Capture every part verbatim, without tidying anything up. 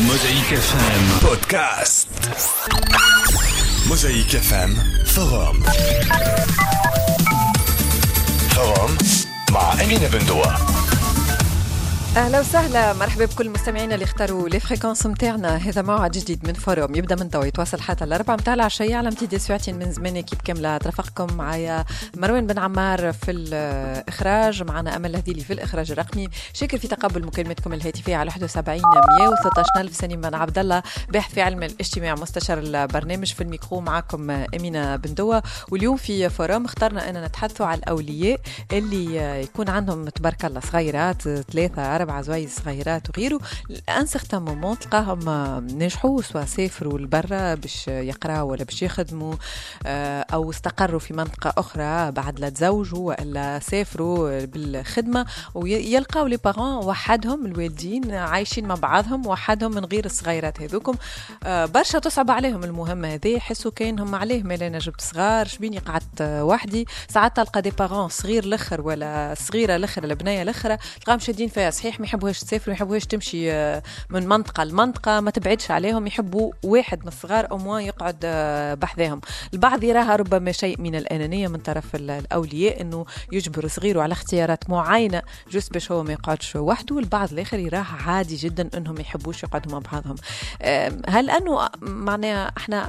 Mosaïque إف إم بودكاست. Mosaïque إف إم فورم فورم مع أمينة بندوة. أهلا وسهلا، مرحبا بكل مستمعينا اللي اختاروا لي فريكونس متاعنا. هذا موعد جديد من فوروم يبدأ من توا يتواصل حتى الأربعة متاع العشية على امتداد ساعتين من زمان. كيف كاملة ترافقكم معايا مروان بن عمار في الإخراج، معنا أمل هديلي في الإخراج الرقمي، شاكر في تقبل مكالمتكم الهاتفية على واحد وسبعين مية وثلاثة عشر ألف. سليمان عبد الله باحث في علم الاجتماع مستشار البرنامج. في الميكرو معكم أمينة بندوة. واليوم في فوروم اخترنا أننا نتحدثوا على الأولياء اللي يكون عندهم تبارك الله صغيرات، ثلاثة أربعة زوايز صغيرات وغيره. ان سيغتان مومون تلقاهم نجحوا، سواء سافروا لبرا باش يقراوا ولا باش يخدموا، او استقروا في منطقه اخرى بعد لا تزوجوا ولا سافروا بالخدمه، ويلقاو لي بارون وحدهم الوالدين عايشين مع بعضهم وحدهم من غير الصغيرات هذوكم. برشا تصعب عليهم المهمه هذه، يحسوا كاينهم عليه مالي انا جبت صغار شبيني قعدت وحدي. ساعات تلقى دي بارون صغير الاخر ولا صغيره الاخر البنيه الاخرى تلقاهم شادين فيها صحيح، ما يحبوهاش تسافر، ما يحبوهاش تمشي من منطقة لمنطقة، ما تبعدش عليهم، يحبوا واحد من الصغار أو ما يقعد بحذاهم. البعض يراها ربما شيء من الأنانية من طرف الأولياء، أنه يجبر صغيره على اختيارات معينة جست باش هو ما يقعدش وحده. والبعض الآخر يراها عادي جدا أنهم ما يحبوش يقعدوا مع بعضهم. هل أنه معناها احنا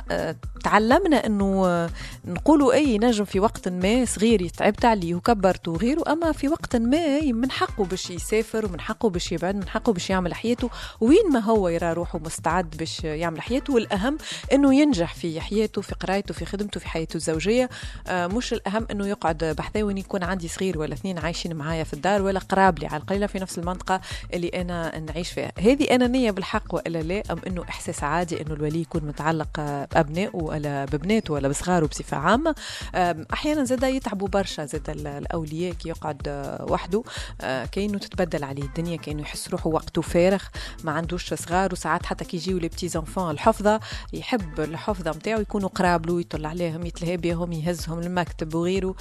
تعلمنا أنه نقولوا أي نجم في وقت ما صغير يتعبت عليه وكبرته وغيره، أما في وقت ما من حقه باش يسافر ومن حقه باش يبعد، من حقه باش يعمل حياته وين ما هو يرى روحه مستعد باش يعمل حياته. والأهم أنه ينجح في حياته، في قرايته، في خدمته، في حياته الزوجية. آه مش الأهم أنه يقعد بحثه وين يكون عندي صغير ولا اثنين عايشين معايا في الدار ولا قراب لي على القليلة في نفس المنطقة اللي أنا نعيش فيها. هذه أنانية بالحق وإلا لا، أم أنه إحساس عادي أنه الولي يكون متعلق بأبنائه ولا ببناته ولا بصغاره بصفة عامة. أحيانا زادا يتعبوا برشا زادا الأولياء كي يقعد وحده، آه كأنه تتبدل عليه الدنيا، كأنه يحس روحه وقته فارغ، ما عندوش صغار. وساعات حتى كي يجيو لي بتي زانفون الحفظة، يحب الحفظة متاعه يكونوا قراب له، يطلع عليهم، يتلهى بهم، يهزهم المكتب وغيره.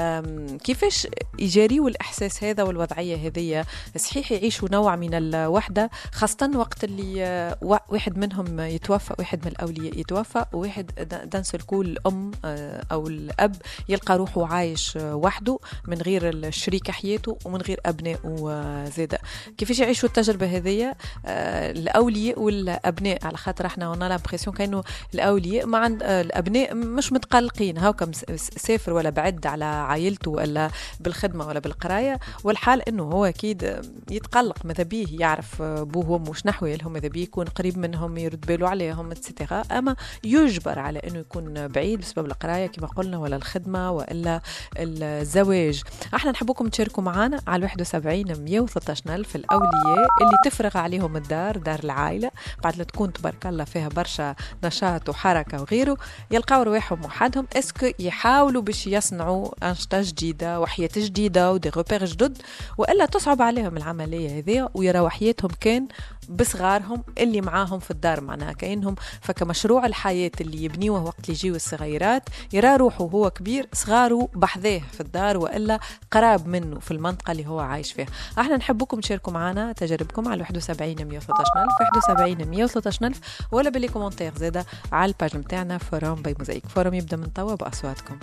كيفاش يجاريوا الإحساس هذا والوضعية هذه؟ صحيح يعيشوا نوع من الوحدة، خاصة وقت اللي واحد منهم يتوفى، واحد من الأولياء يتوفى، وواحد دانسل كول الأم أو الأب يلقى روحه عايش وحده من غير الشريك حياته ومن غير أبنائه زادا. كيفاش يعيشوا التجربة هذه آه الأولياء والأبناء؟ على خاطر احنا وانا لامبرسيون كانوا الأولياء ما عند آه الأبناء مش متقلقين، هاكم سافر ولا بعد على عائلته ولا بالخدمة ولا بالقراية، والحال انه هو اكيد يتقلق، ماذا بيه يعرف بوه وامه وش نحوالهم، ماذا بيه يكون قريب منهم، يرد باله عليهم اتسيتيرا. اما يجبر على انه يكون بعيد بسبب القراية كما قلنا ولا الخدمة ولا الزواج. احنا نحبكم تشاركوا معنا على واحد وسبعين مية وثلاثة عشر ألف. الأولياء اللي تفرغ عليهم الدار، دار العائلة، بعد لا تكون تبارك الله فيها برشا نشاط وحركة وغيره، يلقاو رواحهم وحدهم. اسكو يحاولوا باش يصنعوا أنشطة جديدة وحياة جديدة ودي روبير جدد، وإلا تصعب عليهم العملية هذه ويراو حياتهم كان بصغارهم اللي معاهم في الدار، معناها كأنهم فكمشروع الحياة اللي يبنيوه وقت اللي يجيو الصغيرات، يرى روحه هو كبير صغاره بحذاه في الدار وإلا قراب منه في المنطقة اللي هو عايش فيها. احنا نحبكم تشاركوا معنا تجاربكم على واحد وسبعين مية وثلاثة عشر ألف، واحد وسبعين مية وثلاثة عشر ألف، ولا باللي كومنتير زادا على الباج متاعنا فوروم باي موزايك. فوروم يبدأ من توا بأصواتكم.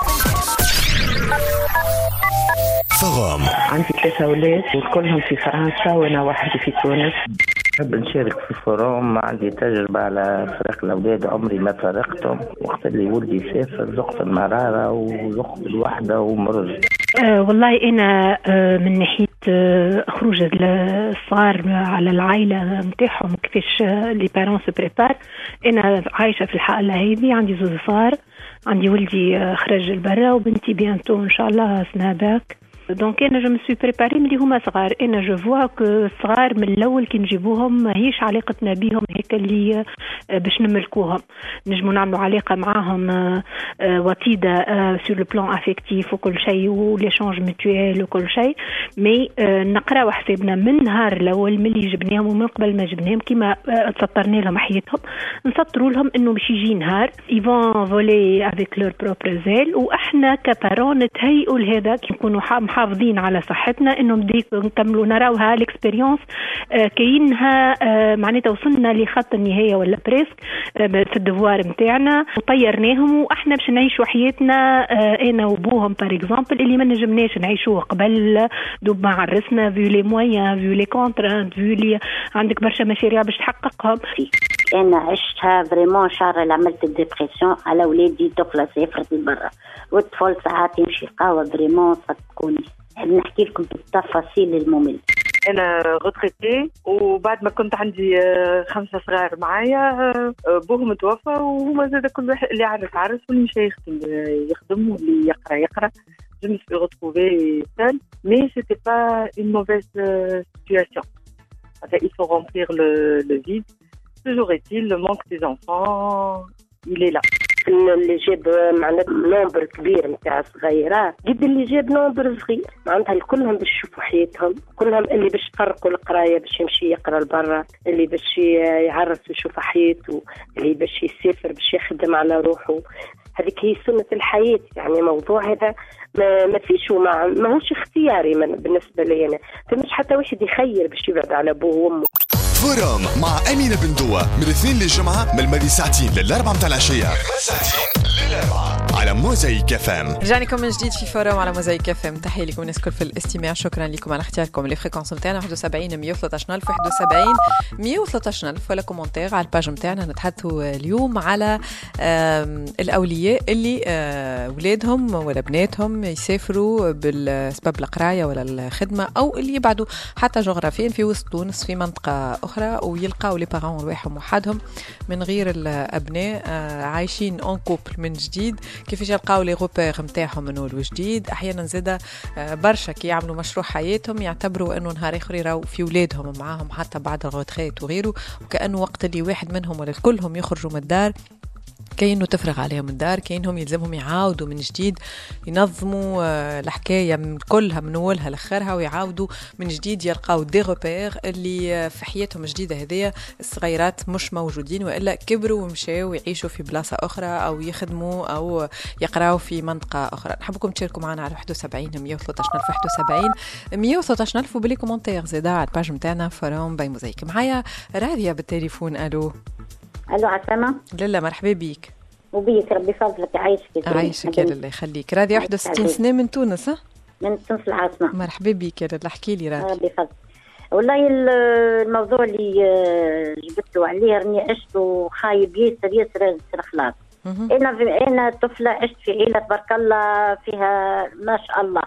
فوروم. عندي ثلاثة أولاد وكلهم في فرنسا وأنا وحدي في تونس. نحب نشارك في الفوروم، عندي تجربة على فرق الأولاد، عمري ما فرقتهم. وقت اللي ولدي سافر ذقت المرارة وذقت الوحدة ومرض. أه والله أنا أه من ناحية أه خروج الصغار على العائلة متاعهم كيفاش لي بارون سو بريبار. أنا عايشة في الحالة هذه، عندي زوج صغار، عندي ولدي خرج البرا وبنتي بيانتو إن شاء الله سنة باك. دونك انا جو مي سوي بريباري ملي هما صغار. انا جو فوا كو الصغار من الاول كي نجيبوهم ماهيش علاقتنا بيهم هيك اللي باش نملكوهم، نجمو نعملوا علاقه معاهم وطيده سور لو بلان افيكتيف وكل شيء وليشونج ميتويل وكل شيء، مي نقراو حسابنا من نهار الاول ملي جبناهم ومن قبل ما جبناهم كيما تسطرنا لهم حياتهم، نسطروا لهم انه باش يجي نهار يفون فولي افيك لور بروبر زيل، واحنا كبارون نتهيئوا لهذا كي نكونوا محافظين على صحتنا إنه بدي نكملوا نراوها الإكسبيرينس كأنها معناتها وصلنا لخط النهاية ولا بريسك في الدوار متاعنا وطيرناهم وإحنا باش نعيشوا حياتنا أنا وبوهم بار إكزامبل اللي ما نجمناش نعيشوه قبل دوب ما عرسنا فيو لي مويان فيو لي كونترانت فيو لي عندك برشا مشاريع باش تحققهم. أنا عشتها فريمون شهر اللي عملت الديبريسيون على ولادي طفلة سافرت لبرا والطفل ساعات يمشي قهوة فريمون صدقوني نحب نحكي لكم بالتفاصيل المملة. أنا غتريتي وبعد ما كنت عندي خمسة صغار معايا بوهم توفى وهما زاد كل واحد اللي عرف عرف واللي مشى يخدم يخدم واللي يقرأ يقرأ. Je me suis retrouvée seule, mais c'était pas une mauvaise euh, situation. Enfin, il faut remplir le, le vide. Toujours est-il, le manque des enfants, il est là. اللي جاب معناتها نمبر كبير نتاع صغيرات قد اللي جاب نمبر صغير معناتها كلهم باش يشوفوا حياتهم كلهم اللي باش يفرقوا القرايه باش يمشي يقرا لبرا اللي باش يعرف يشوف حياته اللي باش يسافر باش يخدم على روحه. هذيك هي سنة الحياة يعني موضوع هذا ما, ما فيش وما ماهوش اختياري بالنسبة لي أنا فمش حتى واحد يخير باش يبعد على أبوه وأمه. فورم مع أمينة بندوة من الاثنين للجمعة من الماضي ساعتين للأربعة متاع العشية على موزايك اف ام. رجعنا لكم من جديد في فورم على موزايك اف ام. تحية لكم الناس الكل في الاستماع. شكرا لكم على اختياركم لي فريكونس نتاعنا واحد وسبعين مية وثلاثة عشر واحد وسبعين مية وثلاثة عشر ولا كومنتير على الباج نتاعنا. نتحدثوا اليوم على الأولياء اللي ولادهم ولا بناتهم يسافروا بالسبب القراية ولا الخدمة أو اللي يبعدوا حتى جغرافيا في وسط تونس في منطقة أخرى ويلقاو لي بارون رواحهم وحدهم من غير الأبناء عايشين اون كوبل من جديد. كيفاش يلقاو لي روبير نتاعهم من اول وجديد. احيانا زاده برشا كي يعملوا مشروع حياتهم يعتبروا انه نهار اخر يراو في ولادهم معاهم حتى بعد الغوتريت وغيره وكانه وقت اللي واحد منهم ولا كلهم يخرجوا من الدار كأنه تفرغ عليهم الدار كأنهم يلزمهم يعاودوا من جديد ينظموا الحكاية من كلها من أولها لآخرها ويعاودوا من جديد يلقاو دي روبير اللي في حياتهم جديدة. هذية الصغيرات مش موجودين وإلا كبروا ومشاوا ويعيشوا في بلاصة أخرى أو يخدموا أو يقرأوا في منطقة أخرى. نحبكم تشاركوا معنا على واحد وسبعين مية وثلاثة عشر واحد وسبعين مية وثلاثة عشر وبلي كومنتير زيادة على الباج متاعنا فروم باي موزايك. معايا راضية بالتليفون. ألو ألو عسامة. لا مرحبا بيك. وبيك ربي فضلك عايشك. عايشك يا الله يخليك. راضية واحد وستين سنة من تونس. ها من تونس العاصمة. مرحبا بيك يا الله. احكي لي راضية. ربي فضلك. والله الموضوع اللي جبته عليه راني عشت وخايب ياسر ياسر ياسر خلاص. أنا أنا طفلة عشت في عيلة تبارك الله فيها ما شاء الله.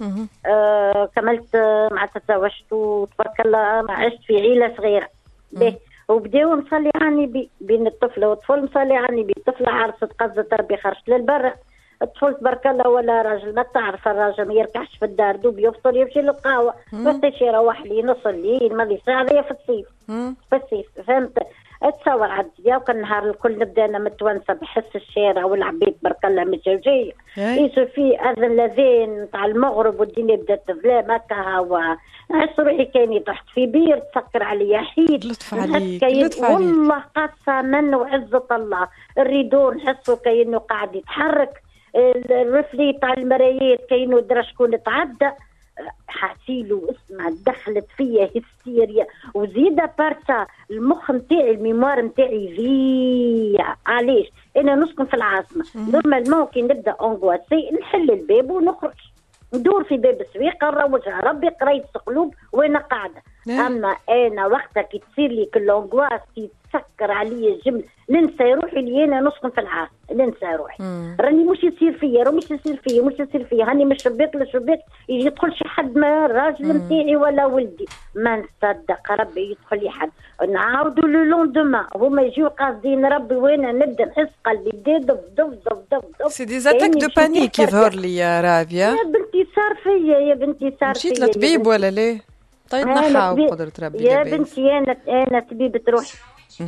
آه كملت مع تزوجت وتبارك الله عشت في عيلة صغيرة. به وبداو مصلي عني بين الطفله والطفل مصلي عني بالطفله عرست قصدت ربي خرجت للبر. الطفل تبارك الله ولا راجل ما تعرف الراجل ما يركحش في الدار دوب يفطر يمشي للقهوه وقتاش يروح لي نص الليل ما ساعه هذه في الصيف في الصيف فهمت. اتصور عدي وكان النهار الكل نبدا انا متونسه بحس الشارع والعبيد تبارك الله متزوجيه يسو في اذن الاذان تاع المغرب والدنيا بدات تظلام هكا هوا نحس روحي كاني طحت في بير تسكر عليا حيد. لطف عليك لطف عليك والله قسما وعزة الله الريدور نحسه كأنه قاعد يتحرك الرفلي تاع المرايات كأنه درا شكون تعدى حاسيلو اسمع دخلت فيا هستيريا وزيادة بارتا المخ متاعي الميموار متاعي فيا. علاش انا نسكن في العاصمه نورمال ممكن نبدا اونغواسي نحل الباب ونخرج ندور في باب السويق نروجها ربي قريت قلوب وانا قاعده. اما انا وقتها كي تصير لي كل اونغواس كي تسكر عليا الجمل ننسى روحي اللي انا نسكن في العاصمه ننسى روحي راني مش يصير فيا راه مش يصير فيا مش يصير فيا هاني من الشباك للشباك يجي يدخل شي حد ما الراجل نتاعي ولا ولدي ما نصدق ربي يدخل لي حد نعاودوا لو لوندوما هما يجيو قاصدين ربي وانا نبدا نحس قلبي بدا دف دف دف دف دف سي دي زاتاك دو بانيك يظهر لي يا رافيا. يا بنتي صار فيا يا بنتي صار فيا. مشيت لطبيب ولا ليه؟ طيب نحاو قدرة ربي يا بنتي انا انا طبيبة روحي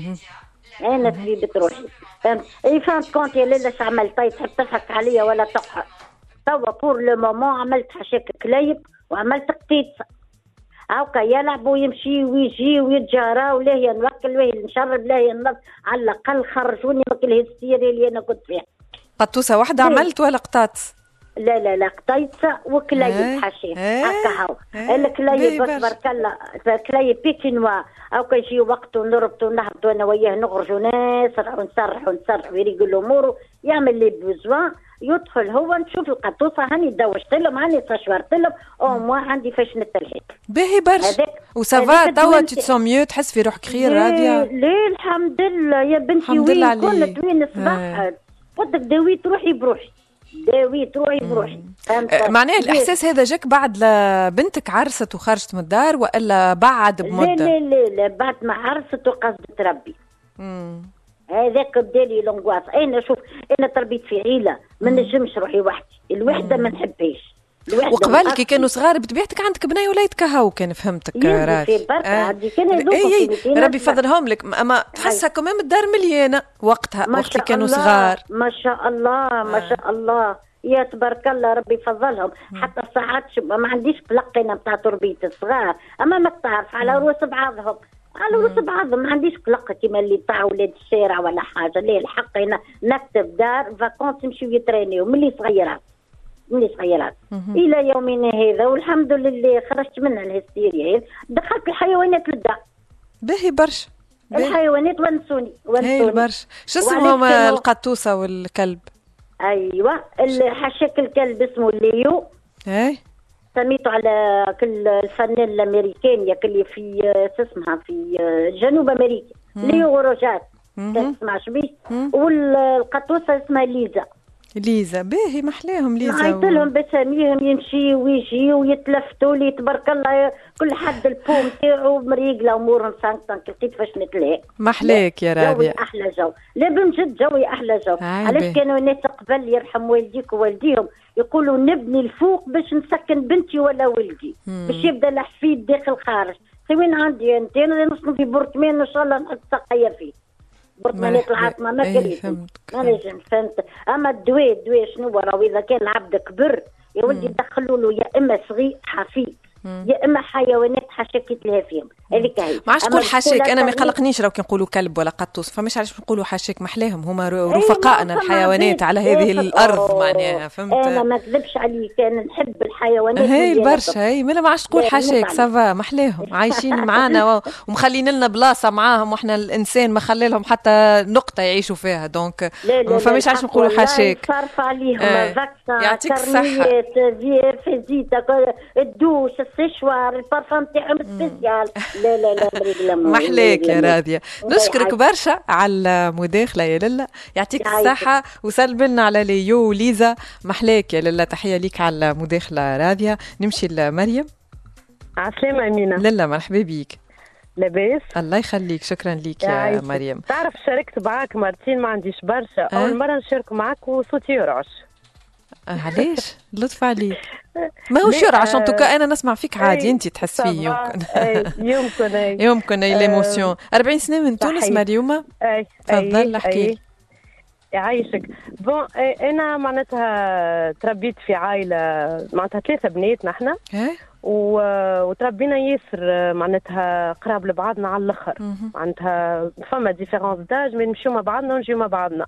انا طبيبة روحي فهمت. اي فهمت كونت يا ليلى اش عملت طيب تحب تضحك عليا ولا تقهر توا بور لو مومون عملت حشاك كلايب وعملت قطيطه هاكا يلعب ويمشي ويجي ويتجارى ولا هي نوكل ولا نشرب لا هي نض على الاقل خرجوني من الهستيريا اللي انا كنت فيها. قطوسه واحدة عملت ولا قطات؟ لا لا لا قطيصة وكلايب حشيش هكا هو الكلايب تبارك الله كلايب بيكينوا او كيجي وقت ونربطوا ونهبطوا انا وياه نخرجوا نسرح ونسرح ونسرح ويريقل اموره يعمل لي بوزوان يدخل هو نشوف القطوفه هاني دوشت لهم هاني تشورت لهم او موا عندي فاش نتلهي باهي برشا وسافا توا تسون ميو تحس في روحك خير راديا ليه الحمد لله يا بنتي وين كنت وين الصباح قلت لك داويت روحي بروحي داويت روحي بروحي معناه الاحساس هذا جاك بعد لبنتك عرست وخرجت من الدار والا بعد بمده؟ لا لا لا بعد ما عرست وقصدت ربي هذاك بدالي لونغواس. انا شوف انا تربيت في عيله ما نجمش روحي وحدي الوحده ما نحبهاش. وقبل كي كانوا صغار بطبيعتك عندك بناي وليدك هاو كان فهمتك راسي آه. اي ربي فضلهم لك اما تحسها كمان الدار مليانه وقتها وقت كانوا صغار. ما شاء الله ما شاء الله يا تبارك الله ربي فضلهم. حتى ساعات ما عنديش قلق انا بتاع تربيه الصغار اما ما تعرف على روس بعضهم على روس بعضهم ما عنديش قلق كيما اللي تاع ولاد الشارع ولا حاجه. ليه الحق هنا نكتب دار فاكونس نمشيو يترينيو ملي صغيرات ملي صغيرات الى يومنا هذا والحمد لله خرجت منها الهستيريا. دخلت الحيوانات للدار باهي برشا الحيوانات ونسوني ونسوني برشا. شو اسمهم القطوسه والكلب؟ ايوه حشاك الكلب اسمه ليو اي سميته على كل الفنان الامريكاني اللي في اسمها في جنوب امريكا ليو روجات ما تسمعش بيه. والقطوسه اسمها ليزا ليزا باهي محلاهم ليزا عيط لهم بساميهم يمشي ويجي ويتلفتوا لي تبارك الله كل حد البوم تاعو مريقله امورهم سانكتان لقيت فاش نتلاقى محلاك يا رابية. جوي احلى جو لا بنجد جوي احلى جو. علاش كانوا الناس قبل يرحم والديك ووالديهم يقولوا نبني الفوق باش نسكن بنتي ولا ولدي باش يبدا الحفيد داخل خارج. وين عندي انت انا نسكن في برطمان ان شاء الله نحط سقايه فيه برطمانات العاصمه ما كريت ما نجم فهمت. اما الدواء الدواء شنو راهو اذا كان العبد كبر يا ولدي دخلوا له يا اما صغير حفيد يا اما حيوانات حشاك يتلهى فيهم هذيك هي. ما عادش تقول حشاك انا ما يقلقنيش راهو كي نقولوا كلب ولا قطوس فماش علاش نقولوا حشاك محلاهم هما رفقائنا الحيوانات على هذه الارض معناها فهمت. انا ما نكذبش عليك انا نحب الحيوانات هي البرشا هي ما عادش تقول حشاك سافا محلاهم عايشين معانا ومخلين لنا بلاصه معاهم واحنا الانسان ما خلى لهم حتى نقطه يعيشوا فيها دونك ما فماش علاش نقولوا حشاك. صرف عليهم فاكسان يعطيك الصحه فيزيتا الدوش السشوار البارفان تاعهم سبيسيال. لا لا لا مريق محلاك يا راضية. نشكرك برشا على المداخلة يا للا يعطيك الصحة وسلم لنا على ليو وليزا. محلاك يا للا تحية ليك على المداخلة راضية. نمشي لمريم. عسلامة أمينة. للا مرحبا بيك. لاباس الله يخليك شكرا ليك يا, يا مريم. تعرف شاركت معاك مرتين ما عنديش برشا أه؟ أول مرة نشارك معاك وصوتي يرعش. علاش؟ لطف عليك ما هو شرع عشان توكا انا نسمع فيك عادي انت تحس فيه يمكن يمكن اي يمكن اي ليموسيون. أربعين سنه من تونس مريومه اي تفضل احكي يعيشك. بون انا معناتها تربيت في عائله معناتها ثلاثه بنات نحن وتربينا ياسر معناتها قراب لبعضنا على الاخر معناتها فما ديفيرونس داج من نمشيو مع بعضنا ونجيو مع بعضنا.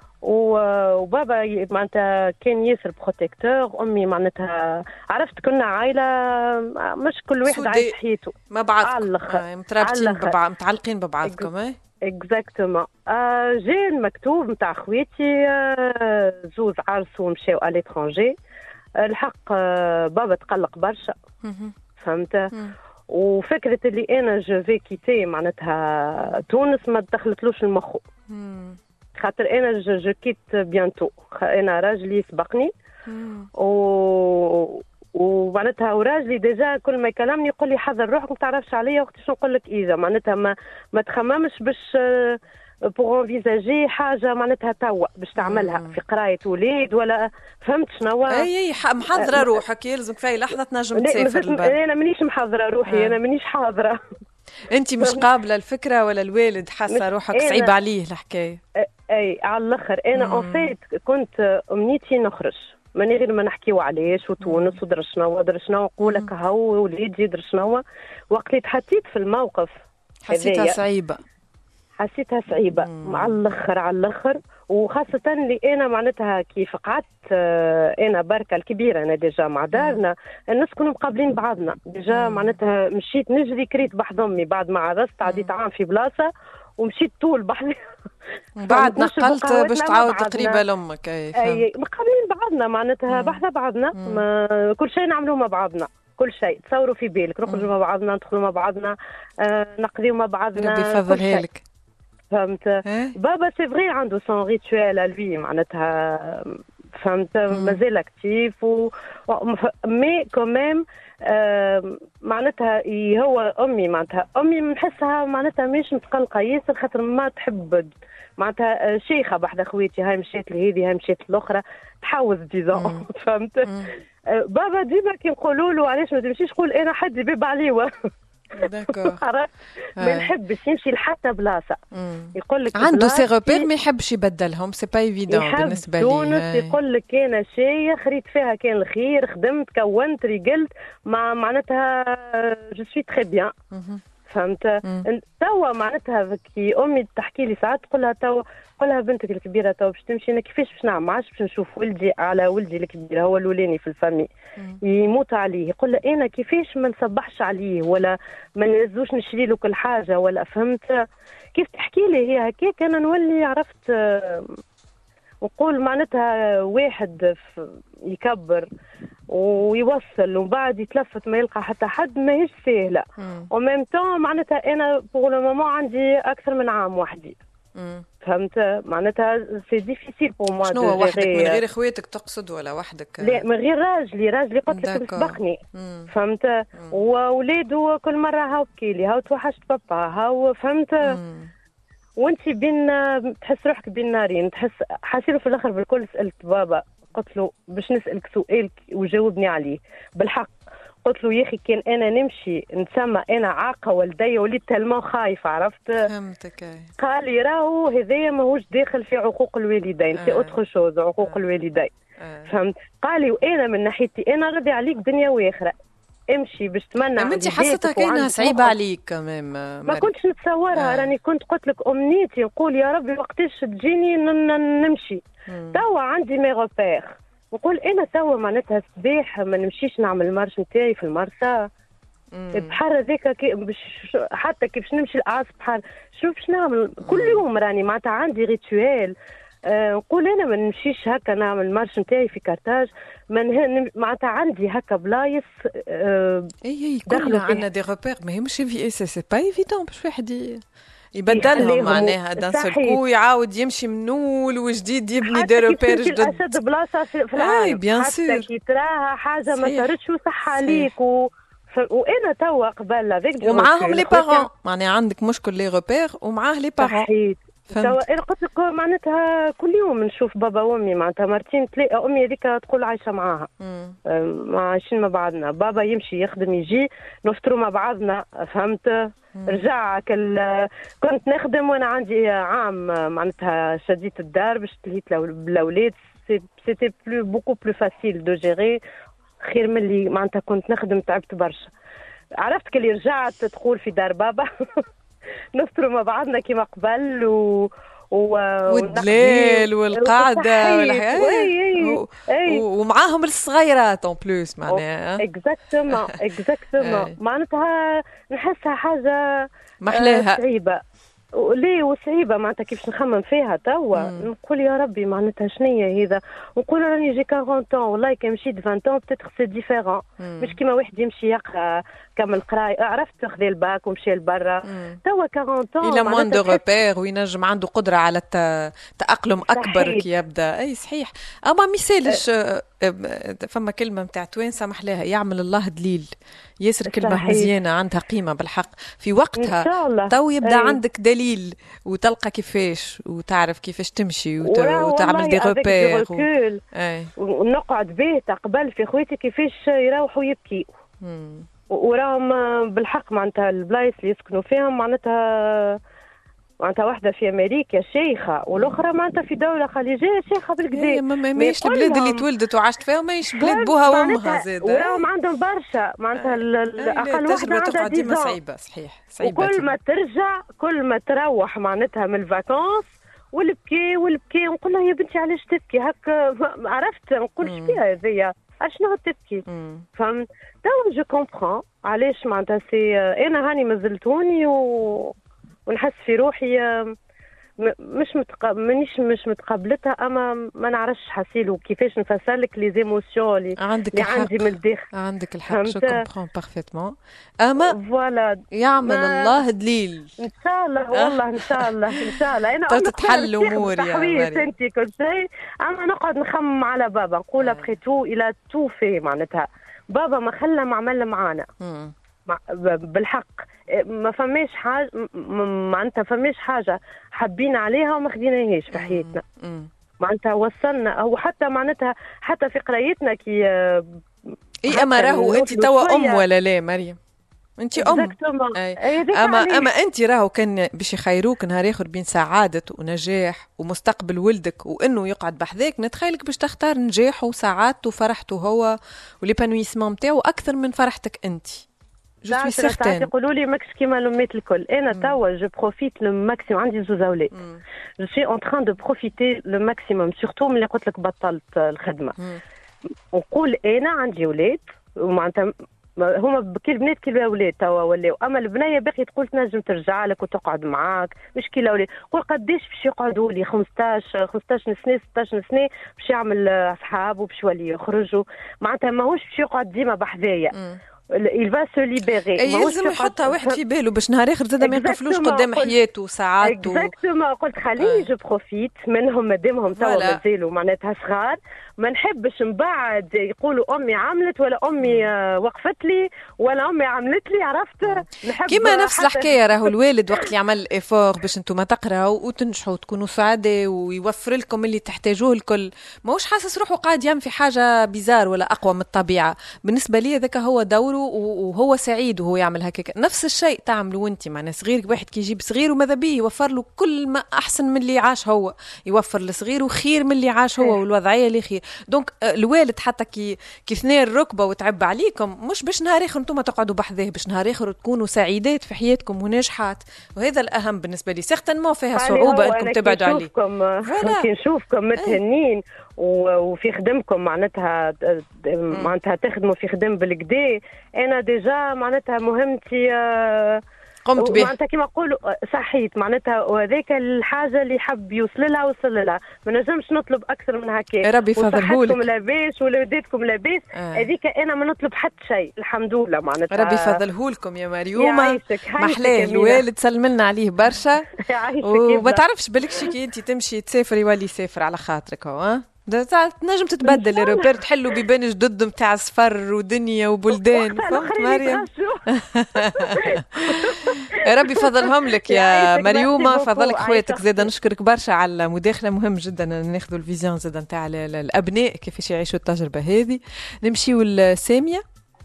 وبابا معناتها كان ياسر بروتيكتور. امي معناتها عرفت كنا عائله مش كل واحد عايش حياته مع بعض آه مترابطين ببعض متعلقين ببعضكم. اي اكزاكتومون. آه جاء المكتوب نتاع خواتي آه زوز عرسوا ومشاو على ليترونجي. الحق آه بابا تقلق برشا فهمت. وفكره اللي انا جو في كيتي معناتها تونس ما دخلتلوش المخو خاطر انا جو كيت بيانتو. انا راجلي سبقني و ومعناتها وراجلي ديجا كل ما يكلمني يقول لي حذر روحك ما تعرفش عليا وقت شنو نقول لك اذا معناتها ما ما تخممش باش بوغ انفيزاجي حاجه معناتها توا باش تعملها في قرايه وليد ولا فهمت شنو. اي اي محضره روحك يلزمك في لحظه تنجم تسافر البلد. انا مانيش محضره روحي. آه. انا مانيش حاضره. انت مش قابله الفكره ولا الوالد حاسه روحك صعيب عليه الحكايه؟ اي على الاخر انا اون فيت كنت امنيتي نخرج ماني غير ما نحكيو علاش وتونس ودر شنو ودر شنو نقول لك هاو وليدي يدر شنو. وقت اللي تحطيت في الموقف حسيتها صعيبه حسيتها صعيبه مع الاخر على الاخر، وخاصه اللي انا معناتها كيف قعدت انا بركه الكبيره انا ديجا مع دارنا نسكنوا مقابلين بعضنا ديجا، معناتها مشيت نجري كريت بحض امي بعد ما عرست عديت عام في بلاصه ومشيت طول بحذي بعد نقلت باش تعاود قريبه لامك. اي اي مقابلين بعضنا معناتها بحذا بعضنا، ما كل شيء نعملوه مع بعضنا، كل شيء تصوروا في بالك، نخرجوا مع بعضنا، ندخلوا مع بعضنا، آه نقضيو مع بعضنا. ربي يفضلها لك. فهمت؟ بابا سي فغي عنده سون ريتوال لوي معناتها، فهمت؟ مازال اكتيف و مي كوميم آه معناتها هو امي معناتها امي نحسها معناتها مش متقلقه ياسر خاطر ما تحب معناتها شيخه بحذا خواتي، هاي مشيت لهذه هاي مشيت الاخرى تحوز ديزون. فهمت؟ آه بابا ديما كي نقولوا له علاش ما تمشيش قول انا حدي باب عليوه. داكور. ما نحبش يمشي لحتى بلاصه، يقول لك عنده سي روبير ما يحبش يبدلهم، سي با ايفيدون بالنسبه لي. تونس يقول لك انا شيخ ريت فيها كان الخير، خدمت كونت رجلت مع معناتها جو سوي تري بيان. فهمت؟ توا معناتها كي امي تحكي لي ساعات تقول لها توا قول لها بنتك الكبيره توا باش تمشي انا كيفاش باش نعمل، ما عادش باش نشوف ولدي على ولدي الكبير هو الاولاني في الفامي يموت عليه، يقول لها انا كيفاش ما نصبحش عليه ولا ما نزوش نشري له كل حاجه ولا. فهمت كيف تحكي لي هي هكاك؟ انا نولي عرفت نقول معناتها واحد يكبر ويوصل ومن بعد يتلفت ما يلقى حتى حد ماهيش سهله. وميم طون معناتها انا بوغ لو مومون عندي اكثر من عام وحدي. فهمت؟ معناتها سي ديفيسيل بور موا. شنو وحدك من غير اخواتك تقصد ولا وحدك؟ لا من غير راجلي، راجلي قلت لك مسبقني. فهمت؟ وولادو كل مره هاو بكيلي هاو توحشت بابا هاو. فهمت؟ وانت بين تحس روحك بين نارين، تحس حاسيله في الاخر بالكل. سالت بابا قلت له باش نسالك سؤال وجاوبني عليه بالحق، قلت له يا اخي كان انا نمشي نسمى انا عاقه والدي وليت تلمو خايفه. عرفت؟ فهمتك. قال لي راهو هذايا ماهوش داخل في عقوق الوالدين، في اوتر شوز عقوق آه. الوالدين. آه. فهمت؟ قال لي وانا من ناحيتي انا راضي عليك دنيا واخره، امشي باش تمنى. ما انت حسيتها كانها صعيبه عليك كمان؟ ما كنتش نتصورها. آه. راني كنت قلت لك امنيتي نقول يا ربي وقتاش تجيني نمشي. توا عندي مي روبير نقول انا توا معناتها الصباح ما نمشيش نعمل المارش نتاعي في المرسى بحر هذاك حتى كي باش نمشي العاص بحر شوف باش نعمل كل يوم. راني معناتها عندي ريتوال أه نقول انا ما نمشيش هكا نعمل المارش نتاعي في كارتاج معناتها عندي هكا بلايص. أه اي اي كلنا عندنا دي روبير ماهمش سي سي با ايفيدون باش واحد يبدلهم معناها دان سلكو يعاود يمشي من نول وجديد يبني دي روبير جدد. حتى بلاصه في العالم بيان حتى كي تراها حاجه ما صارتش وصح عليك و... ف... وانا توا قبل هذاك ومعاهم لي بارون معناها عندك مشكل لي روبير ومعاه لي بارون. توا انا قلت لك معناتها كل يوم نشوف بابا وامي معناتها مرتين تلاقي امي هذيك تقول عايشه معاها ما عايشين مع بعضنا، بابا يمشي يخدم يجي نفطروا مع بعضنا. فهمت؟ رجع كل كنت نخدم وانا عندي عام معناتها شديت الدار باش تلهيت الاولاد سيتي بلو بوكو بلو فاسيل دو جيري خير من اللي معناتها كنت نخدم تعبت برشا. عرفت كلي رجعت تدخل في دار بابا نفطروا مع بعضنا كيما قبل و والدليل والقعده والحياه ومعاهم الصغيرات اون بلوس معناها. اكزاكتومون اكزاكتومون معناتها نحسها حاجه محلاها صعيبه ليه وصعيبه معناتها كيفاش نخمم فيها توا. نقول يا ربي معناتها شنية هذا، ونقول راني جي أربعين طون والله كان مشيت عشرين طون بتاتر سي ديفيرون مش كيما واحد يمشي يقرا كمل قرايه عرفت خذ الباك ومشي لبرا. توا أربعين طون الى موان دو روبير وينجم عنده قدره على التاقلم اكبر كي يبدا. اي صحيح اما مثالش فما كلمه نتاع توانسه محلاها يعمل الله دليل ياسر كلمه صحيح. مزيانه عندها قيمه بالحق في وقتها تو يبدا أي. عندك دليل وتلقى كيفاش وتعرف كيفاش تمشي وت... وتعمل دي روبير و... ونقعد به تقبل في خويتي كيفاش يروحوا يبكي وراهم بالحق معناتها البلايص اللي يسكنوا فيهم معناتها معناتها واحدة في أمريكا شيخة والأخرى معناتها في دولة خليجية شيخة بالكدا. ما ماهيش البلاد اللي تولدت وعشت فيها ماهيش بلاد بوها وأمها زاد. وراهم عندهم برشا معناتها أقل واحدة عندها ديما صعيبة. صحيح صعيبة. وكل ما ترجع كل ما تروح معناتها من الفاكونس والبكي والبكي نقول لها يا بنتي علاش تبكي هكا عرفت نقول اش فيها هذيا شنو تبكي فهمت. تو جو كومبرون علاش معناتها سي انا هاني مازلتوني و... ونحس في روحي مش متق... مانيش مش متقبلتها اما ما نعرفش حاسيلو كيفاش نفسرلك لي زيموسيون اللي عندك الحق. عندي من الداخل عندك الحق جو كومبرون بارفيتمون اما فوالا يعمل الله دليل ان شاء الله والله ان شاء الله ان شاء الله انا تتحل امور يا مريم انت كل شيء اما نقعد نخمم على بابا نقول ابخي تو الى تو في معناتها بابا ما خلى ما عمل معانا بالحق ما فماش حاجه معناتها فماش حاجه حابين عليها وما خديناهاش في حياتنا معناتها وصلنا او حتى معناتها حتى في قرايتنا كي اي اما راهو انت توا ام ولا لا مريم انت ام اما اما انت راهو كان باش يخيروك نهار اخر بين سعاده ونجاح ومستقبل ولدك وانه يقعد بحذاك نتخيلك باش تختار نجاحه وسعادته وفرحته هو وليبانويسمون نتاعو اكثر من فرحتك انت. جو سوي سيغتان. يقولوا لي ماكش كيما الامات الكل انا توا جو بروفيت لو ماكسيموم عندي زوج اولاد جو سوي اون تران دو بروفيتي لو ماكسيموم سورتو ملي قلت لك بطلت الخدمه نقول انا عندي اولاد ومعناتها هما كي البنات كي الاولاد توا ولاو اما البنيه باقي تقول تنجم ترجع لك وتقعد معاك مش كي الاولاد قول قداش باش يقعدوا لي خمسطاش خمسطاش سنه ستطاش سنه باش يعمل اصحاب وباش يولي يخرجوا معناتها ماهوش باش يقعد ديما بحذايا il va se libérer. يلزم يحطها واحد في باله باش نهار اخر زاد ما يقفلوش قدام حياته وساعاته. اكزاكتومون قلت خليني جو بروفيت منهم مادامهم توا مازالوا معناتها صغار ما نحبش من بعد يقولوا امي عملت ولا امي وقفت لي ولا امي عملت لي عرفت. نحب كيما نفس الحكايه راهو الوالد وقت اللي يعمل ايفور باش انتم تقراوا وتنجحوا وتكونوا سعداء ويوفر لكم اللي تحتاجوه الكل ماهوش حاسس روحه قاعد يعمل في حاجه بيزار ولا اقوى من الطبيعه. بالنسبه لي ذاك هو دوره وهو سعيد وهو يعمل هكاك. نفس الشيء تعملوا انت معنا صغير واحد كي يجيب صغير وماذا بيه يوفر له كل ما احسن من اللي عاش هو يوفر لصغير وخير من اللي عاش هو والوضعيه اللي خير. دونك الوالد حتى كي كي ثنين الركبه وتعب عليكم مش باش نهار اخر انتم تقعدوا بحذاه باش نهار اخر تكونوا سعيدات في حياتكم وناجحات وهذا الاهم بالنسبه لي. سيغتانمون فيها صعوبه انكم تبعدوا عليه. كي نشوفكم متهنين وفي خدمكم معناتها معناتها تخدموا في خدم بالكدا انا ديجا معناتها مهمتي قمت به معناتها كيما نقولوا صحيت معناتها وهذاك الحاجه اللي حب يوصل لها وصل لها ما نجمش نطلب اكثر من هكا. ربي يفضلهولك لاباس وولاداتكم لاباس هذيك آه. انا ما نطلب حتى شيء الحمد لله معناتها ربي يفضلهولكم يا مريومه محلاه الوالد سلم لنا عليه برشا وما تعرفش بالكش كي انت تمشي تسافر يولي يسافر على خاطرك ها تنجم تتبدل الروبير تحلوا بيبان جدد نتاع صفر ودنيا وبلدان فهمت مريم. يا ربي فضلهم لك يا مريومه فضلك خواتك زاده نشكرك برشا على المداخله مهم جدا ناخذوا الفيزيون زاده نتاع الابناء كيفاش يعيشوا التجربه هذه. نمشيو لساميه.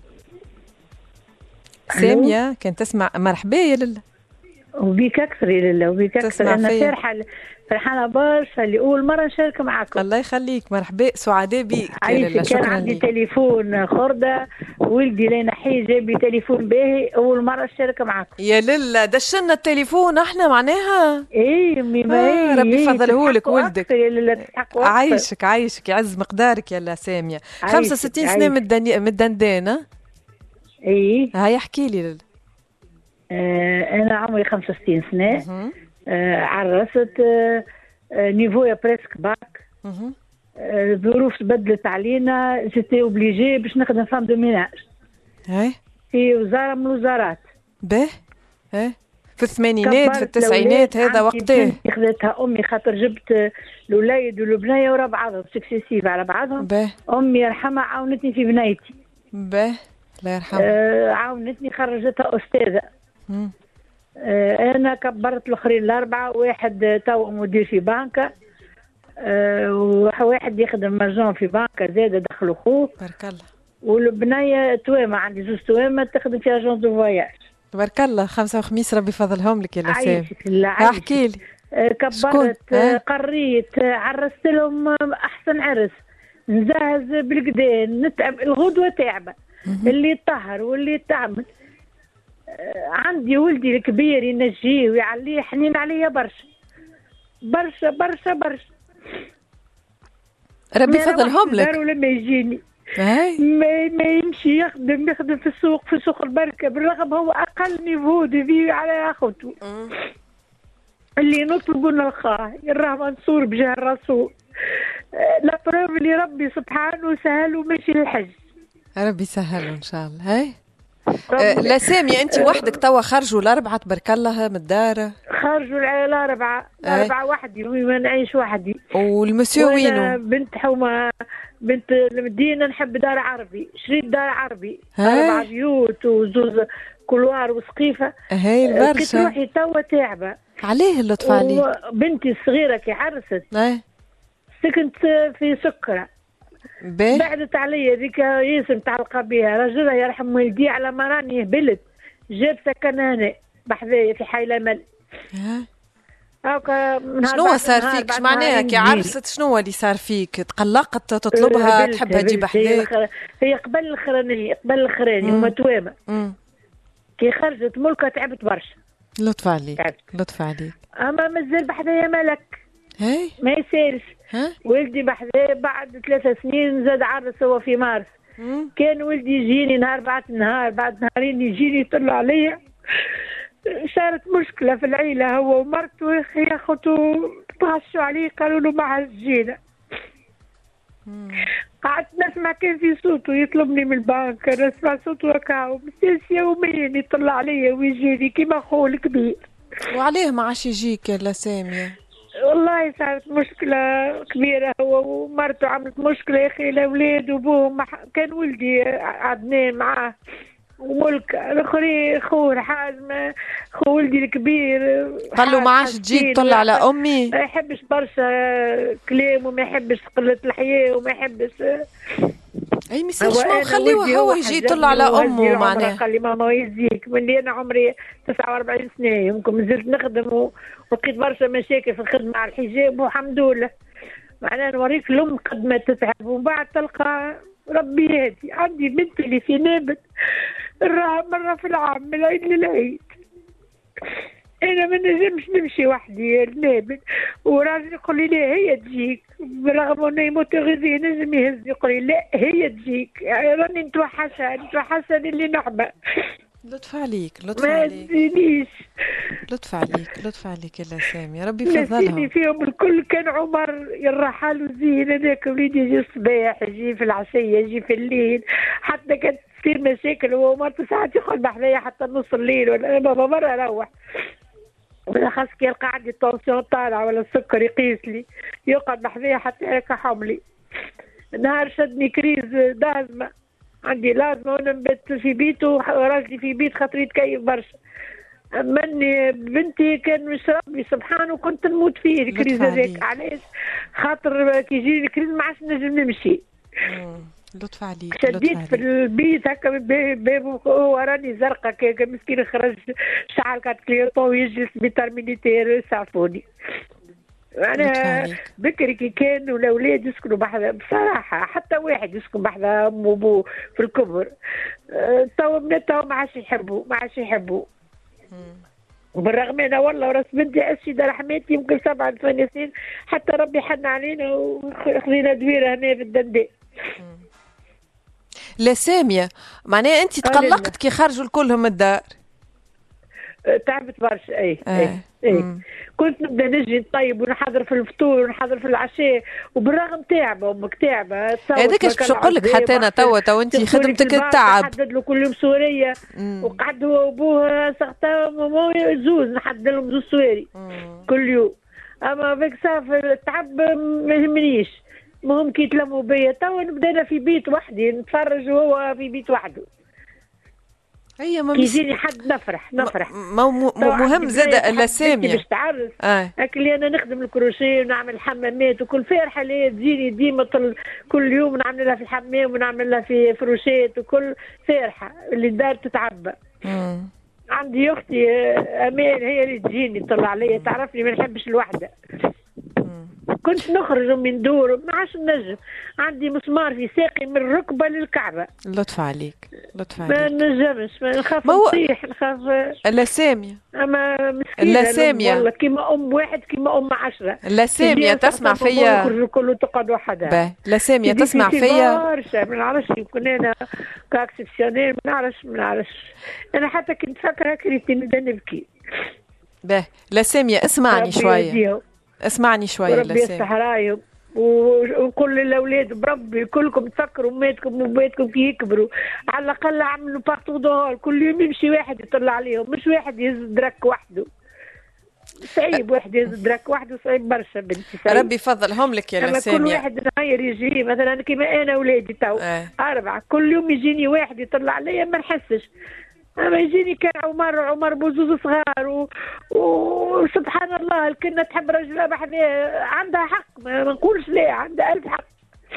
ساميه كانت تسمع مرحبا يا لله وبيك اكثر يا لله وبيك اكثر انا فرحه فرحانه برشا اللي اول مره نشارك معكم. الله يخليك مرحبا سعداء بيك. كان عندي تليفون خردة ولدي لينا حي جاب لي تليفون باهي اول مره نشارك معكم يا لله دشنا التليفون احنا معناها ايه امي ما آه ربي يفضلهولك ولدك يا لله عايشك عايشك يعز مقدارك يا لا ساميه. خمسة وستين سنه من الدندانه ايه هاي احكي لي لله. آه انا عمري خمسة وستين سنه آه عرست آه نيفويا بريسك باك آه ظروف تبدلت علينا جيتي اوبليجي باش نخدم فام دو ميناج هاي في وزاره من الوزارات به ها في الثمانينات في التسعينات هذا وقتها خذتها امي خاطر جبت الوليد والبنيه ورا بعضهم سكسيسيف على بعضهم به. امي يرحمها عاونتني في بنيتي به الله يرحمها آه عاونتني خرجتها استاذه مم. آه أنا كبرت الآخرين الأربعة واحد تو مدير في بنكة آه وواحد يخدم مجان في بنكة زاد دخل أخوه بارك الله. والبنية توامة عندي زوج توامة تخدم في أجنس دو فواياج. تبارك الله. خمسة وخميس ربي فضلهم لك يا لسام. احكي لي. كبرت قريت عرست لهم احسن عرس، نزهز بالقدين، نتعب الغدوه تعبه، اللي يطهر واللي يتعمل. عندي ولدي الكبير ينجيه ويعليه، حنين عليا برشا برشا برشا برشا. ربي فضلهم لك. لما يجيني ما, ما يمشي يخدم يخدم في السوق في سوق البركه، بالرغم هو اقل نيفو دي على اخوته اللي نطلبوا نلقاه. يراه منصور بجاه الرسول. لا بروف اللي ربي سبحانه سهل وماشي للحج. ربي سهل ان شاء الله. هاي أه لا سامية انت وحدك توا خرجوا الاربعه تبارك الله من الدار؟ خرجوا الاربعه الاربعه وحدي وما نعيش وحدي. والمسيو وينو؟ بنت حومه بنت المدينه نحب دار عربي، شريت دار عربي اربع بيوت وزوز كلوار وسقيفه. هاي البرشا. كي تروحي توا تعبه. عليه اللطف عليك. بنتي الصغيره كي عرست سكنت في سكره، بعدت عليا ذيك ياسر متعلقه بها، رجلها يرحم والدي على ما راني هبلت جاب سكن هنا بحذايا في حي الامل. هاكا شنو صار فيك؟ اش معناها كي عرست؟ شنو اللي صار فيك؟ تقلقت تطلبها تحبها تجيب حذاك؟ هي قبل الاخرانيه قبل الاخراني هما توامه. كي خرجت ملكه تعبت برشا. لطف عليك تعبت. لطف عليك. اما مازال بحذايا ملك. هاي ما يسالش. ولدي بحذايا بعد ثلاثة سنين زاد عرس هو في مارس. مم. كان ولدي يجيني نهار بعد نهار بعد نهارين يجيني يطلع عليا. صارت مشكلة في العيلة، هو ومرته يا خوتو تغشوا عليه قالوا له ما عادش جينا. قعدت نسمع كان في صوته يطلبني من البنك، نسمع صوته هكا مساس يوميا يطلع عليا ويجيني كيما خوه الكبير. وعليه ما عادش يجيك يا سامية؟ والله صارت مشكلة كبيرة، هو ومرته عملت مشكلة يا أخي الأولاد وأبوهم. كان ولدي عدنان معاه وملك الأخرى خوه حازمة خو ولدي الكبير قال له ما عادش تجي تطلع على أمي. ما يحبش برشا كلام وما يحبش قلة الحياة وما يحبش. اي ميسالش ما خليه هو يجي يطلع على امه. معناها خلي ماما يزيك من اللي انا عمري تسعة وأربعين سنه يمكن مازلت نخدم ولقيت برشا مشاكل في الخدمه على الحجاب والحمد لله. معناها نوريك الام قد ما تتعب ومن بعد تلقى ربي يهدي. عندي بنت اللي في نابل نراها مره في العام من العيد للعيد. انا ما نجمش نمشي وحدي لنابل وراجل يقول لي لا هي تجيك، برغم انه موتوريزي نجم يهزني يقول لي لا هي تجيك. راني نتوحشها نتوحشها اللي نحبه. لطف عليك لطف عليك ما تزينيش. لطف عليك لطف عليك يا سامية ربي يفضلها. فيهم الكل كان عمر يرحل وزين هذاك وليدي يجي الصباح يجي في العشيه يجي في الليل، حتى كانت تصير مشاكل هو مرته ساعات يقعد بحذايا حتى نص الليل ولا انا بابا مره اروح بالاخص كي يلقى عندي التونسيون طالع ولا السكر يقيس لي يقعد بحذايا حتى هيك حملي. نهار شدني كريز دازمه عندي لازمه وانا نبت في بيته راجلي في بيت خاطر يتكيف برشا. مني بنتي كان مش ربي سبحانه كنت نموت فيه الكريز هذاك. علاش؟ خاطر كي يجيني الكريز ما عادش نجم نمشي. لطف عليك. شديت في البيت هكا بابه هو راني زرقاء كي مسكين خرج شعل كات كليوطو ويجلس بيتر ميليتير يسعفوني. انا بكري كي كانوا الاولاد يسكنوا بحذا بصراحه حتى واحد يسكن بحذا امه وابوه في الكبر تو بناتهم ما عادش يحبوا ما عادش يحبوا. وبالرغم انا والله وراس بنتي السيده رحمتي يمكن سبعة ثمانية سنين حتى ربي حن علينا وخذينا دويره هنا في الدندان. لا سامية معناها انت تقلقت كي خرجوا الكلهم من الدار؟ تعبت برشا. اي اي, أي. كنت نبدا نجي نطيب ونحضر في الفطور ونحضر في العشاء وبالرغم تعبه امك تعبه. هذاك اش باش نقول لك حتى انا توا تو انت خدمتك التعب. نحدد له كل يوم سوريه وقعد هو وابوه ساعتها ماما زوز نحدد لهم زوز سواري كل يوم. اما بك سافر التعب ما يهمنيش. المهم كي يتلموا بيا توا نبدا في بيت وحدي نتفرج وهو في بيت وحده. هي ما يجيني حد نفرح نفرح م- مهم زاد لسامية باش تعرس. آه. اللي انا نخدم الكروشيه ونعمل حمامات وكل فرحه اللي تجيني ديما كل يوم نعمل لها في الحمام ونعمل لها في فروشات وكل فرحه اللي الدار تتعبى. عندي اختي امال هي اللي تجيني تطلع عليا، تعرفني ما نحبش الوحده. كنت نخرج من دور ما عادش نجم، عندي مسمار في ساقي من الركبه للكعبه. لطف عليك لطف عليك. ما نجمش، ما نخاف نطيح نخاف. اللاسامية اما مسكينه اللاسامية والله كيما ام واحد كيما ام عشرة. اللاسامية تسمع فيا نخرج كله تقعد وحدها. اللاسامية تسمع فيا برشا ما نعرفش، يمكن انا كاكسبسيونيل ما نعرفش ما نعرفش انا حتى كنت فاكره كريتي نبكي. باهي اللاسامية اسمعني شويه اسمعني شويه ربي يصلح رايهم ونقول للاولاد بربي كلكم تفكروا ماتكم وبيتكم كي يكبروا على الاقل عملوا بارتو دور، كل يوم يمشي واحد يطلع عليهم، مش واحد يهز درك وحده. صعيب واحد يهز درك وحده، صعيب برشا بنتي. ربي يفضلهم لك يا لسامية. كل واحد نغير يجي مثلا كيما انا ولادي تو اه. اربعه كل يوم يجيني واحد يطلع عليا ما نحسش، اما يجيني كان عمر عمر بوزوز صغار و... وسبحان الله الكلمة تحب رجلها بحذاها عندها حق، ما نقولش لا، عندها ألف حق.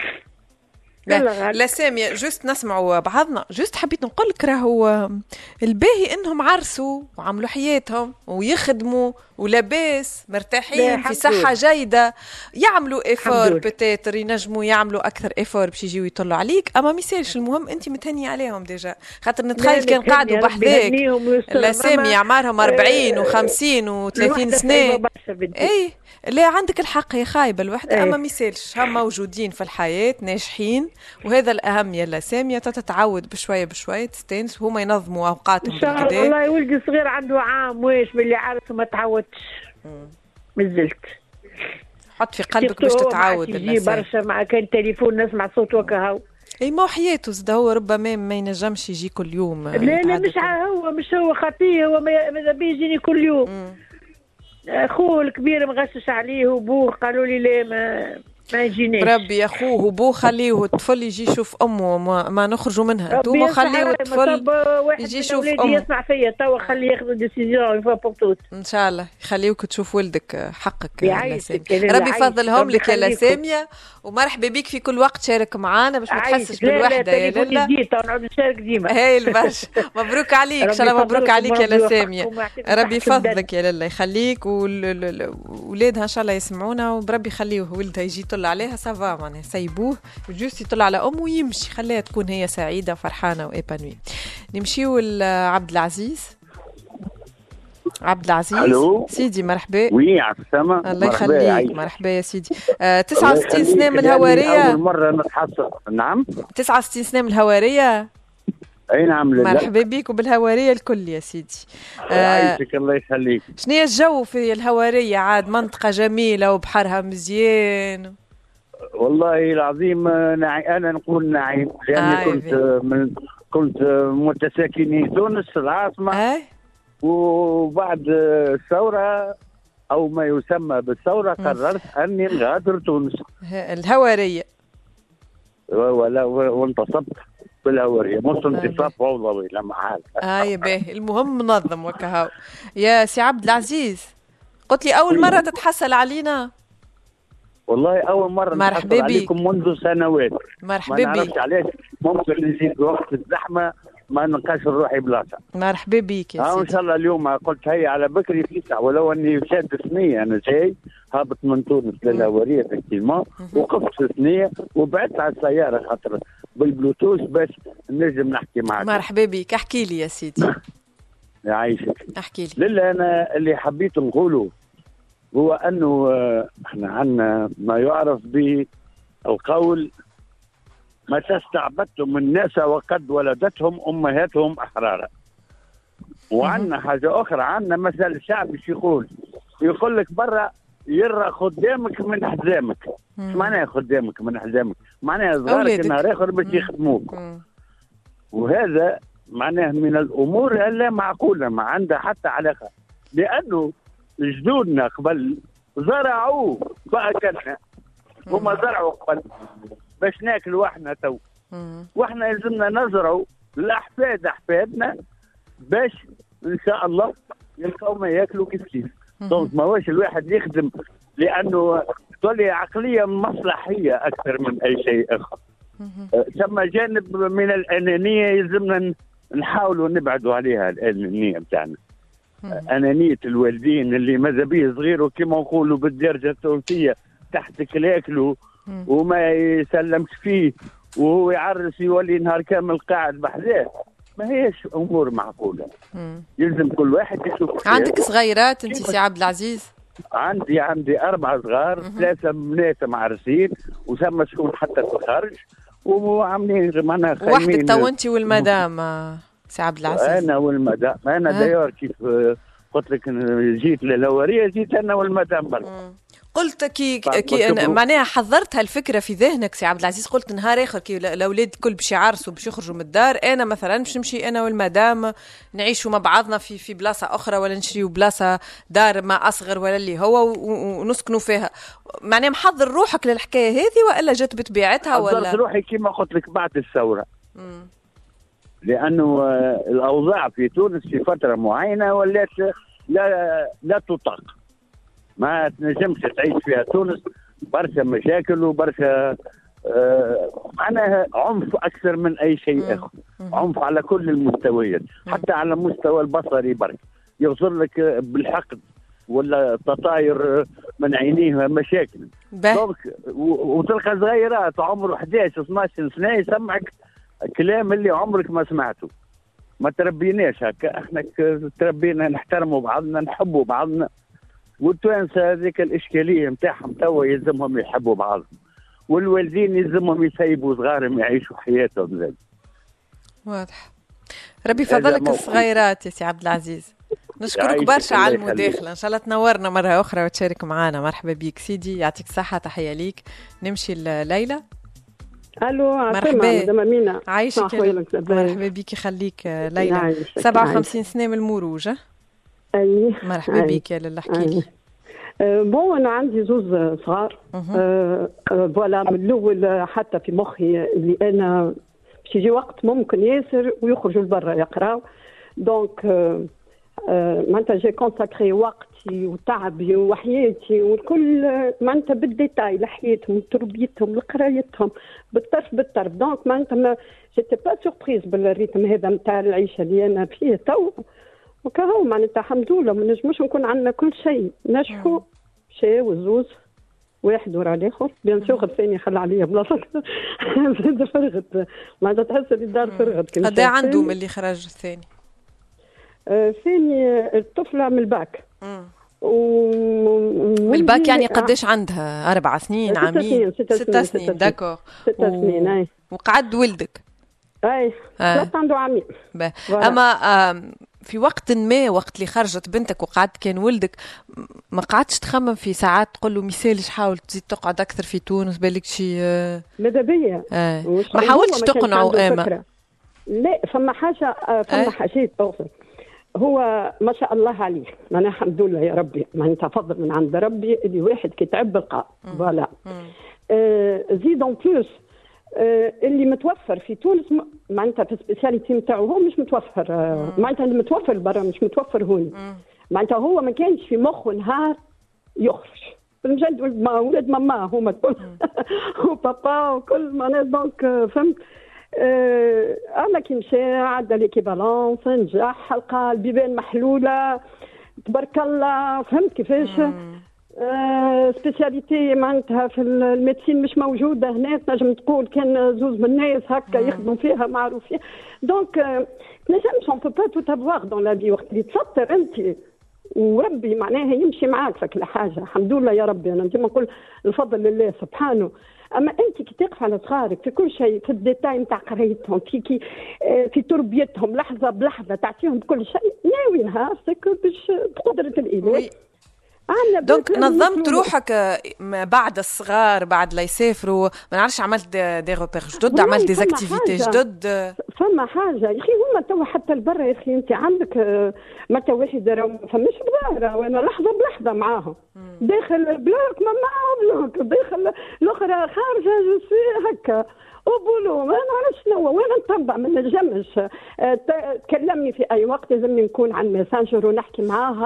لا, لا سامية جوست نسمعوا بعضنا، جوست حبيت نقول لك راهو الباهي انهم عرسوا وعملوا حياتهم ويخدموا ولاباس مرتاحين في صحة جيدة، يعملوا ايفور بتاتر ينجموا يعملوا اكثر ايفور باش يجيو يطلوا عليك، اما ما يسالش المهم انت متهني عليهم ديجا، خاطر نتخيل كان قاعدوا بحذاك لا سامية عمرهم أربعين وخمسين وثلاثين سنة. اي لا عندك الحق يا خايبة الوحدة، اما ما يسالش هم موجودين في الحياة ناجحين، وهذا الأهم يلا سامية تتعود بشوية بشوية تستانس وهما ينظموا أوقاتهم. إن شاء الله. والله ولدي صغير عنده عام واش باللي عارف وما تعودش مازلت. حط في قلبك باش تتعود. يجي برشا مع كان تليفون نسمع صوت وكهو. اي ما حياته زاد هو ربما ما ينجمش يجي كل يوم. لا لا مش هو مش هو خطيه، هو ماذا بيه يجيني كل يوم. مم. أخوه الكبير مغشش عليه وبوه قالوا لي لا ما ما يجينيش. ربي اخوه وبوه خليه الطفل يجي يشوف امه، ما, ما نخرجوا منها. انتوما خليه الطفل يجي يشوف امه. يسمع فيا توا خليه ياخذ ديسيزيون فوا بور توت. ان شاء الله يخليوك تشوف ولدك حقك يا لسامية. ربي يفضلهم لك يا لسامية، ومرحبا بك في كل وقت شارك معانا باش ما تحسش بالوحده يا لالا. نقعد نشارك ديما. هاي البرشا مبروك عليك ان شاء الله. مبروك عليك يا لسامية، ربي يفضلك يا لالا يخليك، وولادها ان شاء الله يسمعونا وربي يخليه ولدها يجي يطلع عليها سافا معناها سيبوه جوست يطلع على امه ويمشي، خليها تكون هي سعيده وفرحانه وإيبانوي. نمشيو لعبد العزيز. عبد العزيز ألو. سيدي مرحبا. وي على السما. الله يخليك. مرحبا يا سيدي. آه تسعة وستين سنة من الهوارية. أول مرة نتحصل. نعم تسعة وستين سنة من الهوارية. اي نعم لله. مرحبا بك وبالهوارية الكل يا سيدي. يعيشك آه الله يخليك. شنو هي الجو في الهوارية؟ عاد منطقة جميلة وبحرها مزيان. والله العظيم نعي انا نقول نعيم لاني آه كنت من كنت متساكني تونس العاصمة. آه. وبعد الثورة او ما يسمى بالثورة قررت اني نغادر تونس. الهوارية. ولا وانتصبت بالهورية، مش انتصاب فوضوي لما حال. هاي باهي المهم منظم وكهو. يا سي عبد العزيز قلت لي أول مرة تتحصل علينا؟ والله أول مرة نتحصل عليكم منذ سنوات. مرحبا بك. ما نعرفش علاش، ممكن نزيد وقت الزحمة ما نلقاش روحي بلاصة. مرحبا بك يا سيدي. إن شاء الله اليوم قلت هي على بكري تسعة، ولو أني شاد ثنية أنا جاي هابط من تونس للهوارية فاكتيمون، وقفت في ثنية وبعدت على السيارة خاطر بالبلوتوث باش نجم نحكي معك. مرحبا بك، احكي لي يا سيدي. يعيشك. احكي لي. لله أنا اللي حبيت نقوله هو أنه احنا عندنا ما يعرف به القول متى استعبدتم الناس وقد ولدتهم أمهاتهم أحرارا. وعندنا حاجة أخرى، عندنا مثل شعبي يقول يقول لك برا يرى خدامك من حزامك. ايش معناها خدامك من حزامك؟ معناها صغارك نهار آخر باش يخدموك. وهذا معناه من الأمور اللا معقولة، ما عندها حتى علاقة، لأنه جدودنا قبل زرعوا فأكلنا، هما زرعوا قبل باش ناكلوا احنا تو، واحنا لازمنا نزرعوا لأحفاد أحفادنا باش إن شاء الله يلقاو ما ياكلوا كيف كيف. دونك ما واش الواحد يخدم لأنه تولي عقلية مصلحية أكثر من أي شيء آخر. ثم جانب من الأنانية يلزمنا نحاولوا نبعدوا عليها الأنانية بتاعنا. أنانية الوالدين اللي ماذا بيه صغير وكما نقولوا بالدرجة التونسية تحت كلاكله وما يسلمش فيه وهو يعرس يولي نهار كامل قاعد بحذاه، ما هيش امور معقوله. مم. يلزم كل واحد يشوف. عندك صغيرات انت سي عبد العزيز؟ عندي عندي اربع صغار، ثلاثه بنات معرسين وثم شكون حتى في الخارج وعاملين معناها خايمين. وحدك تو انت والمدام سي عبد العزيز؟ انا والمدام، انا دايور كيف قلت لك جيت للوريه جيت انا والمدام برك. قلت كي كي معناها حضرت هالفكره في ذهنك سي عبد العزيز، قلت نهار اخر كي الاولاد الكل باش يعرسوا باش يخرجوا من الدار، انا مثلا باش نمشي انا والمدام نعيشوا مع بعضنا في في بلاصه اخرى ولا نشريوا بلاصه دار ما اصغر ولا اللي هو ونسكنوا فيها. معناها محضر روحك للحكايه هذه ولا جات بطبيعتها ولا؟ حضرت روحي كما قلت لك بعد الثوره. مم. لانه الاوضاع في تونس في فتره معينه ولات لا لا تطاق، ما تنجمش تعيش فيها تونس، برشا مشاكل وبرشا آه معناها عنف اكثر من اي شيء اخر، عنف على كل المستويات، حتى على المستوى البصري برك يغزر لك بالحقد ولا تطاير من عينيه مشاكل. دونك وتلقى صغيرات عمره احد عشر اثنا عشر سنه يسمعك كلام اللي عمرك ما سمعته. ما تربيناش هكا، احنا تربينا نحترموا بعضنا نحبوا بعضنا، والتوانسه هذيك الاشكاليه نتاعهم توا يلزمهم يحبوا بعضهم، والوالدين يلزمهم يسيبوا صغارهم يعيشوا حياتهم زاد. واضح. ربي فضلك الصغيرات يا سي عبد العزيز. نشكرك برشا على المداخله، ان شاء الله تنورنا مره اخرى وتشارك معنا. مرحبا بك سيدي، يعطيك الصحه، تحيه ليك. نمشي لليلى. الو مرحبا مدام امينه، عايشك مرحبا بك، خليك ليلى. سبعة وخمسين سنه من المروج. اي مرحبا بك يا لاله، احكي لي. أه بون انا عندي زوز صغار. أه فوالا من الاول حتى في مخي اللي انا باش يجي وقت ممكن ياسر ويخرجوا لبرا يقراو. دونك أه أه معناتها جي كونساكري وقتي وتعبي وحياتي والكل معناتها بالديتاي لحياتهم وتربيتهم لقرايتهم بالطرف بالطرف. دونك معناتها ما جيتي با سوربريز بالريتم هذا نتاع العيشه اللي انا فيه تو، وكهو معناتها الحمد لله ما نجموش نكون عندنا كل شيء. نجحوا شيء والزوز واحد ورا الاخر، بيان سور الثاني خلى عليا بلاصه زاد فرغت، معناتها تحس اللي الدار فرغت. قد ايه عنده من اللي خرج الثاني؟ الثاني آه الطفله من الباك. و... من الباك يعني قديش عندها؟ أربع سنين عامين؟ ستة سنين. داكور. ستة سنين. اي وقعد ولدك؟ اي ثلاث آه. عنده عامين. اما آه في وقت ما وقت اللي خرجت بنتك وقعدت كان ولدك ما قعدتش تخمم في ساعات تقول له مثالش حاول تزيد تقعد اكثر في تونس بالك شي آه ماذا بيا آه. ما حاولتش تقنعه؟ اما لا فما حاجه آه فما آه. حاجات اخرى. هو ما شاء الله عليه، انا الحمد لله يا ربي معناتها فضل من عند ربي اللي واحد كيتعب القاء. فوالا آه زيد اون بلوس آه اللي متوفر في تونس معناتها في السبيسياليتي نتاعو هو مش متوفر. آه معناتها اللي متوفر برا مش متوفر هون. معناتها هو ما كانش في مخه نهار يخرج بالجد. ولد ماما هما الكل وبابا وكل معناتها. دونك فهمت آه انا كي مشى عدى ليكيفالونس نجح، حلقه البيبان محلوله تبارك الله. فهمت كيفاش؟ آه سبيسياليتي معناتها في الميديسين مش موجوده هنا، تنجم تقول كان زوز من الناس هكا يخدموا فيها معروفين. دونك آه نجمش اون بو با تو افوار دون لا في. وقت اللي تسطر انت وربي معناها يمشي معاك في كل حاجه. الحمد لله يا ربي، انا ديما نقول الفضل لله سبحانه. اما انت كي تقف على صغارك في كل شيء، في الديتاي نتاع قرايتهم، في كي في تربيتهم لحظه بلحظه تعطيهم بكل شيء، ناوي نهار سكو باش بقدره الاله. دونك نظمت روحك بعد الصغار بعد لا يسافروا، ما نعرفش عملت دي روبير جدد، عملت دي زاكتيفيتي جدد؟ فما حاجه يا اخي هما توا حتى البرا يا اخي انت عندك متى واحد راه فماش بغاره وانا لحظه بلحظه معاهم. داخل بلوك ما معاه بلوك، داخل الاخرى خارجه جو هكا وبولو ما نعرفش شنو وانا نتبع ما نجمش. تكلمني في اي وقت لازمني نكون على الماسنجر ونحكي معاها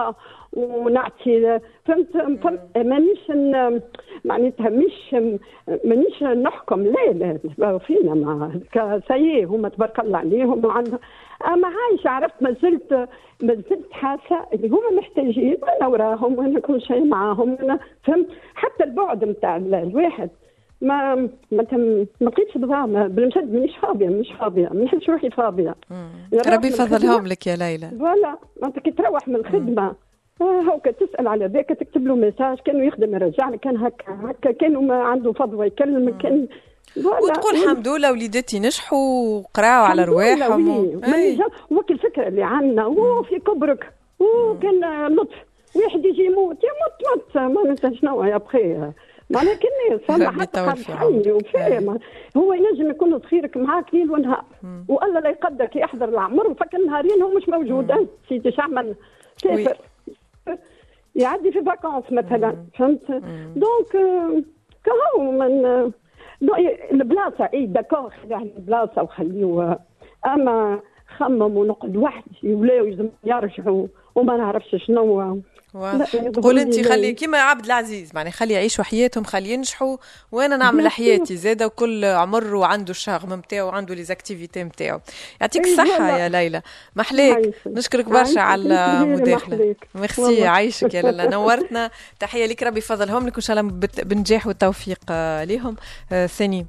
ونعطي فهمت. مانيش معناتها مش مانيش نحكم، لا لا فينا ما سيء هما تبارك الله عليهم وعندهم. اما عايشه عرفت ما زلت ما زلت حاسه اللي هما محتاجين وانا وراهم وانا كل شيء معاهم. انا فهمت حتى البعد نتاع الواحد ما ما ما لقيتش بضامه بالمشد. مانيش فاضيه مش فاضيه ما نحبش روحي فاضيه. ربي يفضلهم لك يا ليلى. فوالا انت كي تروح من الخدمه هاكا تسال على ذاك تكتب له ميساج كانوا يخدم يرجع لك، كان هكا هكا كانوا ما عنده فضوى يكلم كان وتقول الحمد لله وليداتي نجحوا وقراوا على رواحهم و... وكل الفكره اللي عندنا وفي كبرك وكان لطف واحد يجي يموت يموت موت ما ننسى شنو يا بخي معناها كان صالح حتى حي وفاهم هو ينجم يكون صغيرك معاك ليل ونهار والله لا يقدرك يحضر العمر وفك النهارين هو مش موجود انت سيدي شعمل سافر يعدي في فاكونس مثلا فهمت. دونك كهو من البلاصه اي داكور خلي البلاصه وخليوه اما خمم ونقعد وحدي ولاو يرجعوا وما نعرفش شنو. تقول انت خلي كيما عبد العزيز معني خلي يعيشوا حياتهم خلي ينجحوا وانا نعمل حياتي زاده وكل عمر وعنده الشغم نتاعو وعنده لي زاكتيفيتي نتاعو. يعطيك الصحه يا ليلى محليك نشكرك برشا على المداخله. ميرسي عايشك يا لاله نورتنا. تحيه لك ربي يفضلهم لك وان شاء الله بالنجاح والتوفيق ليهم. ثاني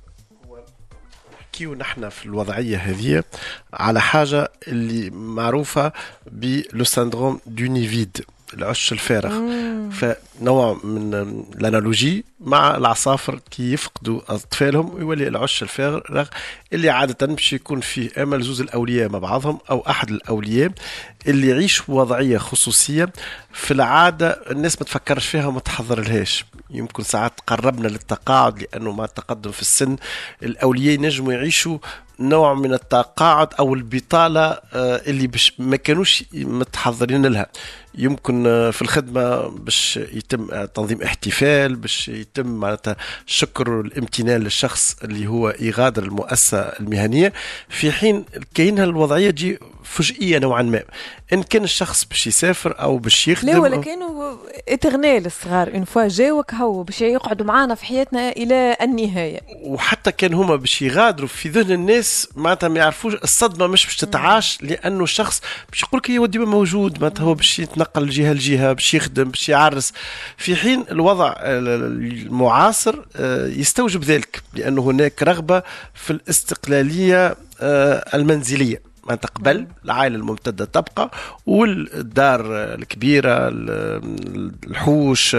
نحكيو نحن في الوضعيه هذه على حاجه اللي معروفه بلو سندروم دونيفيد العش الفارغ. فنوع من الانالوجي مع العصافر كي يفقدوا اطفالهم ويولي العش الفارغ اللي عاده باش يكون فيه اما زوز الاولياء مع بعضهم او احد الاولياء اللي يعيش وضعيه خصوصيه في العاده الناس ما تفكرش فيها وما تحضر لهاش. يمكن ساعات قربنا للتقاعد لانه مع التقدم في السن الاولياء ينجموا يعيشوا نوع من التقاعد او البطاله اللي بش ما كانوش متحضرين لها. يمكن في الخدمه باش يتم تنظيم احتفال باش يتم معناتها شكر والامتنان للشخص اللي هو يغادر المؤسسه المهنيه، في حين كاين هالوضعيه تجي فجئيه نوعا ما ان كان الشخص باش يسافر او باش يخدم. لا ولا كانوا اتغنال الصغار ان فوا جاوك هو باش يقعدوا معنا في حياتنا الى النهايه. وحتى كان هما باش يغادروا في ذهن الناس معناتها ما يعرفوش الصدمه مش باش تتعاش لانه الشخص باش يقول لك هو ديما موجود معناتها هو باش يتنقل من جهه لجهه باش يخدم باش يعرس، في حين الوضع المعاصر يستوجب ذلك لانه هناك رغبه في الاستقلاليه المنزليه. ما تقبل العائلة الممتدة تبقى والدار الكبيرة الحوش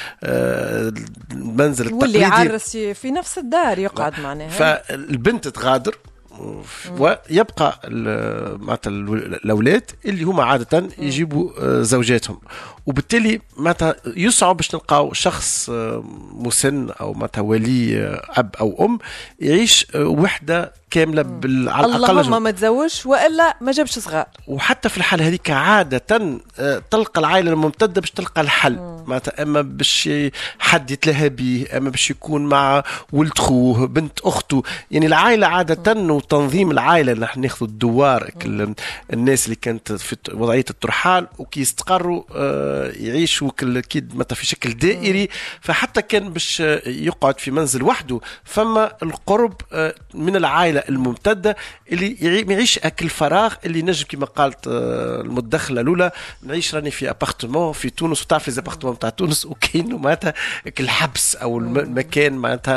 المنزل التقليدي واللي يعرس في نفس الدار يقعد معناها. فالبنت تغادر ويبقى معناتها الاولاد اللي هما عاده يجيبوا زوجاتهم، وبالتالي معناتها يصعب باش نلقاو شخص مسن او معناتها ولي اب او ام يعيش وحده كامله بال... على الاقل اللهم ما تزوجش والا ما جابش صغار. وحتى في الحاله هذيك عاده تلقى العائله الممتده باش تلقى الحل معناتها اما باش حد يتلهى به اما باش يكون مع ولد خوه بنت اخته، يعني العائله عاده وتنظيم العائله نحن ناخذ الدوار الناس اللي كانت في وضعيه الترحال وكي يستقروا يعيشوا اكيد متى في شكل دائري، فحتى كان باش يقعد في منزل وحده فما القرب من العائله الممتده اللي يعيش اكل فراغ اللي نجم كما قالت المدخله الاولى نعيش راني في ابارتمون في تونس وتعرف لي ابارتمون تاع تونس وكاين معناتها الحبس او المكان معناتها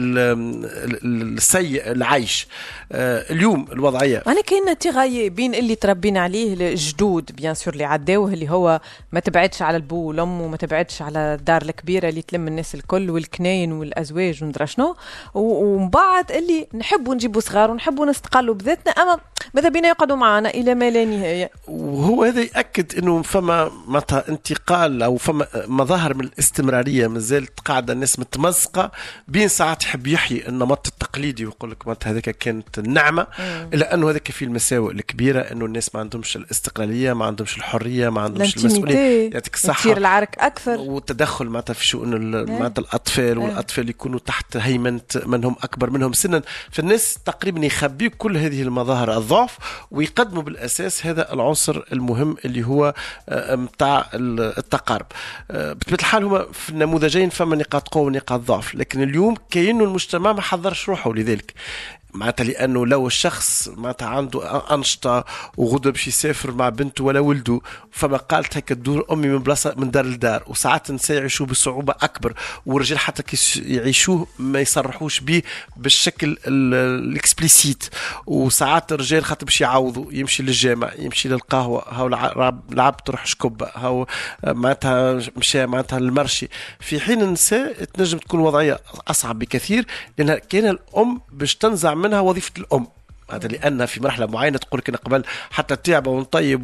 السيء العيش. اليوم الوضعيه انا كاين تغاية بين اللي تربينا عليه الجدود بيان سور اللي عداوه اللي هو ما تبعدش على البو والام وما تبعدش على الدار الكبيره اللي تلم الناس الكل والكناين والازواج وندرى شنو، ومن بعد اللي نحبوا نجيبوا صغار ونحبوا نستقلوا بذاتنا اما ماذا بينا يقعدوا معنا الى ما لا نهايه. وهو هذا ياكد انه فما متى انتقال او فما مظاهر من الاستمراريه مازالت قاعده الناس متمزقه بين ساعات يحب يحيي النمط التقليدي ويقول لك معناتها هذاك كانت النعمه الا انه هذاك فيه المساوئ الكبيره انه الناس ما عندهمش الاستقلاليه ما عندهمش الحريه ما عندهمش المسؤوليه يعطيك الصحة تصير العرك أكثر والتدخل معناتها في شؤون معناتها الأطفال والأطفال يكونوا تحت هيمنة من هم أكبر منهم سنا. فالناس تقريبا يخبيوا كل هذه المظاهر الضعف ويقدموا بالأساس هذا العنصر المهم اللي هو متاع التقارب. بطبيعة الحال هما في النموذجين فما نقاط قوة ونقاط ضعف، لكن اليوم كأنه المجتمع ما حضرش روحه لذلك معناتها، لأنه لو الشخص معناتها عنده أنشطة وغدا باش يسافر مع بنته ولا ولده، فما قالت هيك تدور أمي من بلاصة من دار لدار، وساعات النساء يعيشوه بصعوبة أكبر، والرجال حتى كي يعيشوه ما يصرحوش به بالشكل الإكسبليسيت، وساعات الرجال خاطر باش يعوضوا يمشي للجامع يمشي للقهوة، هاو لعب تروح شكبة، هاو معناتها مشى معناتها المرشي، في حين النساء تنجم تكون وضعية أصعب بكثير، لأنها كان الأم باش تنزع منها وظيفة الأم. هذا لأن في مرحلة معينة تقول كنا قبل حتى تعب ونطيب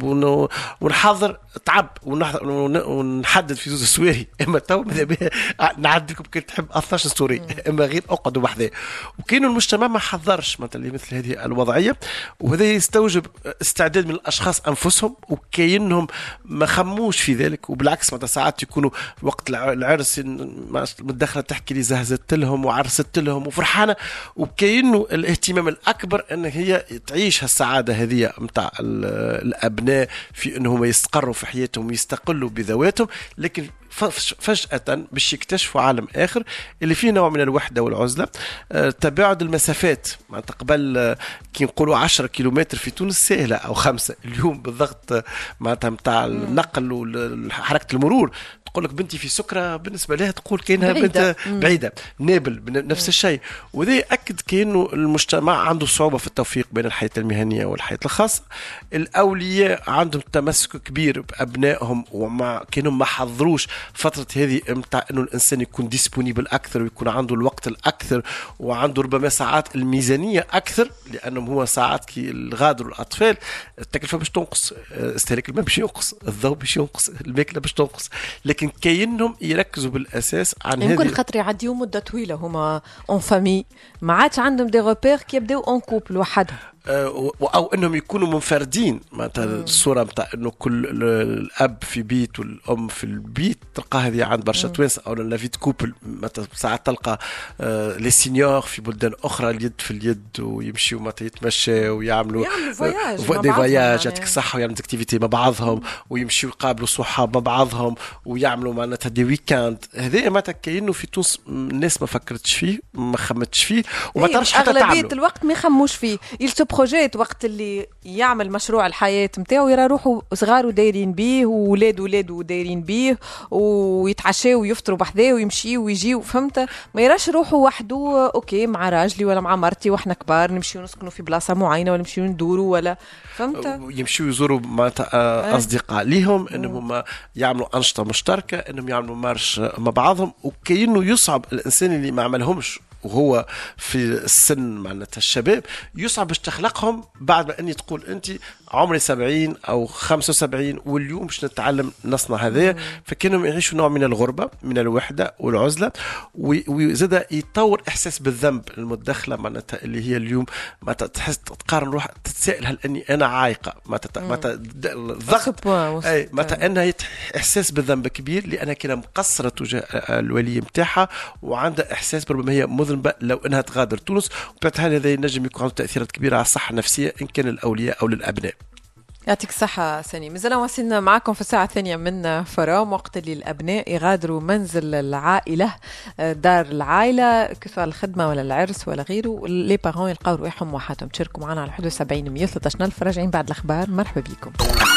ونحضر تعب ونحدد في زوز السواري، إما تو ماذا بها نعدلكم كي تحب اثناش سوري، إما غير أقعدوا بحذاه. وكانوا المجتمع ما حضرش مثلا مثل هذه الوضعية، وهذا يستوجب استعداد من الأشخاص أنفسهم، وكأنهم ما خموش في ذلك، وبالعكس متى ساعات يكونوا وقت العرس متدخلة تحكي لي زهزت لهم وعرست لهم وفرحانة، وكأنه الاهتمام الأكبر أن هي تعيش هالسعادة هذه متاع الأبناء في أنهم يستقروا في حياتهم ويستقلوا بذواتهم، لكن فجأة باش يكتشفوا عالم آخر اللي فيه نوع من الوحدة والعزلة. أه تباعد المسافات معناتها قبل أه كي نقولوا عشرة كيلومتر في تونس سهلة أو خمسة، اليوم بالضغط معناتها متاع النقل وحركة المرور تقول لك بنتي في سكرة بالنسبة لها تقول كأنها بنت بعيدة. نابل نفس الشيء، وذا يأكد كأنه المجتمع عنده صعوبة في التوفيق بين الحياة المهنية والحياة الخاصة. الأولياء عندهم تمسك كبير بأبنائهم وما كانوا ما حضروش فترة هذه متاع إنه الإنسان يكون ديسبونيبل أكثر ويكون عنده الوقت الأكثر وعنده ربما ساعات الميزانية أكثر، لأنهم هو ساعات كي الغادر الأطفال التكلفة باش تنقص، استهلاك الماء باش ينقص، الضوء باش ينقص، الماكلة باش تنقص، لكن كاينهم يركزوا بالأساس عن هذه. يمكن خاطر يعديوا مدة طويلة هما اون فامي، ما عادش عندهم دي روبير كي يبداو اون كوبل وحدهم، او انهم يكونوا منفردين. معناتها الصوره نتاع انه كل الاب في بيت والام في البيت تلقى هذه عند برشا توانسه، او لا فيت كوبل معناتها ساعات تلقى لي سينيور في بلدان اخرى اليد في اليد ويمشيوا معناتها يتمشوا ويعملوا دي فواياج يعطيك الصحه ويعملوا اكتيفيتي مع بعضهم ويمشيوا يقابلوا صحاب مع بعضهم ويعملوا معناتها دي ويكاند. هذا معناتها كاينه في تونس الناس ما فكرتش فيه ما خمتش فيه وما تعرفش حتى تعملوا. اغلبيه الوقت ما يخموش فيه، بروجيت وقت اللي يعمل مشروع الحياة متاعو يرى روحه صغار ودايرين بيه وولاد ولاده دايرين بيه ويتعشوا ويفطروا بحذاه ويمشي ويجي، فهمت؟ ما يراش روحه وحده اوكي مع راجلي ولا مع مرتي واحنا كبار نمشيو نسكنوا في بلاصة معينة ولا نمشيو ندوروا ولا فهمت؟ يمشيو يزوروا معناتها اصدقاء ليهم انهم يعملوا انشطة مشتركة، انهم يعملوا مارش مع بعضهم، وكأنه يصعب الانسان اللي ما عملهمش وهو في السن معناتها الشباب يصعب باش تخلقهم بعد ما اني تقول انت عمري سبعين او خمسة وسبعين واليوم باش نتعلم نصنع هذا. فكانوا يعيشوا نوع من الغربة من الوحدة والعزلة، وزاد يطور احساس بالذنب المدخلة معناتها اللي هي اليوم ما تحس تقارن روح تتساءل هل اني انا عايقة معناتها الضغط اي معناتها انها احساس بالذنب كبير لانها كانت مقصرة تجاه الولي متاعها وعندها احساس بربما هي مذنبة لو انها تغادر تونس، وبالتالي هذا ينجم يكون عنده تأثيرات كبيرة على الصحة النفسية ان كان الاولياء او للابناء. يعطيك الصحة سني. مازال واصلنا معكم في الساعة الثانية من فرام، وقت اللي الأبناء يغادروا منزل العائلة دار العائلة كسواء الخدمة ولا العرس ولا غيره، لي بارون يلقاو رواحهم وحدهم. تشاركوا معنا على واحد وسبعين مية وثلاثة عشر ألف. راجعين بعد الأخبار، مرحبا بكم.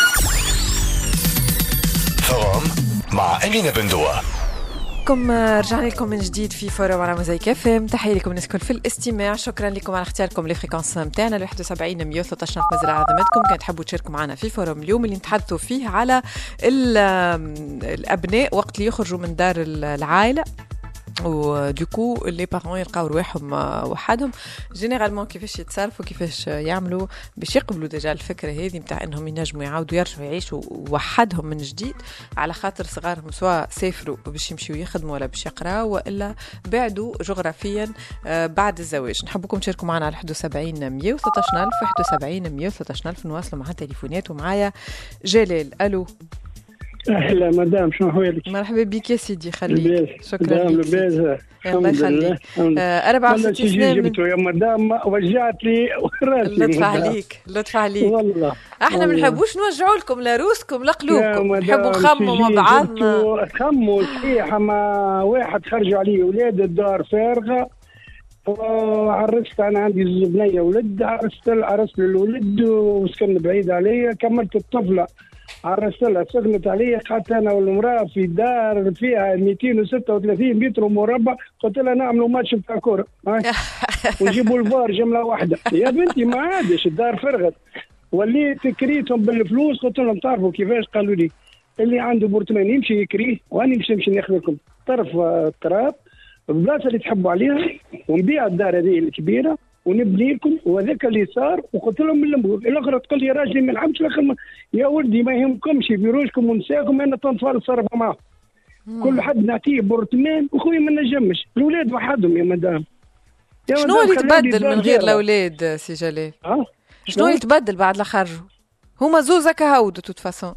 فرام مع أمينة بندوة. كم رجعنا لكم من جديد في فورم على موزايك اف ام. تحية لكم الناس الكل في الاستماع، شكرا لكم على اختياركم للفريكونس نتاعنا ل واحد وسبعين مية وثلاثة عشر مازال على خدمتكم. كان تحبوا تشاركوا معنا في فورم اليوم اللي نتحدثوا فيه على الابناء وقت اللي يخرجوا من دار العائلة ودوكو لي بارون يلقاو رواحهم وحدهم. جينيرالمون كيفاش يتصرفوا كيفاش يعملوا باش يقبلوا ديجا الفكره هذه نتاع انهم ينجموا يعاودوا يرجعوا يعيشوا وحدهم من جديد، على خاطر صغارهم سواء سافروا باش يمشيوا يخدموا ولا باش يقراوا والا بعدوا جغرافيا بعد الزواج. نحبكم تشاركوا معنا على واحد وسبعين مية وثلاثة عشر ألف واحد وسبعين مية وثلاثة عشر ألف. نواصلوا مع التليفونات ومعايا جلال. الو اهلا مدام، شنو احوالك؟ مرحبا بك يا سيدي، خليك. شكرا لك. لباس الله يخليك. أربعة وستين سنة جبتوا يا مدام، وجعت لي راسي. لطف عليك لطف عليك والله. احنا ما نحبوش نوجعوا لكم لا روسكم لا قلوبكم، نحبوا نخموا مع بعضنا. خموا صحيح، اما واحد خرجوا عليه اولاد الدار فارغه، وعرست انا عندي زوج بنيه ولد، عرست عرست الولد وسكن بعيد عليا، كملت الطفله عرست لها سكنت عليا، قعدت انا والمراه في دار فيها مئتين وستة وثلاثين متر مربع، قلت لها نعملوا ماتش بتاع كوره ونجيبوا الفار جمله واحده. يا بنتي ما عادش الدار فرغت، وليت كريتهم بالفلوس، قلت لهم تعرفوا كيفاش؟ قالوا لي اللي عنده بورتمان يمشي يكريه، وانا مش نمشي ناخذ لكم طرف التراب البلاصه اللي تحبوا عليها، ونبيع الدار هذه الكبيره ونبني لكم، وهذاك اللي صار. وقلت لهم من الاخرى تقول لي يا راجلي ما نلعبش، يا ولدي ما يهمكمش بيروجكم ونساكم، انا طنطفال صرف معاهم كل حد نعطيه بورتمان، وخويا ما نجمش الاولاد وحدهم يا مدام. يا شنو اللي تبدل من غير الاولاد سي جلال؟ اه شنو اللي تبدل بعد لا خرجوا؟ هما زوز هكا هودوا توت فاسون.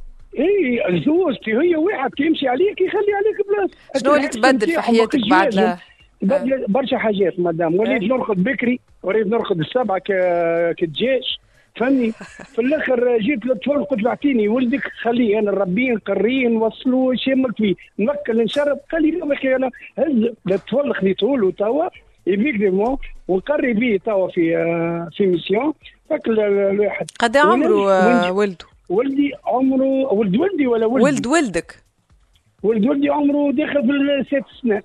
اي زوجتي هي واحد كيمشي عليك يخلي عليك بلاصه. شنو اللي تبدل في حياتك بعد لا؟ بدل برشا حاجات مدام، وليت نرقد بكري، وليت نرقد السبعه كالجيش، فهمني. في الاخر جيت للطفل قلت له اعطيني ولدك خليه انا نربيه نقريه نوصلوه شملت فيه نوكل نشرب، قال لي يا اخي انا هز للطفل خذيته له توا ايفيكتيفمون ونقري به توا في في ميسيون. فاكل الواحد قد عمره ولده؟ ولدي عمره ولد ولدي ولا ولدي؟ ولد ولدك؟ ولد ولدي عمره داخل في ست سنين،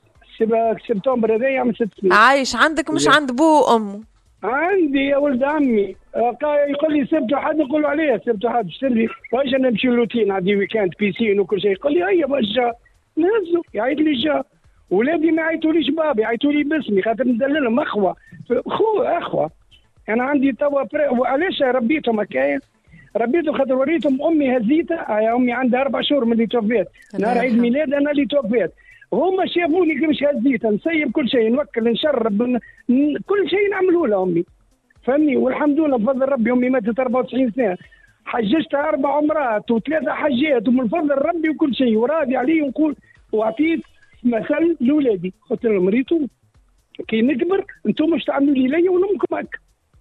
سبتمبر هذا يعمل ست سنين. عايش عندك مش عند بو وامه؟ عندي يا ولد عمي، يقول لي سبتوا حد نقول له عليه سبتوا حد سري، واش انا نمشي لوتين عندي ويكاند بيسين وكل شيء، يقول لي هيا باش جا نهزو يعيط لي جا. ولادي ما يعيطوليش بابي، يعيطوا لي باسمي خاطر ندللهم اخوه خو اخوه. انا عندي توا وعلاش ربيتهم هكايا؟ ربيتهم خاطر وريتهم امي هزيتها، يا امي عندها اربع شهور من اللي توفيت، نهار عيد ميلاد انا اللي توفيت، هما شافوني كيفاش هزيتها، نسيب كل شيء نوكل نشرب ن... كل شيء نعمله لها امي، فهمني. والحمد لله بفضل ربي امي ماتت أربعة وتسعين سنه، حججتها اربع عمرات وثلاثه حجات ومن فضل ربي وكل شيء، وراضي عليه ونقول. واعطيت مثل لاولادي، قلت لهم ريتوا كي نكبر انتم مش تعملوا لي ليا ونمكم هكا،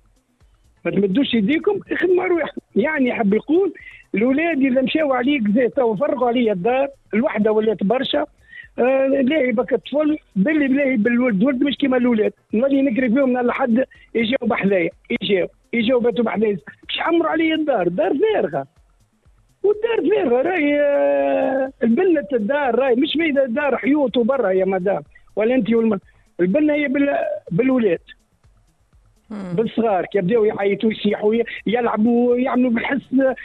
ما تمدوش يديكم اخدموا رواحكم. يعني يحب يقول الاولاد اذا مشاو عليك زي تو فرقوا عليا الدار الوحده ولات برشا، آه لاهي بك الطفل باللي بلاهي بالولد ولد مش كيما الاولاد، نولي نقري فيهم من لحد يجاو بحذايا يجاو يجاو باتوا بحذايا، مش عمروا عليا الدار، دار فارغه والدار فارغه راهي آه البنه الدار راهي مش فايده الدار حيوط وبرا يا مدام ولا انت والم... البنه هي بال... بالولاد بالصغار كيبداو يعيطوا يصيحوا يلعبوا يعملوا بالحس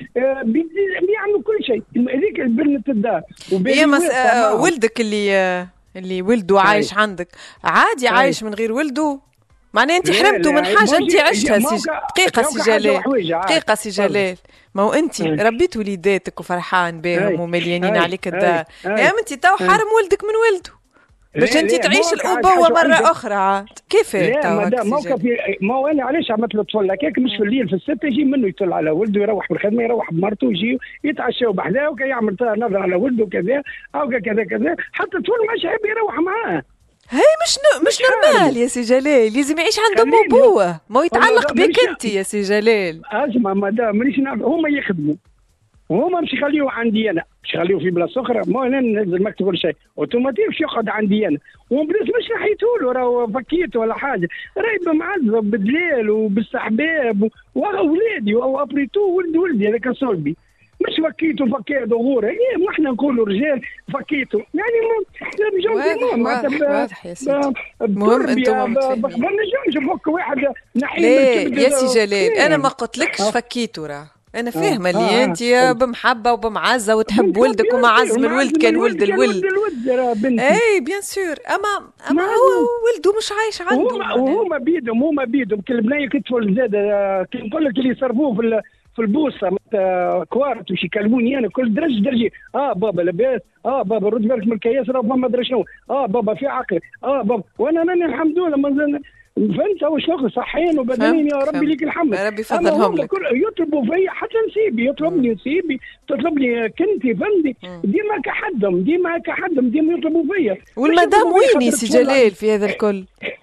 يعملوا كل شيء، هذيك البنة الدار. هي مس... آه ولدك اللي اللي ولده عايش عندك عادي عايش من غير ولده؟ معناه انت حرمته من حاجه انت عشتها. سي... دقيقه سي جلال دقيقه سي جلال، ما هو انت ربيت وليداتك وفرحان بهم ومليانين عليك الدار، يا انت تو حرم ولدك من ولده باش انت تعيش الابوه مره اخرى عاد كيف؟ لا مدام موقف ما هو انا علاش عملت له طفل هكاك مش في الليل في الستة يجي منه يطل على ولده يروح بالخدمه يروح بمرته يجي يتعشاو بحذاه ويعمل نظر على ولده كذا او كذا كذا، حتى الطفل مش حاب يروح معاه. هي مش ن... مش نورمال يا سي جلال، لازم يعيش عند ام وابوه، ما يتعلق بك انت يا سي جلال. اسمع مدام مانيش نعرف هما يخدموا وهما مش يخليوه عندي انا، مش يخليوه في بلاصه اخرى، ما انا ننزل مكتب ولا شيء، اوتوماتيك مش يقعد عندي انا، وبلاص مش نحيتوله راهو فكيته ولا حاجه، راهي معذب بالدلال وبالاحباب واولادي وابريتو ولد ولدي هذاك صلبي، مش فكيته فكيه ظهوره، ايه ما احنا نقولوا رجال فكيته، يعني ما واضح واضح واضح يا سيدي. المهم انتم ما نجمش نفك واحد نحيه يا سي جلال، انا ما قلتلكش فكيته راه انا فاهمه اللي آه انت آه بمحبه وبمعزه وتحب ولدك ومعز من الولد كان ولد الولد، اي بيان سور، اما اما هو ولده مش عايش عنده، وهما بيدهم هما بيدهم كل بنيه كتفوا زاد كي نقول لك اللي يصرفوه في في البوصه كوارت وش يكلموني انا كل درجه درجه، اه بابا لاباس، اه بابا رد بالك من الكياس راه ما ادري شنو، اه بابا في عقل، اه بابا، وانا انا الحمد لله ما فهمت وشغل صحيين وبدنيين يا ربي ليك الحمد. ربي يفضلهم لك. يطلبوا فيا حتى نسيبي، يطلبني نسيبي، تطلبني كنتي فهمتي. ديما كحدهم ديما كحدهم ديما يطلبوا فيا. والمدام ويني سي جلال في هذا الكل؟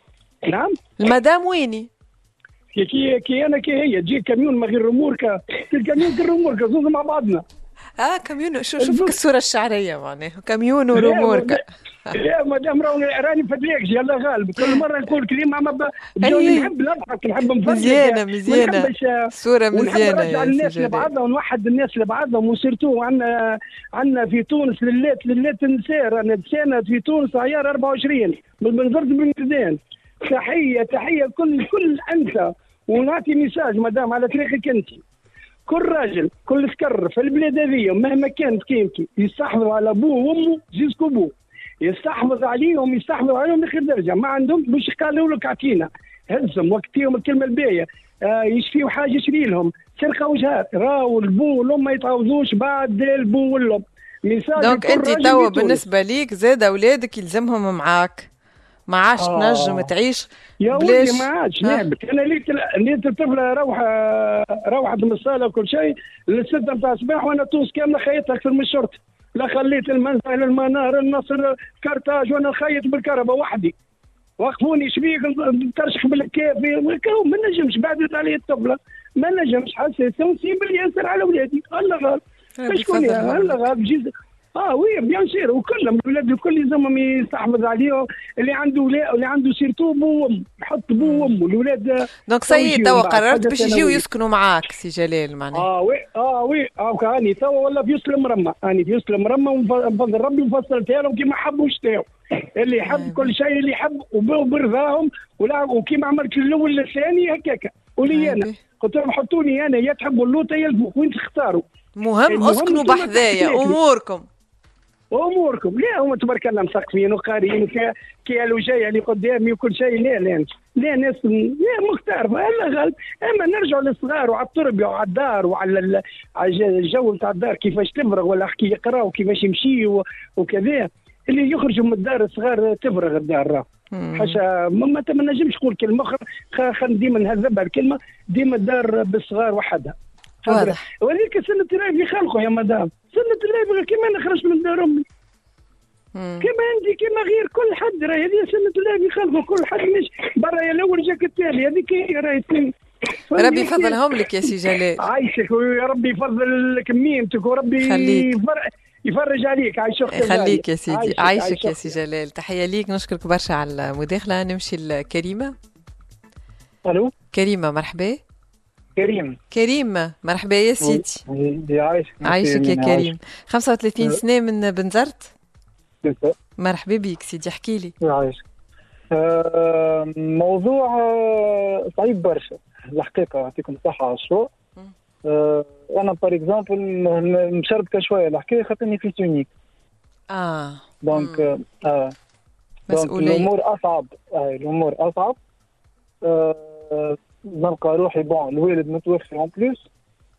نعم المدام ويني؟ كي كي كي انا كي هي تجي كاميون ما غير رموركا، الكاميون غير رموركا زوز مع بعضنا. اه كاميون. شو شوفك الصوره الشعريه معناها كاميون ورموركا. يا مدام راني فدليكش يلا غالب كل مره نقول كلمه ما بدوني نحب نضحك نحب نفضل. مزيانه مزيانه صوره مزيانه يا الناس لبعضها ونوحد الناس لبعضهم وسيرتو عندنا عندنا في تونس لليت لليت نسير انا سنه في تونس عيار أربعة وعشرين من بنزرت بن ميدان. تحيه تحيه كل كل انثى ونعطي ميساج مدام على طريقك انت. كل راجل كل سكر في البلاد هذه مهما كانت قيمته يستحفظ على ابوه وامه جيسكو بوه، يستحفظ عليهم يستحفظ عليهم لاخر درجه. ما عندهم باش قالوا لك اعطينا هزهم وقتهم الكلمه الباهيه آه يشفيوا حاجه يشري لهم سرقه وجهات راهو البو والام ما يتعوضوش بعد البو والام. دونك انت توا بالنسبه ليك زاد اولادك يلزمهم معاك ما عادش آه. تنجم تعيش يا ولدي ما عادش نعبك. انا ليت ليت الطفله روح روحت من الصاله وكل شيء للستة نتاع الصباح وانا تونس كامله خيطت اكثر من الشرطه. لا خليت المنزل المنار النصر كارتاج وانا نخيط بالكهرباء وحدي. وقفوني شبيك ترشح بالكيف ما نجمش بعدت علي الطفله ما نجمش حسيت سنسيبل ياسر على ولادي. الله غالب شكون يا الله غالب جيز اه وي بيان سير وكلهم الولاد الكل يلزمهم يستحفظ عليهم. اللي عنده ولا اللي عنده سيرتو بو وام يحط بو وام الولاد. دونك سي توا قررت باش يجيو يسكنوا معاك سي جلال معناها. اه وي اه وي اه كاني توا ولا في يوصل مرمى اني في يوصل مرمى ونفضل ربي وفصلتها لهم كيما حبوا وشتاو. اللي يحب كل شيء اللي يحب وبرضاهم وكيما عملت الاول الثاني هكاك. ولي انا قلت لهم حطوني انا يا تحبوا اللوطه يا البوك وين تختاروا. مهم اسكنوا بحذايا اموركم اموركم. لا هم تبارك الله مثقفين وقاريين كي الوجايه اللي قدامي وكل شيء. لا لا لا ناس لا مختارفه الله غالب. اما نرجعوا للصغار وعلى التربيه وعلى الدار وعلى الجو نتاع الدار كيفاش تفرغ ولا حكي يقراوا كيفاش يمشيوا وكذا. اللي يخرجوا من الدار الصغار تفرغ الدار حاشا ما نجمش نقول كلمه اخرى ديما نهذبها الكلمه ديما الدار بالصغار وحدها. واضح. ولكن سنة الله في خلقه يا مدام سنة الله كيما انا خرجت من دار امي كيما عندي كيما غير كل حد راهي هذه سنة الله في خلقه. كل حد مش برا يا الاول جاك التالي هذيك هي راهي. ربي يفضلهم لك يا سي جلال. عايشك ويا ربي يفضل كميمتك وربي يفرج, يفرج عليك. عايشك خليك يا سيدي عايشك, عايشك, عايشك يا سي جلال. تحية ليك نشكرك برشا على المداخلة. نمشي لكريمة. الو كريمة مرحبا. كريم كريم مرحبا يا سيدي. عايشك عايشك يا كريم. خمسة وثلاثين سنة من بنزرت. مرحبا بيك سيدي احكي لي. عايشك. آه موضوع صعيب برشا الحقيقة يعطيكم الصحة على الشروق. آه أنا بار إكزامبل مشربكة شوية الحكاية خاطرني في تونيك. آه دونك آه, آه. مسؤولية. الأمور أصعب آه الأمور أصعب. آه نلقى روحي بون الوالد متوفي اون بلوس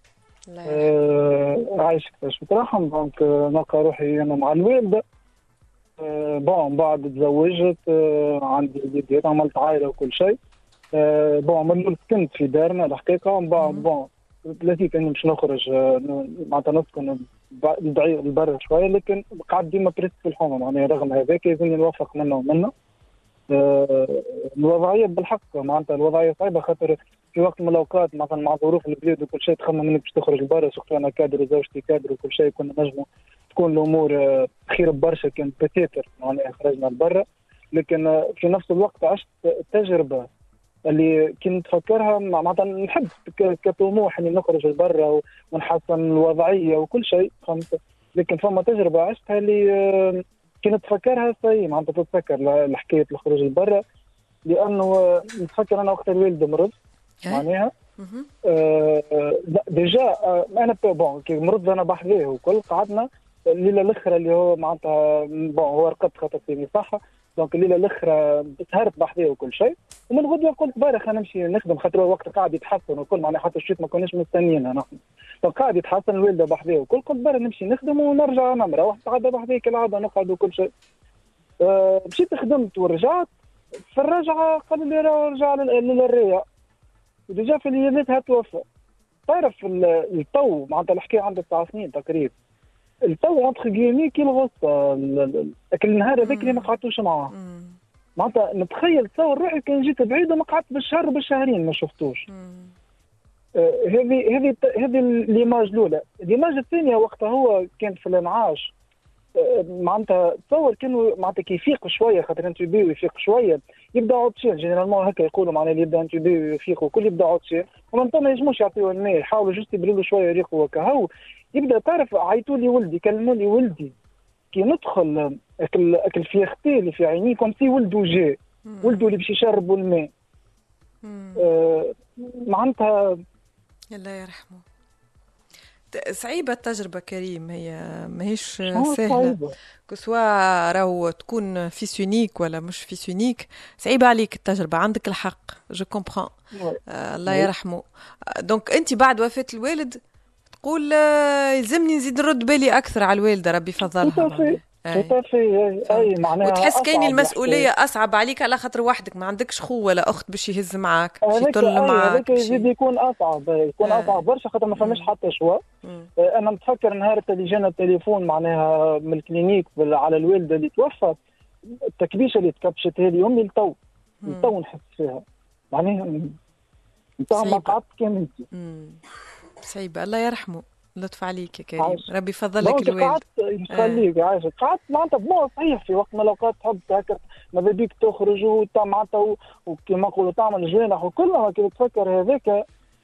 آه عايش كيفاش بترحم. دونك آه نلقى روحي انا مع الوالده. آه بون بعد تزوجت آه عندي وليدات عملت عائله وكل شيء. آه بون من سكنت في دارنا الحقيقه من بعد بون ثلاثين اني مش نخرج آه معناتها نسكن بعيد البر شويه لكن قعدت ديما بريت في الحومه معناها رغم هذاك يلزمني نوفق منه ومنه. آه الوضعيه بالحق معناتها الوضعيه صعيبه خاطر في وقت من الاوقات مثلا مع ظروف البلاد وكل شيء تخمم انك باش تخرج لبرا سورتو انا كادر وزوجتي كادر وكل شيء كنا نجموا تكون الامور آه خير برشا كان بتيتر معناها خرجنا لبرا. لكن آه في نفس الوقت عشت التجربه اللي كنت نفكرها معناتها نحب كطموح اني نخرج لبرا ونحسن الوضعيه وكل شيء فهمت. لكن فما تجربه عشتها اللي آه كنت تفكرها صحيح معناتها تتذكر الحكايه الخروج لبرا لانه نتفكر انا وقت الوالد مرض معناها آه ديجا آه انا بون كي مرض انا بحذاه وكل قعدنا الليله الاخرى اللي هو معناتها بون هو رقد خاطر فيني صحه. دونك الليله الاخرى سهرت بحذاه وكل شيء ومن غدوه قلت بارح خلينا نمشي نخدم خاطر الوقت قاعد يتحسن وكل معناها حتى الشيء ما كناش مستنيينها نحن. دونك قاعد يتحسن الوالده بحذاه وكل قلت بارح نمشي نخدم ونرجع نمره واحد قاعده بحذاه كالعاده نقعد وكل شيء. أه مشيت خدمت ورجعت في الرجعه قال لي راه رجع للريا ديجا في ليلتها توفى. تعرف التو معناتها الحكايه عندها تسع سنين تقريبا. التو انتر كيمي كي الغصه لكن النهار هذاك اللي ما قعدتوش معاه معناتها نتخيل تصور روحي كان جيت بعيده ما قعدت بالشهر بالشهرين ما شفتوش. هذه هذه هذه ليماج الاولى. الليماج الثانيه وقتها هو كان في الانعاش معناتها تصور كانوا معناتها كي يفيق شويه خاطر انتوبي ويفيق شويه يبدا عطشان جينيرالمون هكا يقولوا معناها اللي يبدا انتوبي ويفيق وكل يبدا عطشان ومن ثم ما يجموش يعطيوه الماء يحاولوا جست يبرلوا شويه ريقه وكا هو يبدا تعرف عيطوا لي ولدي كلموا لي ولدي كي ندخل اكل اكل فيختي اللي في عينيه كون سي ولده جاء ولده اللي باش يشربوا الماء آه معناتها الله يرحمه. صعيبة التجربة كريم هي ماهيش سهلة كسوا راهو تكون فيس يونيك ولا مش فيس يونيك صعيبة عليك التجربة عندك الحق جو كومبران آه الله يرحمه. دونك انت بعد وفاة الوالد تقول آه يلزمني نزيد نرد بالي اكثر على الوالدة ربي يفضلها اي اي معناها وتحس كاين المسؤوليه اصعب عليك على خاطر وحدك ما عندكش خو ولا اخت باش يهز معاك باش يطل معاك هذاك يزيد يكون اصعب يكون آه. اصعب برشا خاطر ما فماش حتى شوا. انا متفكر نهار اللي جانا التليفون معناها من الكلينيك على الوالده اللي توفت التكبيشه اللي تكبشت هذه امي لتو لتو نحس فيها معناها نتاع ما قعدت كامل صعيبه الله يرحمه لطف عليك يا كريم عايش. ربي يفضلك الوالد قعدت يخليك عايشك قعدت معناتها بمو صحيح في وقت ما لو تحب هكا ماذا بيك تخرج معناتها وكما نقولوا تعمل جوانح وكلها كي تفكر هذاك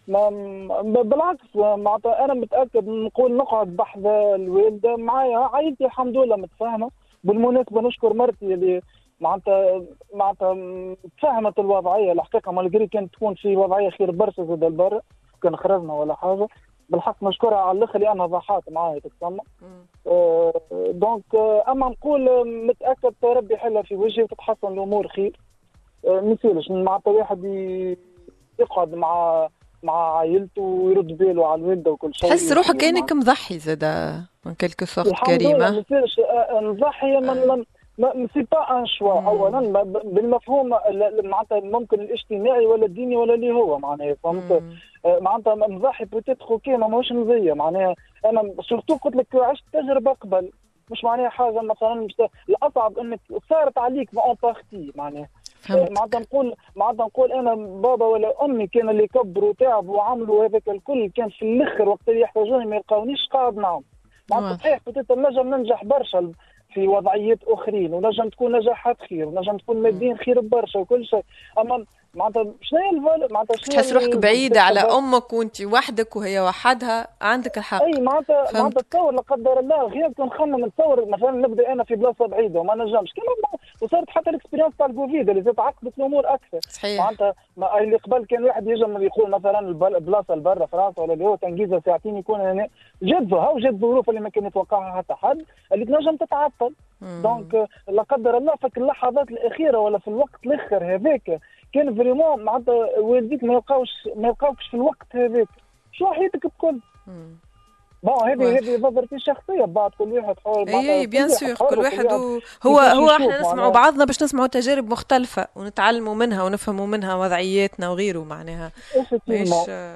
بالعكس معناتها انا متاكد نقول نقعد بحذا الوالده معايا عائلتي الحمد لله متفاهمه. بالمناسبه نشكر مرتي اللي معناتها معناتها تفهمت الوضعيه الحقيقه مالغري كانت تكون في وضعيه خير برشا زاد البر كان خرجنا ولا حاجه بالحق نشكرها على الاخر لانها ضحات معايا تتسمى. آه دونك آه اما نقول متاكد ربي يحلها في وجهي وتتحسن الامور خير. آه ما يصيرش معناتها واحد يقعد مع مع عائلته ويرد باله على الوالده وكل شيء. تحس روحك كانك مضحي زاده من كلكو سورت كريمه. ما يصيرش آه نضحي من ما سي با ان شوا اولا بالمفهوم معناتها ممكن الاجتماعي ولا الديني ولا اللي هو معناها فهمت معناتها نضحي بوتيتر اوكي ما ماهوش نزيه معناها انا سورتو قلت لك عشت تجربه قبل مش معناها حاجه مثلا مش الاصعب انك صارت عليك اون بارتي معناها معناتها نقول معناتها نقول انا بابا ولا امي كانوا اللي كبروا وتعبوا وعملوا هذاك الكل كان في الاخر وقت اللي يحتاجوني ما يلقاونيش قاعد معهم معناتها صحيح بوتيتر نجم ننجح برشا في وضعيات اخرين ونجم تكون نجاحات خير ونجم تكون ماديين خير برشا وكل شيء اما معناتها شنو هي الفال معناتها شنو تحس روحك بعيده على امك وانت وحدك وهي وحدها عندك الحق. اي معناتها معناتها تصور لا قدر الله غير نخمم نتصور مثلا نبدا انا في بلاصه بعيده وما نجمش كما وصارت حتى الاكسبيرينس تاع الكوفيد اللي زاد عقدت الامور اكثر صحيح. معناتها اللي قبل كان واحد يجم يقول مثلا البلاصه لبرا فرنسا ولا اللي هو تنجيزه ساعتين يكون هنا جد هاو جد ظروف اللي ما كان يتوقعها حتى حد اللي تنجم تتعطل. دونك لا قدر الله فك اللحظات الاخيره ولا في الوقت الاخر هذاك كان فريمون معناتها والديك ما يلقاوش ما يلقاوكش في الوقت هذاك شو حياتك بكل. بون هذه هذه نظرتي الشخصيه بعد كل واحد حر اي بيان سور كل واحد هو هو احنا نسمعوا بعضنا باش نسمعوا تجارب مختلفه ونتعلموا منها ونفهموا منها وضعياتنا وغيره معناها مش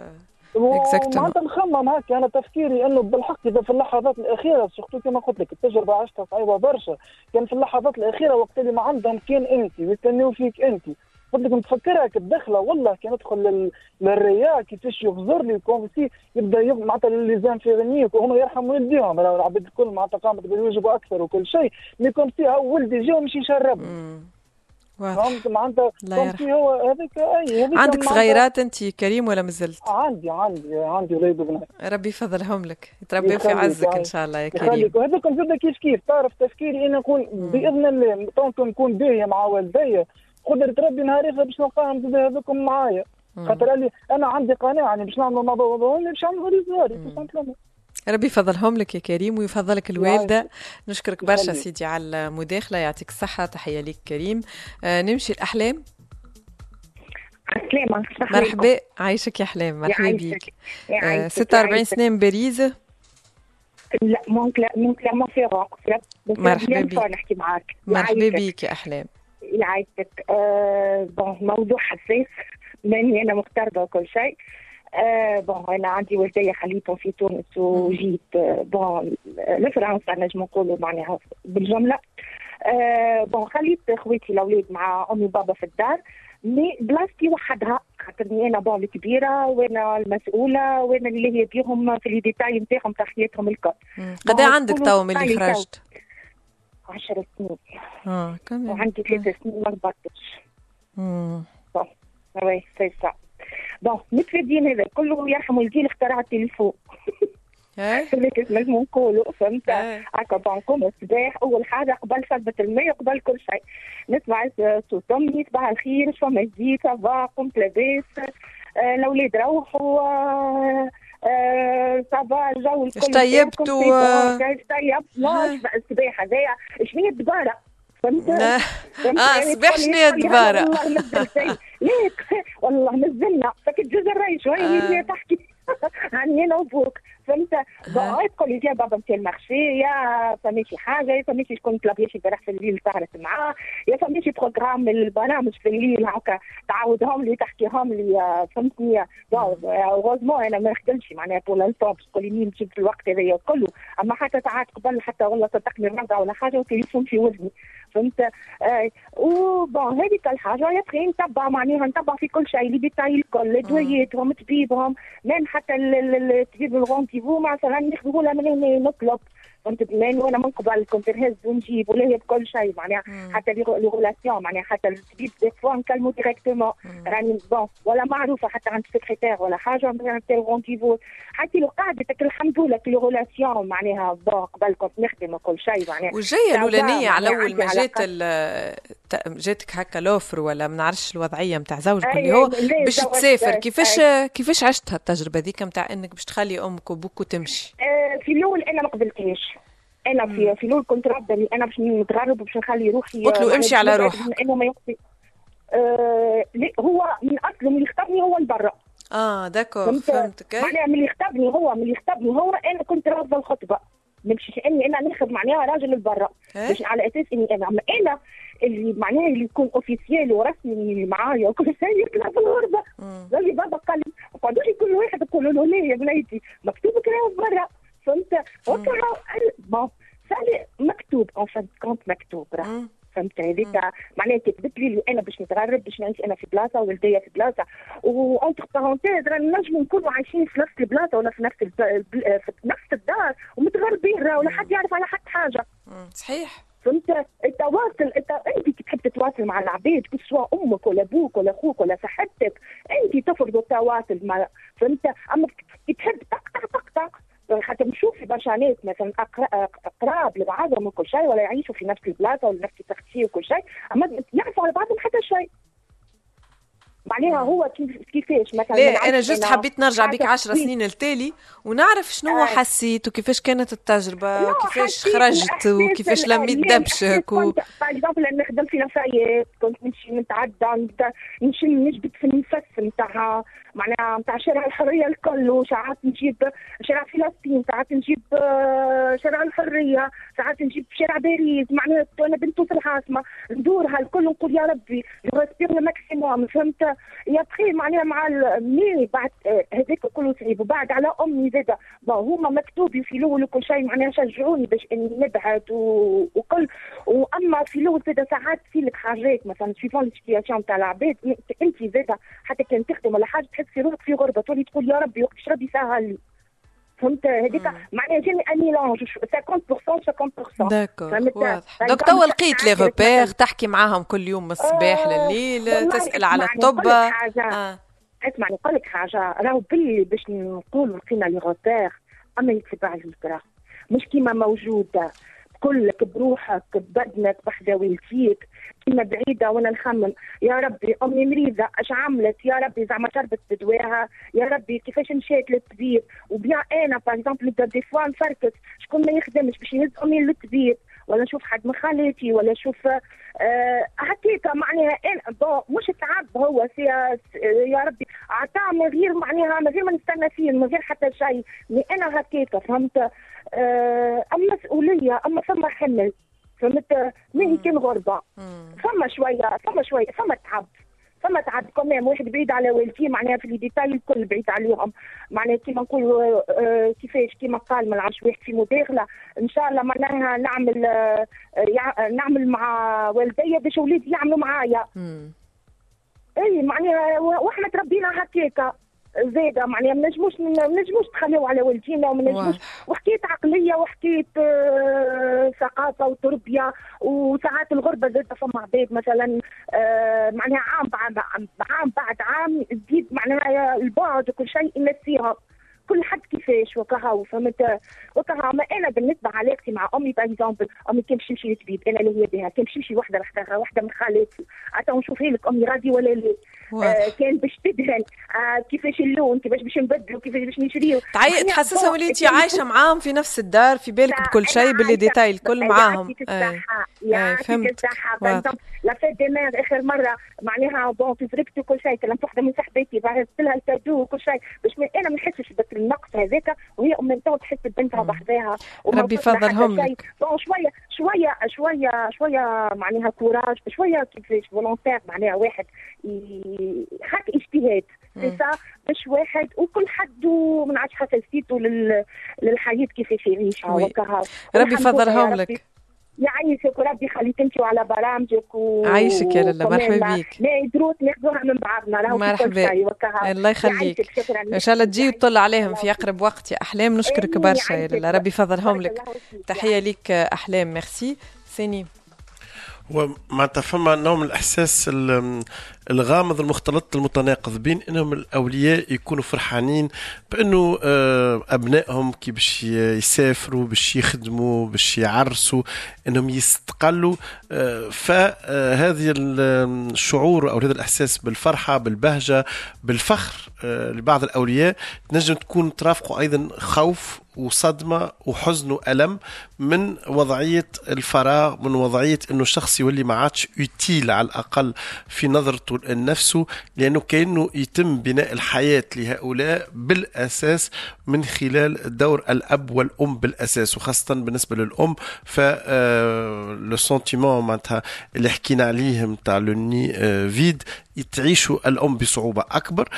معناتها نخمم هكا انا تفكيري انه بالحق اذا في اللحظات الاخيره سورتو كما قلت لك التجربه عشتها صعيبه برشا كان في اللحظات الاخيره وقت اللي ما عندهم كان انت ويستناو فيك انت قلت لك نتفكرها كالدخله والله كي ندخل للرياء كيفاش يغزر لي كونسي يبدا يب... معناتها الليزان في غنيك وهما يرحموا والديهم راه العباد الكل معناتها قامت بالواجب واكثر وكل شيء مي كونسي هو ولدي جا ومشي يشرب فهمت معناتها كونسي هو هذاك اي عندك صغيرات انت كريم ولا مازلت؟ عندي عندي عندي ولاد وبنات ربي يفضلهم لك يتربوا في عزك ان شاء الله يا كريم. وهذاكم زاد كيف كيف تعرف تفكيري انا نقول باذن الله طونك نكون باهيه مع والدي قدرة ربي نهار اخر باش نلقاهم زاد هذوكم معايا خاطر اللي انا عندي قناعه يعني باش نعملوا موضوع باش نعملوا ريزوري ربي يفضلهم لك يا كريم ويفضلك الوالده. نشكرك برشا سيدي على المداخله يعطيك الصحه تحيه ليك كريم. آه نمشي الاحلام. عسلامة مرحبا عايشك يا احلام مرحبا بيك. آه ستة وأربعين سنه من باريس. لا مون من كلامون فيرون مرحبا بيك نحكي معاك مرحبا بيك يا احلام. يعيشك. آه بون موضوع حساس لاني انا مغتربه وكل شيء. آه بون انا عندي والدي خليتهم في تونس وجيت آه بون لفرنسا نجم نقولوا معناها بالجمله. آه بون خليت خواتي الاولاد مع امي وبابا في الدار، مي بلاصتي وحدها خاطرني انا بون الكبيره وانا المسؤوله وانا اللي هي بيهم في لي ديتاي نتاعهم تاع حياتهم الكل. قد عندك تو من اللي خرجت؟ عشر سنين. اه كمان. وعندي ثلاث سنين ما ربطتش. امم بون وي سي سا. بون متفادين هذا كله يرحم والدي اللي اخترع التليفون. هذاك لازم نقولوا فهمت هكا بانكم الصباح اول حاجه قبل شربة الماء قبل كل شيء نسمع صوت امي صباح الخير شو ما جديد صباح قمت لاباس آه الاولاد روحوا آه آه صباح الجو الكل اشطيبتوا اشطيبت لا الصباح هذايا شنيا الدباره فهمت؟ اه صباح شنيا الدباره؟ والله نزل شيء ليك والله نزلنا فكنت جوز الري شوي هي تحكي عني انا وبوك فهمت؟ بقى تقول لي يا بابا انت المارشي يا فماشي حاجه يا فماشي شكون طلب شي امبارح في الليل سهرت معاه يا فماشي بروجرام البرامج في الليل هكا تعاودهم لي تحكيهم لي فهمتني. غوزمون انا ما نخدمش معناها طول الوقت تقول لي مين تجيب في الوقت هذايا كله، اما حتى ساعات قبل حتى والله صدقني الرضا ولا حاجه والتليفون في وزني فهمت؟ آه وبون هذيك الحاجه يبقى نتبع معناها نتبع في كل شيء اللي بيتاعي الكل دويتهم طبيبهم من حتى الطبيب الغونتيفو مثلا ناخذوه لها من هنا نطلب فهمت بلان وانا من قبل كنت نهز ونجيب ولا هي بكل شيء معناها حتى لي ريلاسيون معناها حتى الطبيب دي فوا نكلمو ديريكتومون راني بون ولا معروفه حتى عند السكرتير ولا حاجه نتاع الغونتيفو حتى لو قعدتك الحمد لله لي ريلاسيون معناها بون قبل كنت نخدم وكل شيء معناها وجايه الاولانيه على اول ما جات جاتك هكا لوفر ولا ما نعرفش الوضعيه نتاع زوجك اللي هو باش تسافر كيفاش كيفاش عشتها التجربه ذيك نتاع انك باش تخلي امك وابوك وتمشي؟ آه في الاول انا ما قبلتهاش انا في في الاول كنت رافضه اللي انا باش نتغرب وباش نخلي روحي قلت له امشي على روحك انه ما يقصي آه هو من اصله من اللي خطبني هو لبرا. اه داكور فهمتك. معناها من اللي خطبني هو من اللي خطبني هو انا كنت رافضه الخطبه نمشي اني انا ناخذ معناها راجل لبرا باش على اساس اني انا اما انا اللي معناها اللي يكون اوفيسيال ورسمي اللي معايا وكل شيء يطلع في الغربه. زي بابا قال لي ما قعدوش كل واحد يقولوا له لا يا بنيتي مكتوبك راهو برا فهمت؟ وكا بون سالي مكتوب اون فان كونت مكتوب راه فهمت هذيك معناها كتبت لي انا باش نتغرب باش نعيش انا في بلاصه وولديا في بلاصه وانتر بارونتيز راه نجموا نكونوا عايشين في نفس البلاصه ولا في نفس في نفس الدار ومتغربين راه ولا حد يعرف على حد حاجه. صحيح فهمت؟ التواصل انت انت تحب تتواصل مع العباد سواء امك ولا ابوك ولا اخوك ولا صاحبتك انت تفرض التواصل مع فهمت؟ اما تحب تقطع تقطع حتى نشوف في برشانات مثلا اقراب لبعضهم وكل شيء ولا يعيشوا في نفس البلاصه ولا نفس التخطيط وكل شيء اما يعرفوا على بعضهم حتى شيء. معناها هو كيف كيفاش مثلا لا انا جست حبيت نرجع بك عشر سنين التالي ونعرف شنو آه. حسيت وكيفاش كانت التجربه وكيفاش خرجت وكيفاش لميت دبشك و باغ نخدم في نفايات كنت نمشي نتعدى نمشي نجبد في النفس نتاعها معناها نتاع شارع الحريه الكل وساعات نجيب شارع فلسطين ساعات نجيب شارع الحريه ساعات نجيب شارع باريس معناها انا بنت في العاصمه ندورها الكل نقول يا ربي نغسبير الماكسيموم فهمت يا بخي معناها مع مي بعد هذاك كله صعيب وبعد على امي زاده هما مكتوب في الاول وكل شيء معناها شجعوني باش اني نبعد وكل واما في الاول زاده ساعات تصير لك حاجات مثلا سيفون السيتياسيون تاع العباد انت زاده حتى كان تخدم ولا حاجه تحسي روحك في غربه تولي تقول يا ربي وقت ربي سهل لي فهمت هذيك معناها جاني ان ميلانج خمسين بالمية خمسين بالمية داكور واضح. دونك توا لقيت لي روبير تحكي معاهم كل يوم من الصباح آه لليل تسال على الطب. آه. اسمعني نقول لك حاجه راهو باللي باش نقولوا لقينا لي روبير اما يتبع الفكره مش كيما موجوده كلك بروحك ببدنك بحذاويتيك كيما بعيده وانا نخمم يا ربي امي مريضه اش عملت يا ربي زعما شربت بدواها يا ربي كيفاش مشات للطبيب وبيع انا باغ اكزومبل نبدا دي فوا نفركس شكون ما يخدمش باش يهز امي للطبيب ولا نشوف حد من خالاتي ولا نشوف أه هكاكا معناها انا مش تعب هو يا ربي عطاء من غير معناها من غير ما نستنى فيه من غير حتى شيء مي انا هكاكا فهمت. أه اما مسؤوليه اما ثم حمل فهمت. مين كان غربه فما شويه فما شويه فما تعب فما تعب كمان. واحد بعيد على والديه معناها في الديتاي الكل بعيد عليهم معناها كيما نقولوا آه كيفاش كيما قال ما نعرفش واحد في مداخله ان شاء الله معناها نعمل آه نعمل مع والديا باش وليدي يعملوا معايا. اي معناها واحنا تربينا هكاكا زاده معناها ما نجموش ما نجموش نتخليو على والدينا وما نجموش. وحكيت عقليه وحكيت آه ثقافه وتربيه. وساعات الغربه زاده فما عباد مثلا آه معناها عام بعد عام بعد عام تزيد معناها البعد وكل شيء ينسيها كل حد كيفاش وكهو فهمت. وكهو ما انا بالنسبه علاقتي مع امي باكزومبل امي كان باش نمشي للطبيب انا اللي هي بها كان باش نمشي وحده نختارها وحده من خالاتي حتى نشوفها لك امي راضيه ولا لا. آه كان باش تدهن آه كيفاش اللون كيفاش باش نبدلوا كيفاش باش نشريو تعي تحسسها وليتي عايشه معاهم في نفس الدار في بالك بكل شيء باللي ديتاي الكل معاهم. يعطيك الصحه. لا فات ديمار اخر مره معناها بون في زربت وكل شيء كلمت وحده من صاحبتي بعثت لها الكادو وكل شيء باش انا ما نحسش بالنقص هذاك وهي ام تو تحس ببنتها بحذاها. ربي يفضلهم لك. بون شويه شويه شويه شويه معناها كوراج شويه كيفاش فولونتير معناها واحد حق اجتهاد سا باش واحد وكل حد من عاد حساسيته للحياه كيفاش يعيشها وكها. ربي يفضلهم لك. يعيشك وربي يخليك انت وعلى برامجك و... عايشك يا لاله مرحبا بيك. لا دروس ناخذوها من بعضنا راهو مرحبا الله يخليك ان شاء الله تجي وتطل عليهم في اقرب وقت يا احلام. نشكرك برشا يا لاله ربي يفضلهم لك. تحيه ليك احلام ميرسي. ثاني ومعناتها فما نوع من الإحساس الغامض المختلط المتناقض بين أنهم الأولياء يكونوا فرحانين بأنه أبنائهم كي باش يسافروا باش يخدموا باش يعرسوا أنهم يستقلوا. فهذه الشعور أو هذا الإحساس بالفرحة بالبهجة بالفخر لبعض الأولياء تنجم تكون ترافقوا أيضا خوف وصدمة وحزن وألم من وضعية الفراغ من وضعية أنه الشخص يولي ما عادش يوتيل على الأقل في نظرته لنفسه لأنه كأنه يتم بناء الحياة لهؤلاء بالأساس من خلال دور الأب والأم بالأساس وخاصة بالنسبة للأم. فلو سنتيمون معناتها اللي حكينا عليه متاع لوني فيد تعيشوا الأم بصعوبة أكبر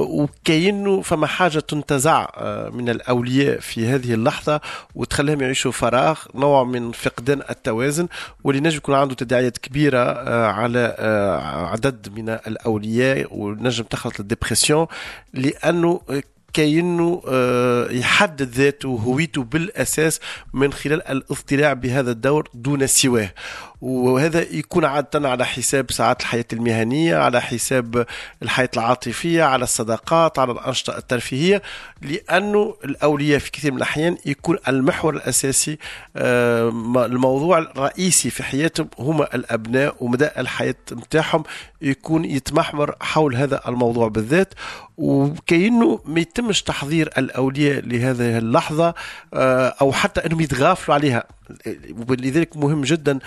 وكأنه فما حاجة تنتزع من الأولياء في هذه اللحظة وتخليهم يعيشوا فراغ نوع من فقدان التوازن واللي نجم يكون عنده تداعيات كبيرة على عدد من الأولياء ونجم تخلط الديبرسيون لأنه كأنه يحدد ذاته وهويته بالأساس من خلال الاضطلاع بهذا الدور دون سواه. وهذا يكون عادة على حساب ساعات الحياة المهنية على حساب الحياة العاطفية على الصداقات على الأنشطة الترفيهية لأنه الأولياء في كثير من الأحيان يكون المحور الأساسي الموضوع الرئيسي في حياتهم هما الأبناء ومدى الحياة متاعهم يكون يتمحور حول هذا الموضوع بالذات. وكأنه ما يتمش تحضير الأولياء لهذه اللحظة أو حتى أنهم يتغافلوا عليها. ولذلك مهم جدا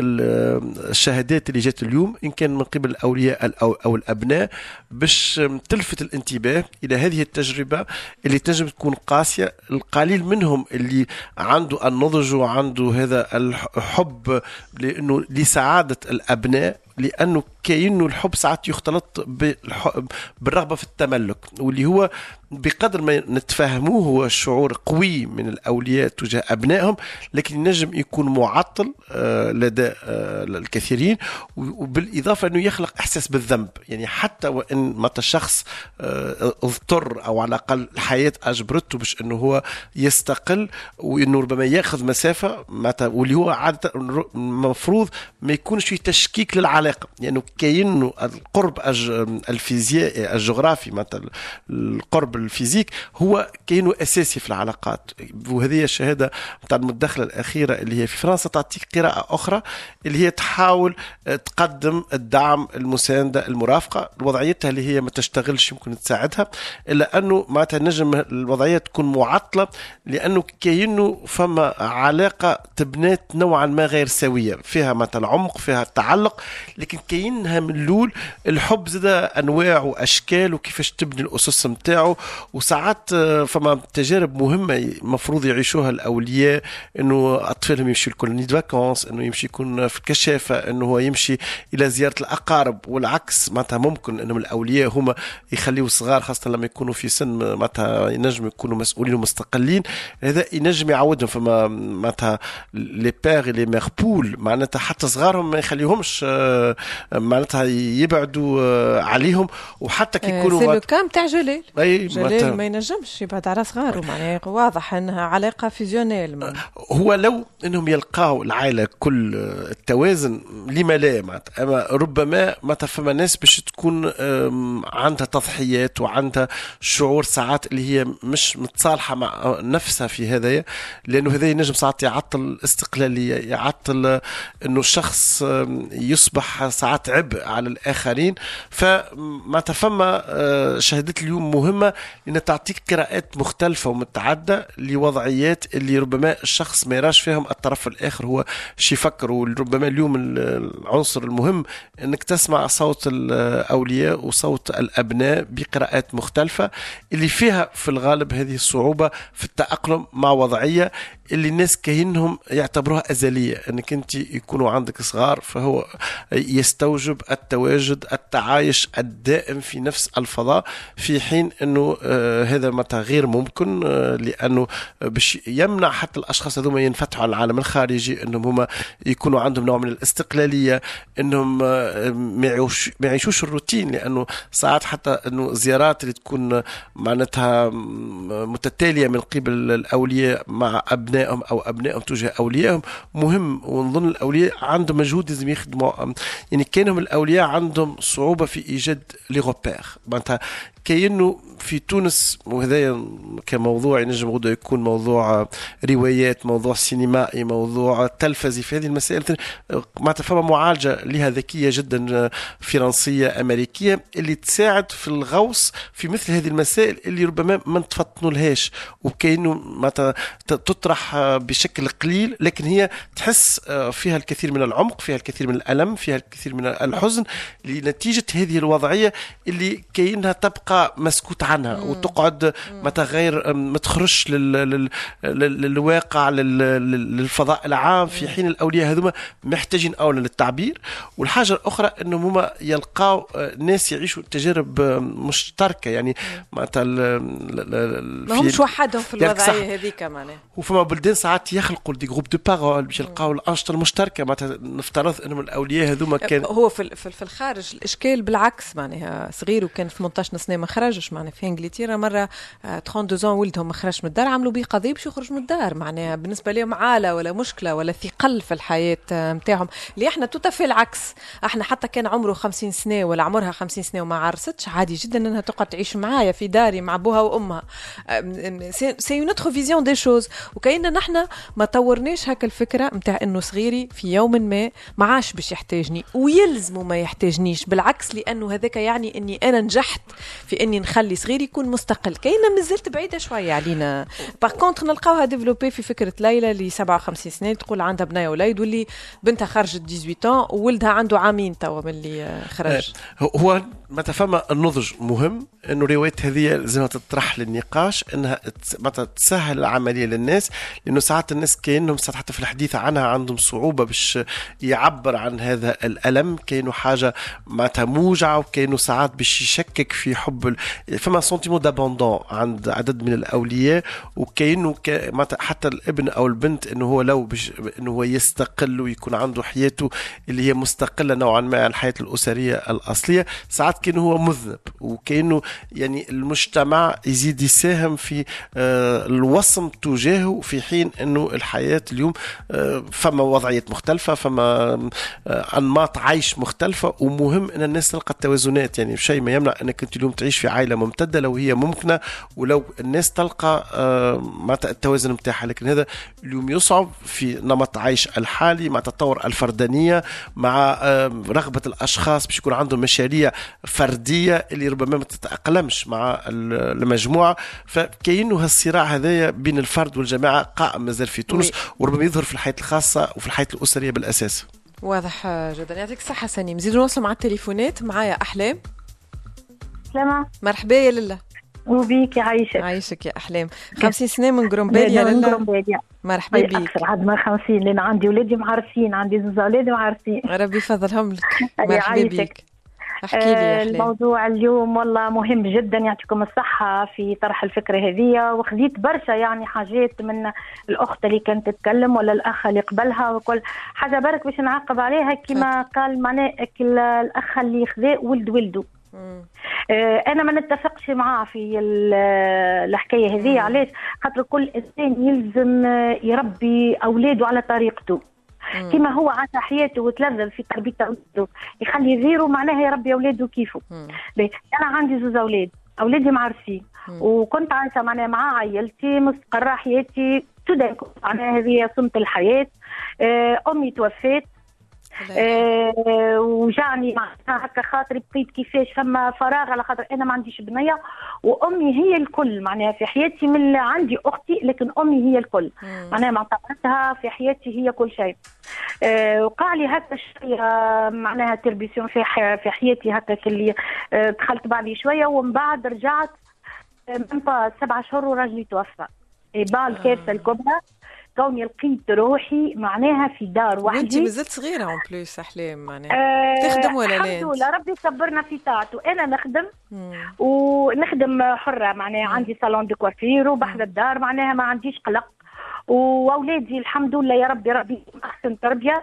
الشهادات اللي جات اليوم إن كان من قبل الأولياء أو الأبناء باش تلفت الانتباه إلى هذه التجربة اللي تنجم تكون قاسية. القليل منهم اللي عنده النضج وعنده هذا الحب لأنه لسعادة الأبناء لأنه كأنه الحب ساعات يختلط بالرغبة في التملك واللي هو بقدر ما نتفهموه هو شعور قوي من الأولياء تجاه أبنائهم لكن ينجم يكون معطل لدى الكثيرين وبالإضافة أنه يخلق إحساس بالذنب. يعني حتى وإن متى الشخص اضطر أو على الأقل الحياة أجبرته باش أنه هو يستقل وأنه ربما يأخذ مسافة متى واللي هو عادة المفروض ما يكونش في تشكيك للعلاقة لأنه يعني كأنه القرب الفيزيائي الجغرافي مثلا القرب الفيزيك هو كأنه أساسي في العلاقات. وهذه الشهادة متاع المداخلة الأخيرة اللي هي في فرنسا تعطيك قراءة أخرى اللي هي تحاول تقدم الدعم المساندة المرافقة لوضعيتها اللي هي ما تشتغلش يمكن تساعدها إلا أنه معناتها نجم الوضعية تكون معطلة لأنه كأنه فما علاقة تبنات نوعا ما غير سوية فيها مثلا عمق فيها تعلق لكن كأن منها من الاول الحب زاد انواع واشكال وكيفاش تبني الاسس نتاعو. وساعات فما تجارب مهمه المفروض يعيشوها الاولياء، انه اطفالهم يمشي الكولوني دو فاكونس، انه يمشي يكون في الكشافه، انه هو يمشي الى زياره الاقارب. والعكس معناتها ممكن انهم الاولياء هما يخليوا الصغار خاصه لما يكونوا في سن معناتها ينجم يكونوا مسؤولين ومستقلين، هذا ينجم يعودهم. فما معناتها لي بير لي مير بول معناتها حتى صغارهم ما يخليهمش معناتها يبعدوا عليهم. وحتى كي يكونوا سي لو كام تاع جلال اي جلال ما ينجمش يبعد على صغاره، معناها واضح انها علاقه فيزيونيل. هو لو انهم يلقاو العائله كل التوازن لما لا معناتها، اما ربما معناتها فما ناس باش تكون عندها تضحيات وعندها شعور ساعات اللي هي مش متصالحه مع نفسها في هذايا، لانه هذا ينجم ساعات يعطل الاستقلاليه، يعطل انه الشخص يصبح ساعات عبء على الاخرين. فما فما شهادات اليوم مهمه لان تعطيك قراءات مختلفه ومتعدده لوضعيات اللي ربما الشخص ما يراش فيهم الطرف الاخر هو شي يفكر. وربما اليوم العنصر المهم انك تسمع صوت الاولياء وصوت الابناء بقراءات مختلفه اللي فيها في الغالب هذه الصعوبه في التاقلم مع وضعيه اللي الناس كأنهم يعتبروها أزلية، أنك أنت يكونوا عندك صغار فهو يستوجب التواجد التعايش الدائم في نفس الفضاء، في حين أنه آه هذا متى غير ممكن، آه لأنه باش يمنع حتى الأشخاص هذوما ينفتحوا على العالم الخارجي، أنهم هما يكونوا عندهم نوع من الاستقلالية، أنهم آه ما يعيشوش الروتين. لأنه ساعات حتى أنه زيارات اللي تكون معناتها متتالية من قبل الأولياء مع أبناء أو أبنائهم تجاه أوليائهم مهم. ونظن الأولياء عندهم مجهود لازم يخدموا، يعني كانهم الأولياء عندهم صعوبة في إيجاد لي روبير. معناتها كأنه في تونس، وهذا كموضوع ينجم غدا يكون موضوع روايات، موضوع سينمائي، موضوع تلفزي، في هذه المسائل معناتها فما معالجة لها ذكية جدا فرنسية أمريكية اللي تساعد في الغوص في مثل هذه المسائل اللي ربما ما نتفطنوا لهاش، وكأنه معناتها تطرح بشكل قليل لكن هي تحس فيها الكثير من العمق، فيها الكثير من الألم، فيها الكثير من الحزن لنتيجة هذه الوضعية اللي كأنها تبقى مسكوت عنها مم. وتقعد ما تغير ما تخرجش لل... لل... للواقع لل... للفضاء العام، في حين الأولياء هذوما محتاجين أولا للتعبير. والحاجة الأخرى أنهم هما يلقاو ناس يعيشوا تجارب مشتركة، يعني معناتها ما همش وحدهم في الوضعية هذيك معناها. وفما بلدان ساعات يخلقوا دي جروب دو بارول باش يلقاو الأنشطة المشتركة. معناتها نفترض أنهم الأولياء هذوما كان هو في في الخارج الإشكال بالعكس، معناها صغير وكان في ثمانية عشر سنة ما خرجش. معناها في انجلترا مره اثنين وثلاثين ولدهم ما خرجش من الدار، عملوا بيه قضيه باش يخرج من الدار. معناها بالنسبه لهم عاله ولا مشكله ولا ثقل في الحياه نتاعهم، اللي احنا توتا في العكس. احنا حتى كان عمره خمسين سنه ولا عمرها خمسين سنه وما عرستش، عادي جدا انها تقعد تعيش معايا في داري مع ابوها وامها. سي اون اوتر فيزيون دي شوز. وكايننا نحن ما طورناش هكا الفكره نتاع انه صغيري في يوم ما ما عاش باش يحتاجني ويلزمه ما يحتاجنيش، بالعكس، لانه هذاك يعني اني انا نجحت في اني نخلي صغير يكون مستقل. كاينه مازلت بعيده شويه علينا. باغ كونتر نلقاوها ديفلوبي في فكره ليلى اللي سبعة وخمسين سنه تقول عندها بنايه ووليد، واللي بنتها خرجت ثمانية عشر وولدها عنده عامين توا من اللي خرج. هو ما تفهم النضج مهم، انه روايات هذه لازمها تطرح للنقاش، انها معناتها تسهل العمليه للناس، لانه ساعات الناس كانهم ساعات حتى في الحديث عنها عندهم صعوبه باش يعبر عن هذا الالم، كانوا حاجه معناتها موجعه، وكانوا ساعات باش يشكك في حب ال... فما سنتيمون دابوندون عند عدد من الاولياء، وكانه ك... حتى الابن او البنت انه هو لو بش... انه هو يستقل ويكون عنده حياته اللي هي مستقله نوعا ما عن الحياه الاسريه الاصليه، ساعات كانه هو مذنب، وكانه يعني المجتمع يزيد يساهم في آه الوصم تجاهه، في حين انه الحياه اليوم آه فما وضعيات مختلفه، فما آه انماط عيش مختلفه، ومهم ان الناس تلقى التوازنات. يعني شيء ما يمنع انك انت اليوم تعيش في عائله ممتده لو هي ممكنه، ولو الناس تلقى آه مع التوازن متاعها، لكن هذا اليوم يصعب في نمط عيش الحالي مع تطور الفردانيه، مع آه رغبه الاشخاص باش يكون عندهم مشاريع فرديه اللي ربما ما تتاقلمش مع المجموعه. فكاينه هالصراع هذايا بين الفرد والجماعه قائم مازال في تونس، وربما يظهر في الحياه الخاصه وفي الحياه الاسريه بالاساس. واضح جدا. يعطيك الصحة سنيم. نزيدو نوصلوا مع التليفونات. معايا أحلام. سلامة. مرحبا يا لله. وبيك يا عايشة. عايشك يا أحلام. خمسين سنة من قرنباليا لله. مرحبا بيك. أكثر عاد من خمسين لأن عندي ولادي معرسين، عندي زوز أولادي معرسين. ربي يفضلهم لك. مرحبا بيك. احكي لي يا أحلام. الموضوع اليوم والله مهم جدا، يعطيكم الصحة في طرح الفكرة هذه، وخذيت برشا يعني حاجات من الأخت اللي كانت تتكلم ولا الأخ اللي قبلها وكل حاجة برك باش نعقب عليها كما قال معناه الأخ اللي خذا ولد ولده. آه أنا ما نتفقش معاه في الحكاية هذه. علاش؟ خاطر كل إنسان يلزم يربي أولاده على طريقته كما هو عاش حياته وتلذذ في تربية أولاده، يخلي غيره معناها يربي أولاده كيفه. أنا عندي زوز أولاد، أولادي معرسين، وكنت عايشة معناها مع عائلتي مستقرة حياتي تدرك معناها هذه سنة الحياة. آه أمي توفت، آه وجعني معناها هكا خاطري بقيت كيفاش فما فراغ على خاطر انا ما عنديش بنيه، وامي هي الكل معناها في حياتي. من عندي اختي لكن امي هي الكل معناها معتقدتها في حياتي هي كل شيء. آه وقع لي هكا شويه معناها تربيسيون في حي في حياتي هكا اللي آه دخلت بعدي شويه، ومن بعد رجعت من بعد سبع شهور وراجلي توفى. إبال الكارثه الكبرى كوني لقيت روحي معناها في دار وحدي. وانت مازلت صغيره اون بليس أحلام معناها. أه تخدم ولا لا؟ الحمد لله ربي صبرنا في طاعته. انا نخدم مم. ونخدم حره معناها. مم. عندي صالون دو كوافير وبحذا الدار معناها ما عنديش قلق، واولادي الحمد لله يا ربي ربي احسن تربيه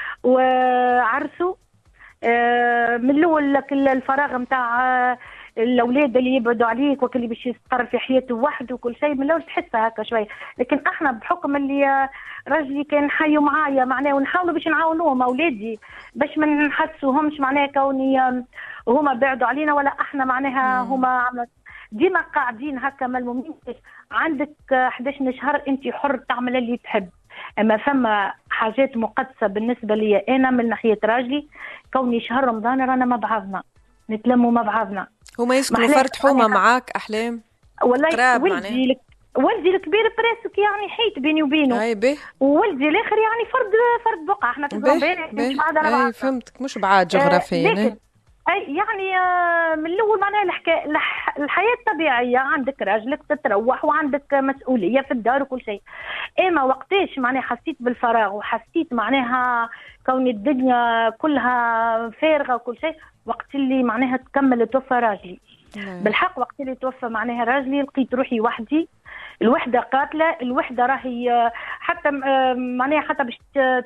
وعرسوا. أه من الاول الفراغ نتاع الاولاد اللي يبعدوا عليك وكل باش يستقر في حياته وحده وكل شيء من الاول تحسها هكا شويه، لكن احنا بحكم اللي راجلي كان حيوا معايا معناه ونحاولوا باش نعاونوهم اولادي باش ما نحسوهمش معناه كوني هما بعدوا علينا ولا احنا معناها هما ديما قاعدين هكا ملمومين. عندك احد عشر شهر انت حر تعمل اللي تحب، اما فما حاجات مقدسه بالنسبه لي انا من ناحيه راجلي كوني شهر رمضان رانا مع بعضنا نتلموا مع بعضنا. هما يسكنوا فرد حومه معاك أحلام؟ والله ولدي ولدي الكبير براسك يعني حيت بيني وبينه. اي به. وولدي الاخر يعني فرد فرد بقعه. احنا في زنبيل مش بعاد على بعض. اي فهمتك مش بعاد جغرافيا. آه اي يعني آه من الاول معناها الحكايه الحياه الطبيعيه، عندك راجلك تتروح وعندك مسؤوليه في الدار وكل شيء. اما وقتاش معناها حسيت بالفراغ وحسيت معناها كون الدنيا كلها فارغه وكل شيء، وقت اللي معناها تكمل توفى راجلي. مم. بالحق وقت اللي توفى معناها راجلي لقيت روحي وحدي. الوحده قاتله، الوحده راهي حتى معناها حتى باش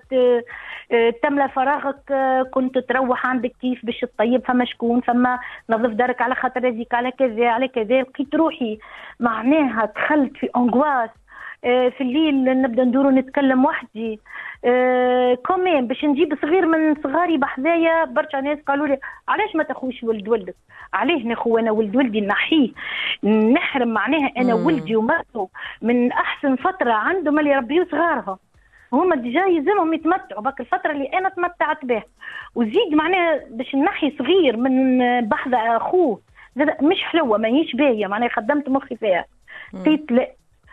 تملى فراغك كنت تروح عندك كيف باش تطيب، فما شكون فما نظف دارك على خاطر هذيك على كذا على كذا. لقيت روحي معناها دخلت في انغواس. في الليل نبدا ندور نتكلم وحدي. أه كمان باش نجيب صغير من صغاري بحذايا برشا ناس قالوا لي علاش ما تاخوش ولد ولدك؟ عليه نخو انا ولد ولدي نحيه نحرم معناها انا مم. ولدي ومرته من احسن فتره عندهم اللي يربيوا صغارهم هما ديجا يلزمهم يتمتعوا بك الفتره اللي انا تمتعت بها، وزيد معناها باش نحي صغير من بحذا اخوه مش حلوه ماهيش باهيه معناها. خدمت مخي فيها قلت لا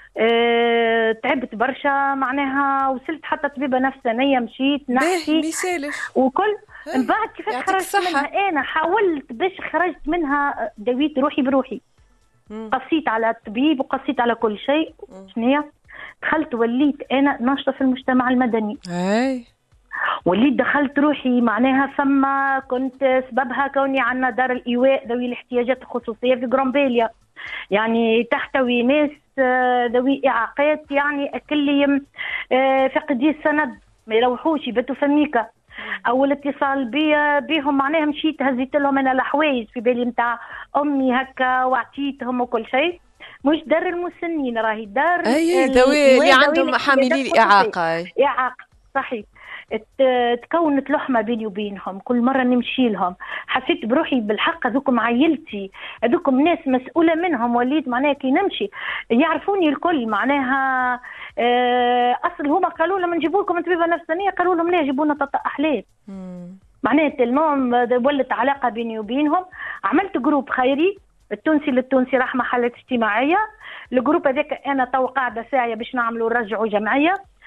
أه، تعبت برشا معناها. وصلت حتى طبيبه نفسانيه مشيت نحكي وكل من بعد كيفاش خرجت منها. انا حاولت باش خرجت منها دويت روحي بروحي. مم. قصيت على الطبيب وقصيت على كل شيء. شنو دخلت وليت انا ناشطه في المجتمع المدني. اي وليت دخلت روحي معناها فما كنت سببها كوني عندنا دار الايواء ذوي الاحتياجات الخصوصيه في قرنباليا، يعني تحتوي ناس ذوي إعاقات يعني أكل فقدي السند ما يروحوش يبتوا فميكا. أول اتصال بي بيهم معناها مشيت هزيت لهم أنا الحوايج في بالي متاع أمي هكا وعطيتهم وكل شيء. مش دار المسنين راهي دار أي ذوي اللي عندهم حاملين الإعاقة. إعاقة صحيح. تكونت لحمة بيني وبينهم كل مرة نمشي لهم. حسيت بروحي بالحق هذوكم عائلتي هذوكم ناس مسؤولة منهم. وليت معناها كي نمشي يعرفوني الكل معناها. أصل هما قالوا لهم نجيبوا لكم طبيبة نفسانية قالوا لهم لا جيبوا لنا تطا أحلام. معناها تلمهم ولت علاقة بيني وبينهم. عملت جروب خيري التونسي للتونسي رحمة حالات اجتماعية. الجروب هذاك أنا تو قاعدة ساعية باش نعملوا نرجعوا جمعية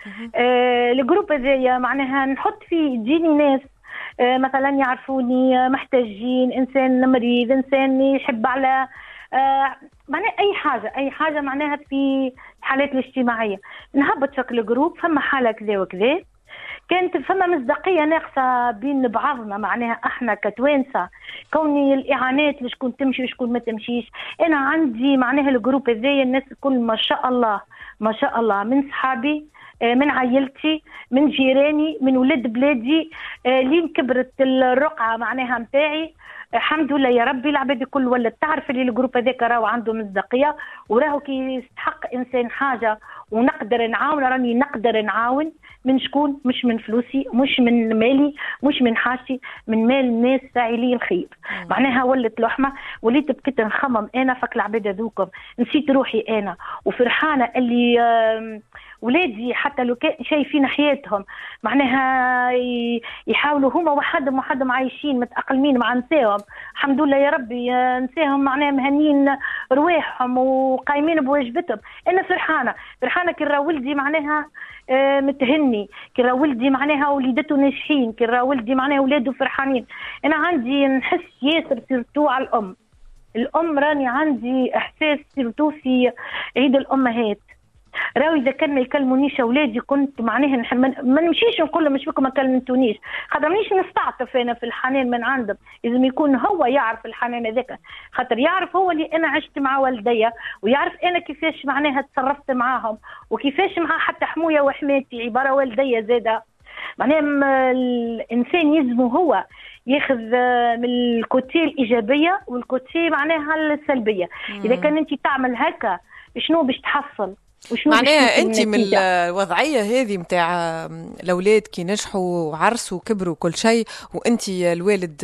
آه الجروب هذايا معناها نحط فيه تجيني ناس آه مثلا يعرفوني محتاجين، انسان مريض، انسان يحب على آه معناها اي حاجه اي حاجه معناها في الحالات الاجتماعيه نهبط شكل جروب. فما حاله كذا وكذا، كانت فما مصداقيه ناقصه بين بعضنا معناها احنا كتوانسه، كوني الاعانات لشكون تمشي وشكون ما تمشيش. انا عندي معناها الجروب هذايا الناس الكل ما شاء الله ما شاء الله، من صحابي من عائلتي من جيراني من ولاد بلادي لين كبرت الرقعه معناها متاعي. الحمد لله يا ربي العباد الكل ولات تعرف اللي الجروب هذاك راهو عنده مصداقيه، وراهو كي يستحق انسان حاجه ونقدر نعاون راني نقدر نعاون. من شكون؟ مش من فلوسي، مش من مالي، مش من حاجتي، من مال الناس فاعلي الخير. معناها ولت لحمه، وليت بكيت نخمم انا فك العباد هذوكم، نسيت روحي انا وفرحانه اللي ولادي حتى لو كان شايفين حياتهم معناها يحاولوا هما وحدهم وحدهم عايشين متأقلمين مع نساهم. الحمد لله يا ربي نساهم معناها مهنين رواحهم وقايمين بواجبتهم. انا فرحانه فرحانه كي راه ولدي معناها آه متهني، كي راه ولدي معناها وليدته ناجحين، كي راه ولدي معناها ولاده فرحانين. انا عندي نحس ياسر سيرتو على الام الام راني عندي احساس سيرتو في عيد الامهات. راهو اذا كان ما يكلمونيش اولادي كنت معناها ما نمشيش نقول لهم مش بكم ما كلمتونيش، خاطر مانيش نستعطف انا في الحنان من عندهم. لازم يكون هو يعرف الحنان هذاك، خاطر يعرف هو اللي انا عشت مع والديا، ويعرف انا كيفاش معناها تصرفت معاهم، وكيفاش مع حتى حمويا وحماتي عباره والديا زاده. معناها الانسان يلزمه هو ياخذ من الكوتي الايجابيه والكوتي معناها السلبيه. مم. اذا كان انت تعمل هكا شنو باش تحصل؟ معناها انت من الوضعيه هذه متاع الاولاد كي نجحوا وعرسوا وكبروا كل شيء، وانت الوالد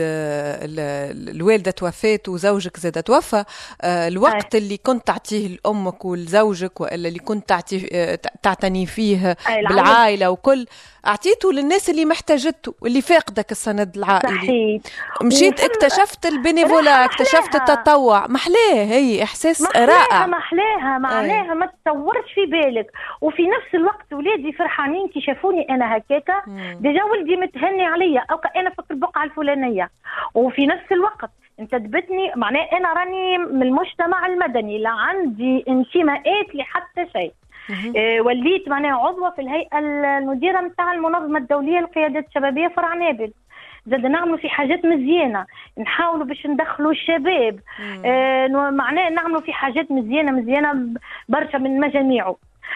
الوالده توفات وزوجك زاد توفى، الوقت اللي كنت تعطيه لامك ولزوجك والا اللي كنت تعطيه تعتني فيه بالعائله وكل اعطيته للناس اللي محتاجته واللي فاقدك السند العائلي. صحيح. مشيت اكتشفت البينيفولا، اكتشفت التطوع، محلاه هي احساس محلاها رائع. محلاها معناها ما تصورش في بالك. وفي نفس الوقت ولادي فرحانين كي شافوني انا هكاكا، ديجا ولدي متهني عليا او انا في البقعه الفلانيه. وفي نفس الوقت انت دبتني معناها انا راني من المجتمع المدني، لا عندي انتماءات لحتى شيء. إيه وليت معناها عضوه في الهيئه المديره نتاع المنظمه الدوليه للقيادات الشبابيه فرع نابل. زاد نعملوا في حاجات مزيانه، نحاولوا باش ندخلوا الشباب، آه معناه نعملوا في حاجات مزيانه مزيانه برشا من مجاميعه.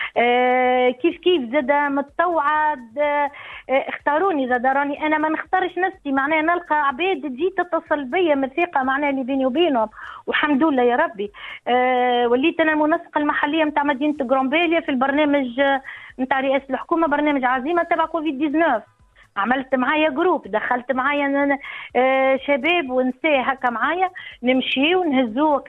آه كيف كيف زاد متطوعه آه اختاروني، زاد راني انا ما نختارش نفسي، معناها نلقى عباد تجي تتصل بيا من ثقه معناها اللي بيني وبينهم، والحمد لله يا ربي. آه وليت انا المنسقه المحليه نتاع مدينه غرامبيليا في البرنامج نتاع رئاسه الحكومه، برنامج عزيمه تبع كوفيد تسعة عشر. عملت معايا جروب، دخلت معايا آه شباب ونساء هكا معايا، نمشي ونهزوك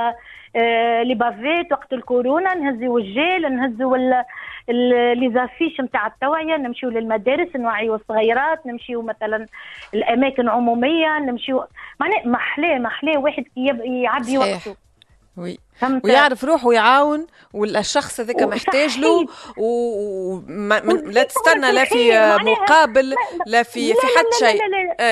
آه لي بافيت وقت الكورونا، نهزوا الجيل، نهزوا لي زافيش نتاع التوعيه، نمشيو للمدارس نوعيو الصغيرات، نمشيو مثلا الاماكن عموميه، نمشيو معناها محلاه محلاه واحد كي يعبي وقته. وي. ويعرف روحه ويعاون، والشخص هذاك محتاج له، ولا تستنى لا في مقابل لا في في حد شيء.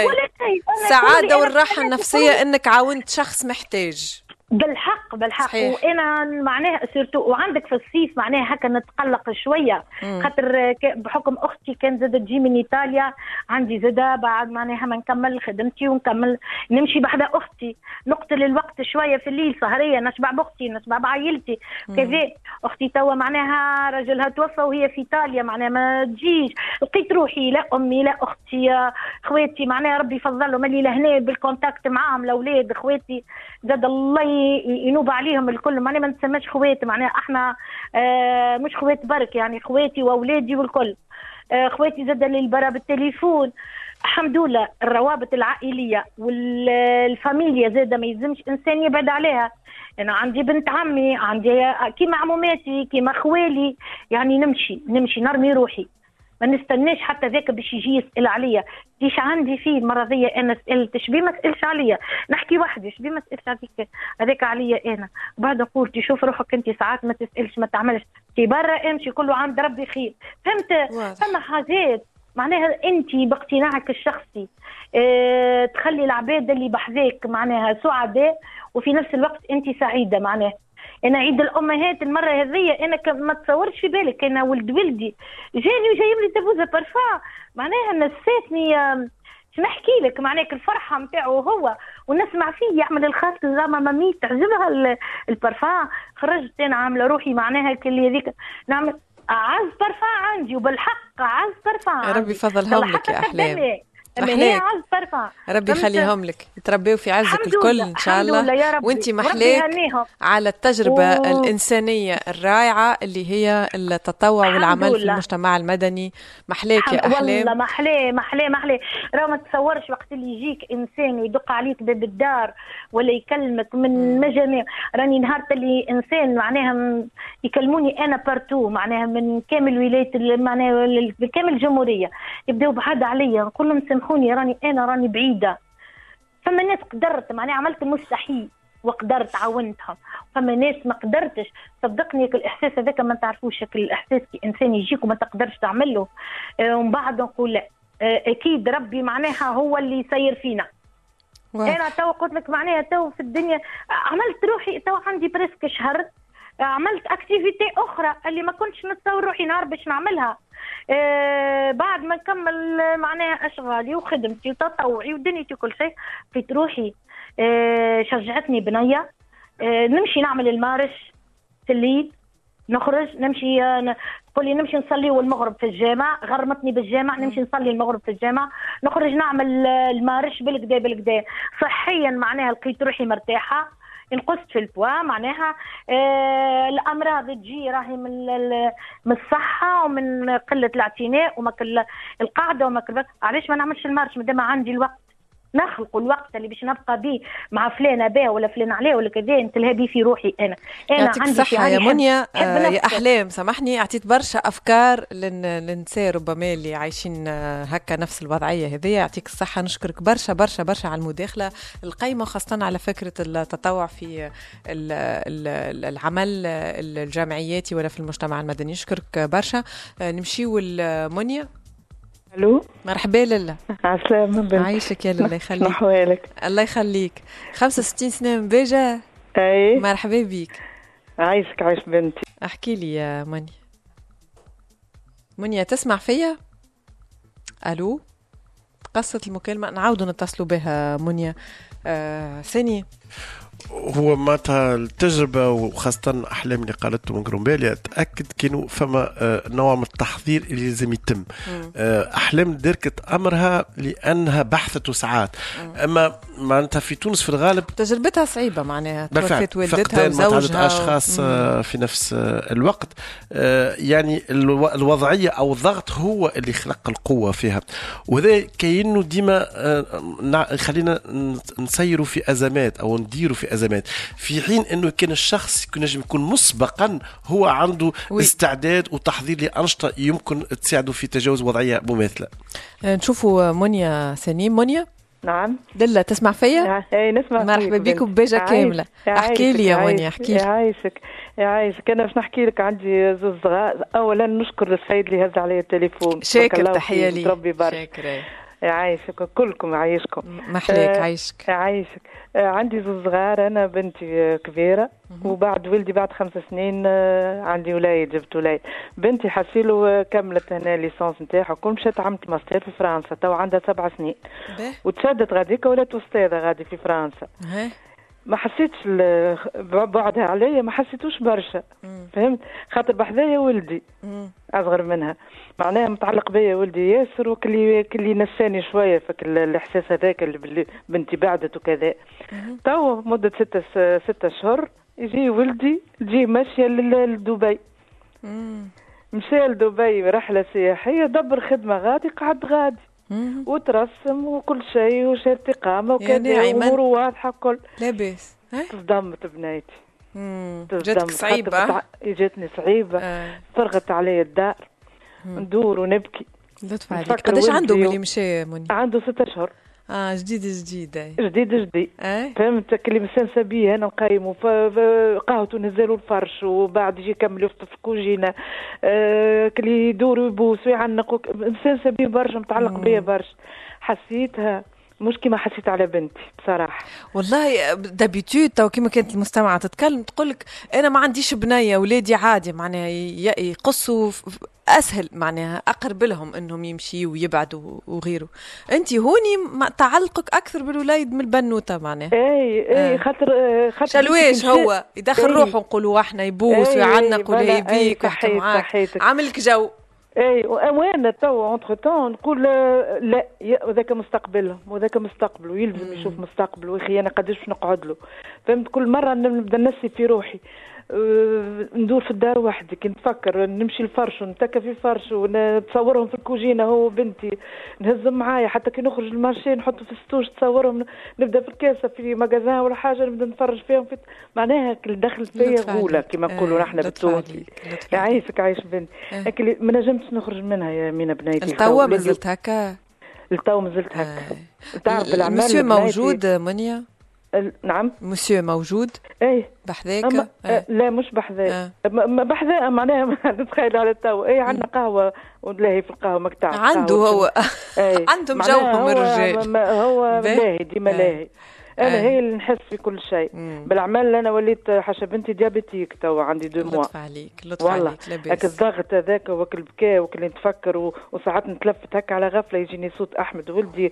السعاده والراحه النفسيه انك عاونت شخص محتاج. بالحق بالحق. صحيح. وانا معناها سيرتو وعندك في الصيف معناها هكا نتقلق شويه، خاطر بحكم اختي كان زاد تجي من ايطاليا، عندي زاده بعد معناها ما نكمل خدمتي ونكمل نمشي بحدا اختي، نقتل الوقت شويه في الليل سهريه، نشبع باختي نشبع بعائلتي كذا. اختي توا معناها رجلها توفى وهي في ايطاليا، معناها ما تجيش، لقيت روحي لا امي لا اختي خواتي معناها ربي يفضلهم اللي لهنا بالكونتاكت معاهم، الاولاد خواتي زاد الله ينوب عليهم الكل، معناها ما نسماش خوات، معناها احنا آه مش خوات برك، يعني خواتي واولادي والكل. آه خواتي زاد اللي البرا بالتليفون. الحمد لله الروابط العائليه والفاميليا زاد ما يلزمش انسان يبعد عليها. انا عندي بنت عمي، عندي كيما عموماتي كيما خوالي، يعني نمشي نمشي نرمي روحي، ما نستناش حتى ذاك باش يجي يسال عليا. ايش عندي فيه المرضيه انا سالت شبي ما تسالش عليا، نحكي وحدي شبي ما تسالش عليك هذاك عليا انا. بعد قلت شوف روحك انت ساعات ما تسالش ما تعملش، في برا امشي كله عند ربي خير. فهمت؟ فما حاجات معناها انت باقتناعك الشخصي اه تخلي العباد اللي بحذاك معناها سعداء وفي نفس الوقت انت سعيده. معناها انا عيد الامهات المره هذه انا ما تصورش في بالك، انا ولد ولدي جاني وجايب لي دبوزه بارفان معناها نسيتني. شو نحكي لك معناها الفرحه نتاعو هو ونسمع فيه يعمل الخاص زعما مامي تعجبها البارفان. خرجت انا عامله روحي معناها كل هذيك نعمل اعز بارفان عندي وبالحق اعز بارفان. ربي يفضلهم لك يا احلام. محليك ربي يخليهم لك يتربيوا في عزك الكل ان شاء الله. وانت محليك على التجربه و... الانسانيه الرائعه اللي هي التطوع والعمل في المجتمع المدني. محليك يا احلام. والله محلي محلي محلي. راه ما تصورش وقت اللي يجيك انسان ويدق عليك باب الدار ولا يكلمك من مجاميع. راني نهار اللي انسان معناها يكلموني انا بارتو معناها من كامل ولايه معناها كامل الجمهوريه يبداو بعاد عليا نقول لهم سامحوني راني انا راني بعيده. فما ناس قدرت معناها عملت المستحيل وقدرت عاونتهم. فما ناس ما قدرتش. صدقني الاحساس هذاك ما تعرفوش شكل الاحساس كي انسان يجيك وما تقدرش تعمله آه ومن بعد نقول لا آه اكيد ربي معناها هو اللي يسير فينا. واحد. انا تو قلت لك معناها تو في الدنيا عملت روحي تو عندي بريسك شهر عملت اكتيفيتي اخرى اللي ما كنتش نتصور روحي نهار باش نعملها. آه بعد ما نكمل معناها اشغالي وخدمتي وتطوعي ودنيتي كل شيء لقيت روحي آه شجعتني بنيه آه نمشي نعمل المارش في الليل نخرج نمشي آه تقولي نمشي نصلي والمغرب في الجامع غرمتني بالجامع نمشي نصلي المغرب في الجامع نخرج نعمل آه المارش بالكدا بالكدا صحيا معناها لقيت روحي مرتاحه. انقصت في البوا معناها آه الامراض تجي راهي من من الصحه ومن قله الاعتناء وما كل القاعده وما كل. علاش ما نعملش المارش مادام عندي الوقت نخلق الوقت اللي باش نبقى به مع فلانه به ولا فلان عليه ولا كذا نتلهى به في روحي. انا انا عندي صحه يا منيا آه يا احلام سامحني اعطيت برشا افكار للنساء ربما اللي عايشين هكا نفس الوضعيه هذه. يعطيك الصحه. نشكرك برشا برشا برشا على المداخله القيمه خاصه على فكره التطوع في العمل الجامعياتي ولا في المجتمع المدني. نشكرك برشا. نمشيو لمنيا. الو مرحبا لاله. عسلامة بنتي. عايشك يا لاله يخليك. نحوالك. الله يخليك. خمسة وستين سنة من بيجا. اي مرحبا بيك. عايشك عايش بنتي. احكي لي يا منيا. منيا تسمع فيا؟ الو قصة المكالمة نعاودوا نتصلوا بها منيا. آه ثاني هو معناتها التجربة وخاصة أحلام اللي قالته من قرنباليا تأكد كانوا فما نوع من التحضير اللي لازم يتم. أحلام دركت أمرها لأنها بحثت ساعات. أما معناتها في تونس في الغالب تجربتها صعيبة معناها توفت والدتها وزوجها أشخاص و... في نفس الوقت. يعني الوضعية أو الضغط هو اللي خلق القوة فيها وهذا كأنه ديما خلينا نسيروا في أزمات أو نديروا في أزمات في حين أنه كان الشخص يكون نجم يكون مسبقا هو عنده وي. استعداد وتحضير لأنشطة يمكن تساعده في تجاوز وضعية مماثلة. نشوفوا منيا سنين. منيا نعم دلة تسمع فيا؟ اي نسمع. مرحبا بيك وبيجا كاملة. احكي لي يا منيا احكي لي. يعيشك يعيشك. انا باش نحكي لك عندي زوز صغار. اولا نشكر السيد اللي هز علي التليفون. شاكر تحية لي. ربي يبارك. شاكر. يعيشك كلكم يعيشكم. محليك آه عايشك. يعيشك. آه عندي زوج صغار. انا بنتي كبيره وبعد ولدي بعد خمس سنين آه عندي ولاية جبت ولاية. بنتي حسيلو كملت هنا ليسانس نتاعها وكل مشات عملت ماستر في فرنسا تو عندها سبع سنين وتشدت غاديك ولات استاذه غادي في فرنسا. ما حسيتش بعدها عليا ما حسيتوش برشا فهمت خاطر بحذايا ولدي مم. اصغر منها معناها متعلق بيا ولدي ياسر وكلي كلي نساني شويه فك الاحساس هذاك اللي بنتي بعدت وكذا. تو مده ستة ستة اشهر يجي ولدي تجي ماشيه لدبي. مشى لدبي رحله سياحيه دبر خدمه غادي قعد غادي مم. وترسم وكل شيء وشارت إقامة وكذا أمور واضحة كل لاباس. تصدمت بنيتي. جاتك صعيبة؟ جاتني صعيبة. آه. فرغت علي الدار. مم. ندور ونبكي. لطف عليك. قداش عنده ملي مشى مني؟ عنده ستة أشهر. اه جديد جديد اي جديد جديد اي فهمت كلي مستانسه بيه انا نقيمو قهوته نزلوا الفرش وبعد يجي يكملوا في الكوجينه آه كلي يدوروا يبوسوا يعنقوا مستانسه بيه برشا متعلق بيه برشا حسيتها مش كيما حسيت على بنتي بصراحه. والله دابيتود تو كيما كانت المستمعه تتكلم تقولك انا ما عنديش بنيه ولادي عادي معناها يقصوا اسهل معناها اقرب لهم انهم يمشيوا ويبعدوا وغيره. انت هوني تعلقك اكثر بالولاد من البنوته معناها. اي اي آه. خاطر خاطر شلويش هو يدخل روحه نقولوا احنا يبوس ويعنق ولا يبيك ويحكي معاك عاملك جو. اي وانا تو اونتر تون نقول لا وذاك مستقبلهم وذاك مستقبله يلزم يشوف مستقبله ويخي انا قداش نقعد له فهمت. كل مره نبدا نسي في روحي أه ندور في الدار وحدي كي نفكر نمشي الفرش ونتكى في الفرش ونتصورهم في الكوجينه هو وبنتي نهزهم معايا حتى كي نخرج المارشي نحط في الستوش تصورهم نبدا في الكاسه في مجازان ولا حاجه نبدا نتفرج فيهم في معناها كل دخل فيا غوله كما نقولوا نحن بالتونسي يعيشك عايش بنتي لكن ما نجمتش نخرج منها يا مينا بنيتي. التوا مازلت هكا التوا مازلت هكا تعرف بالعمل مسيو موجود منيا. نعم مسيو موجود ايه بحذاك أه. لا مش بحذاك أه. بحذاك معناها نتخيل على التو ايه عندنا قهوه ونلاهي في القهوه مكتاع عنده هو ايه. عندهم جوهم الرجال هو لاهي ديما لاهي انا آه. هي اللي نحس في كل شيء بالعمل. انا وليت حاشا بنتي ديابيتيك تو عندي دو موا. لطف عليك لطف عليك لاباس. هاك الضغط هذاك وكل بكاء وكل نتفكر و... وساعات نتلفت هكا على غفله يجيني صوت احمد ولدي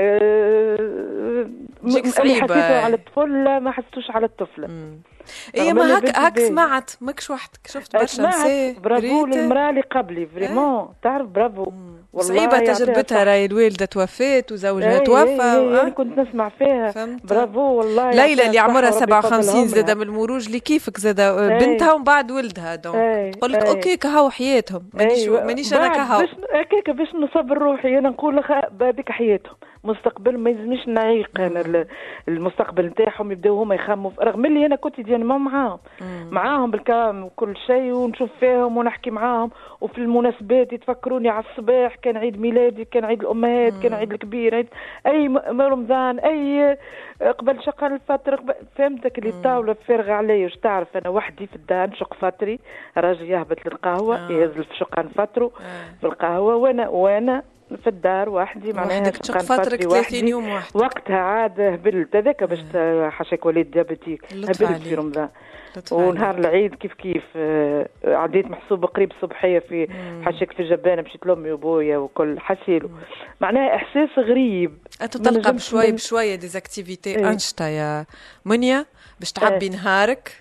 أه... حسيته على الطفل لا ما حسيتوش على الطفله. ايه ما هك هك سمعت ماكش وحدك شفت برشا نساء برافو للمراه اللي قبلي فريمون تعرف برافو والله صعيبه تجربتها راهي الوالده توفات وزوجها توفى انا كنت نسمع فيها برافو والله. ليلى اللي عمرها سبعة وخمسين زاده من المروج اللي كيفك زاده بنتها ومن بعد ولدها دونك تقول لك اوكي كهو حياتهم مانيش مانيش انا كهو هكاك باش نصبر روحي انا نقول لك هذيك حياتهم مستقبل ما يلزمنيش نعيق انا المستقبل نتاعهم يبداو هما يخموا رغم اللي انا كنت ديال ما معاهم معاهم بالكامل وكل شيء ونشوف فيهم ونحكي معاهم وفي المناسبات يتفكروني على الصباح كان عيد ميلادي كان عيد الامهات كان عيد الكبير عيد اي رمضان اي قبل شقان الفطر قبل فهمتك اللي الطاوله فارغه عليا واش تعرف انا وحدي في الدار نشق فطري راجل يهبط للقهوه آه. يهزل في شقان فطره آه. في القهوه وانا وانا في الدار وحدي معناها تشق فترك ثلاثين يوم واحد وقتها عاد هبلت هذاك باش حاشاك وليد ديابيتيك هبلت في رمضان ونهار العيد كيف كيف عديت محسوبه قريب الصبحيه في حاشاك في جبانه مشيت لامي وابويا وكل حسيلو معناها احساس غريب. تتلقى بشوي بشويه ديزاكتيفيتي ايه. انشطه يا منيا باش تعبي ايه. نهارك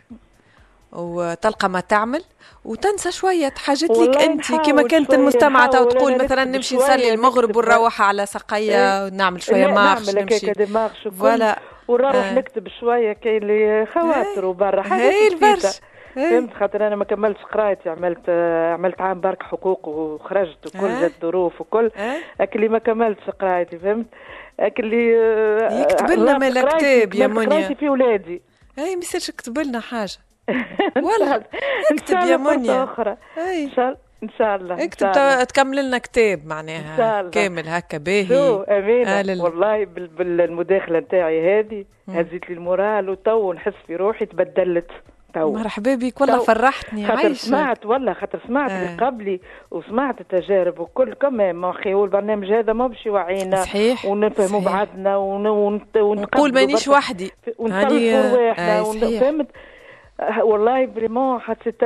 وتلقى ما تعمل وتنسى شوية حاجات ليك أنت كما كانت المستمعة أو تقول مثلا نمشي نصلي المغرب ونروح على سقية ونعمل شوية مارش نمشي ولا ونروح آه. نكتب شوية كاين لي خواطر وبرا هاي البرش فهمت خاطر أنا ما كملتش قرايتي عملت عملت عام برك حقوق وخرجت وكل آه. جات ظروف وكل لكن اللي ما كملتش قرايتي فهمت لكن اللي يكتب لنا مال كتاب يا منيا قرايتي في ولادي اي ما يصيرش يكتب لنا حاجة والله اكتب يا منيا أخرى. ان شاء الله ان شاء الله اكتب تكمل لنا كتاب معناها كامل هكا باهي امين والله بالمداخله نتاعي هذه هزيت لي المورال وتو نحس في روحي تبدلت تو مرحبا بك والله فرحتني عايشه سمعت والله خاطر سمعت اللي آه. قبلي وسمعت التجارب وكل كمان ما خي البرنامج هذا ما باش يوعينا ونفهموا بعضنا ونقول مانيش وحدي ونصلحوا رواحنا فهمت والله فريمون حسيت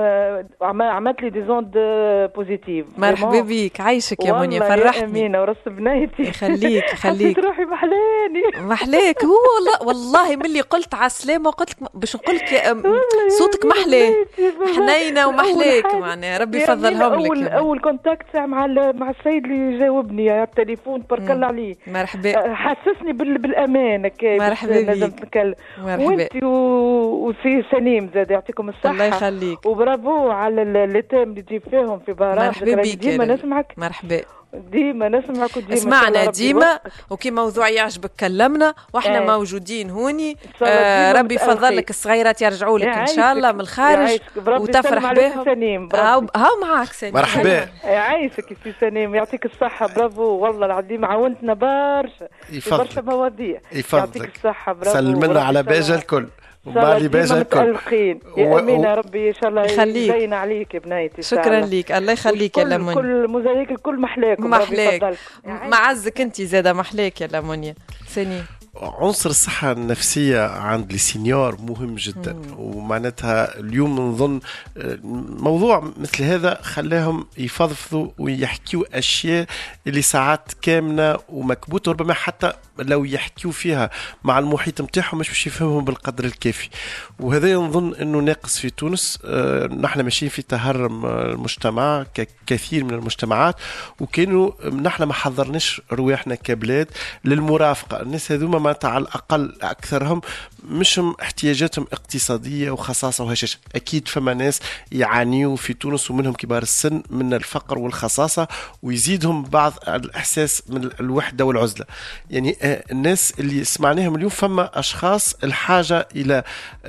عملت لي دي زوند بوزيتيف. مرحبا بك عايشك يا منيا فرحتني امينه ورس بنيتي يخليك يخليك روحي محلاني محلاك هو والله والله ملي قلت على السلامه قلت لك باش نقول لك صوتك محلاه حنينه ومحلاك معناها ربي يفضلهم لك. اول اول كونتاكت مع مع السيد اللي جاوبني على التليفون تبارك الله عليه مرحبا حسسني بالامان هكا مرحبا بك وانت وسي سليم زاد يعطيكم الصحة الله يخليك وبرافو على اللي تام اللي تجيب فيهم في برامج مرحبا بك ديما نسمعك مرحبا ديما نسمعك وديما اسمعنا ديما، وكي موضوع يعجبك كلمنا واحنا ايه. موجودين هوني. آه ربي يفضلك الصغيرات يرجعوا لك ان شاء الله من الخارج وتفرح بهم. هاو هاو معاك سنيم. مرحبا. يعيشك سي سنيم، يعطيك الصحة. برافو والله العظيم عاونتنا برشا برشا مواضيع. يعطيك الصحة. برافو. سلمنا على باجة الكل. وبالي باجة الكل. يا امين يا ربي ان شاء الله يبين عليك يا بنيتي. شكرا ليك، الله يخليك يا لمونيا. كل مزايك الكل محلاكم. محلاك معزك انت زاده محلاك يا لمونيا. سني عنصر الصحة النفسية عند السينيور مهم جدا. مم. ومعناتها اليوم نظن موضوع مثل هذا خلاهم يفضفضوا ويحكيوا أشياء اللي ساعات كامنة ومكبوتة، وربما حتى لو يحكيوا فيها مع المحيط متاعهم مش باش يفهمهم بالقدر الكافي. وهذا نظن أنه ناقص في تونس. أه نحن ماشيين في تهرم المجتمع ككثير من المجتمعات، وكانوا نحن ما حضرناش رواحنا كبلاد للمرافقة. الناس هذوما معناتها على الأقل أكثرهم مش احتياجاتهم اقتصادية وخصاصة وهشاشة. أكيد فما ناس يعانيوا في تونس ومنهم كبار السن من الفقر والخصاصة، ويزيدهم بعض الإحساس من الوحدة والعزلة. يعني الناس اللي سمعناهم اليوم فما أشخاص الحاجة إلى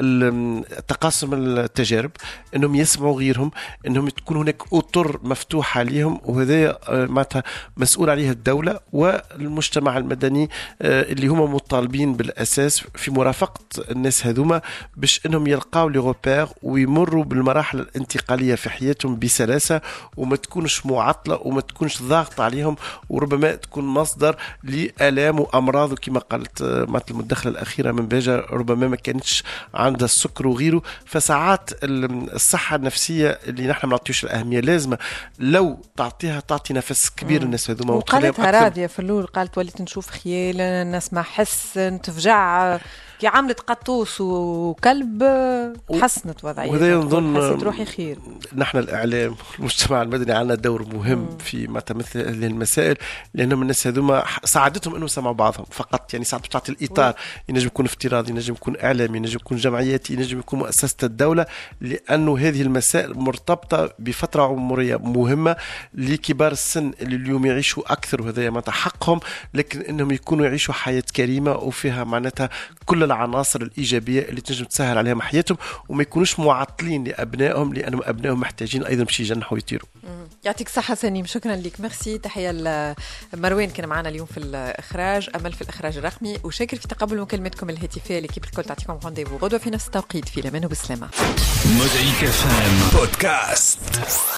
تقاسم التجارب، أنهم يسمعوا غيرهم، أنهم تكون هناك أطر مفتوحة عليهم، وهذا معناتها مسؤول عليه الدولة والمجتمع المدني اللي هم مطالبين بالأساس في مرافقة الناس هذوما باش انهم يلقاو لي روبير ويمروا بالمراحل الانتقاليه في حياتهم بسلاسه، وما تكونش معطله وما تكونش ضاغط عليهم، وربما تكون مصدر لآلام وامراض. وكما قالت مثل المداخله الاخيره من باجة، ربما ما كانتش عندها السكر وغيره. فساعات الصحه النفسيه اللي نحن ما نعطيوش الاهميه لازمه لو تعطيها تعطي نفس كبير الناس هذوما. وقالتها راضيه في الاول، قالت وليت نشوف خيال، نسمع حس، تفجع كي عملت قطوس وكلب تحسنت وضعيتها. وهذا نظن حسيت روحي خير. نحن الإعلام والمجتمع المدني عندنا دور مهم مم. في ما مثل هذه المسائل، لأنهم الناس هذوما ساعدتهم أنهم يسمعوا بعضهم فقط. يعني ساعات تعطي الإطار، ينجم يكون افتراضي، ينجم يكون إعلامي، ينجم يكون جمعياتي، ينجم يكون مؤسسة الدولة، لأنه هذه المسائل مرتبطة بفترة عمرية مهمة لكبار السن اللي اليوم يعيشوا أكثر، وهذا معناتها حقهم، لكن أنهم يكونوا يعيشوا حياة كريمة وفيها معناتها كل العناصر الإيجابية اللي تنجم تسهل عليهم حياتهم، وما يكونوش معطلين لأبنائهم، لأنهم أبنائهم محتاجين أيضا باش يجنحوا ويطيروا. يعطيك صحة سنيم، شكرا لك. ميرسي. تحية لمروان كان معنا اليوم في الإخراج، أمل في الإخراج الرقمي، وشاكر في تقبل مكالمتكم الهاتفية. لكيب الكل تعطيكم رونديفو غدوة في نفس التوقيت في الأمان وبسلامة. مزيكا فام بودكاست.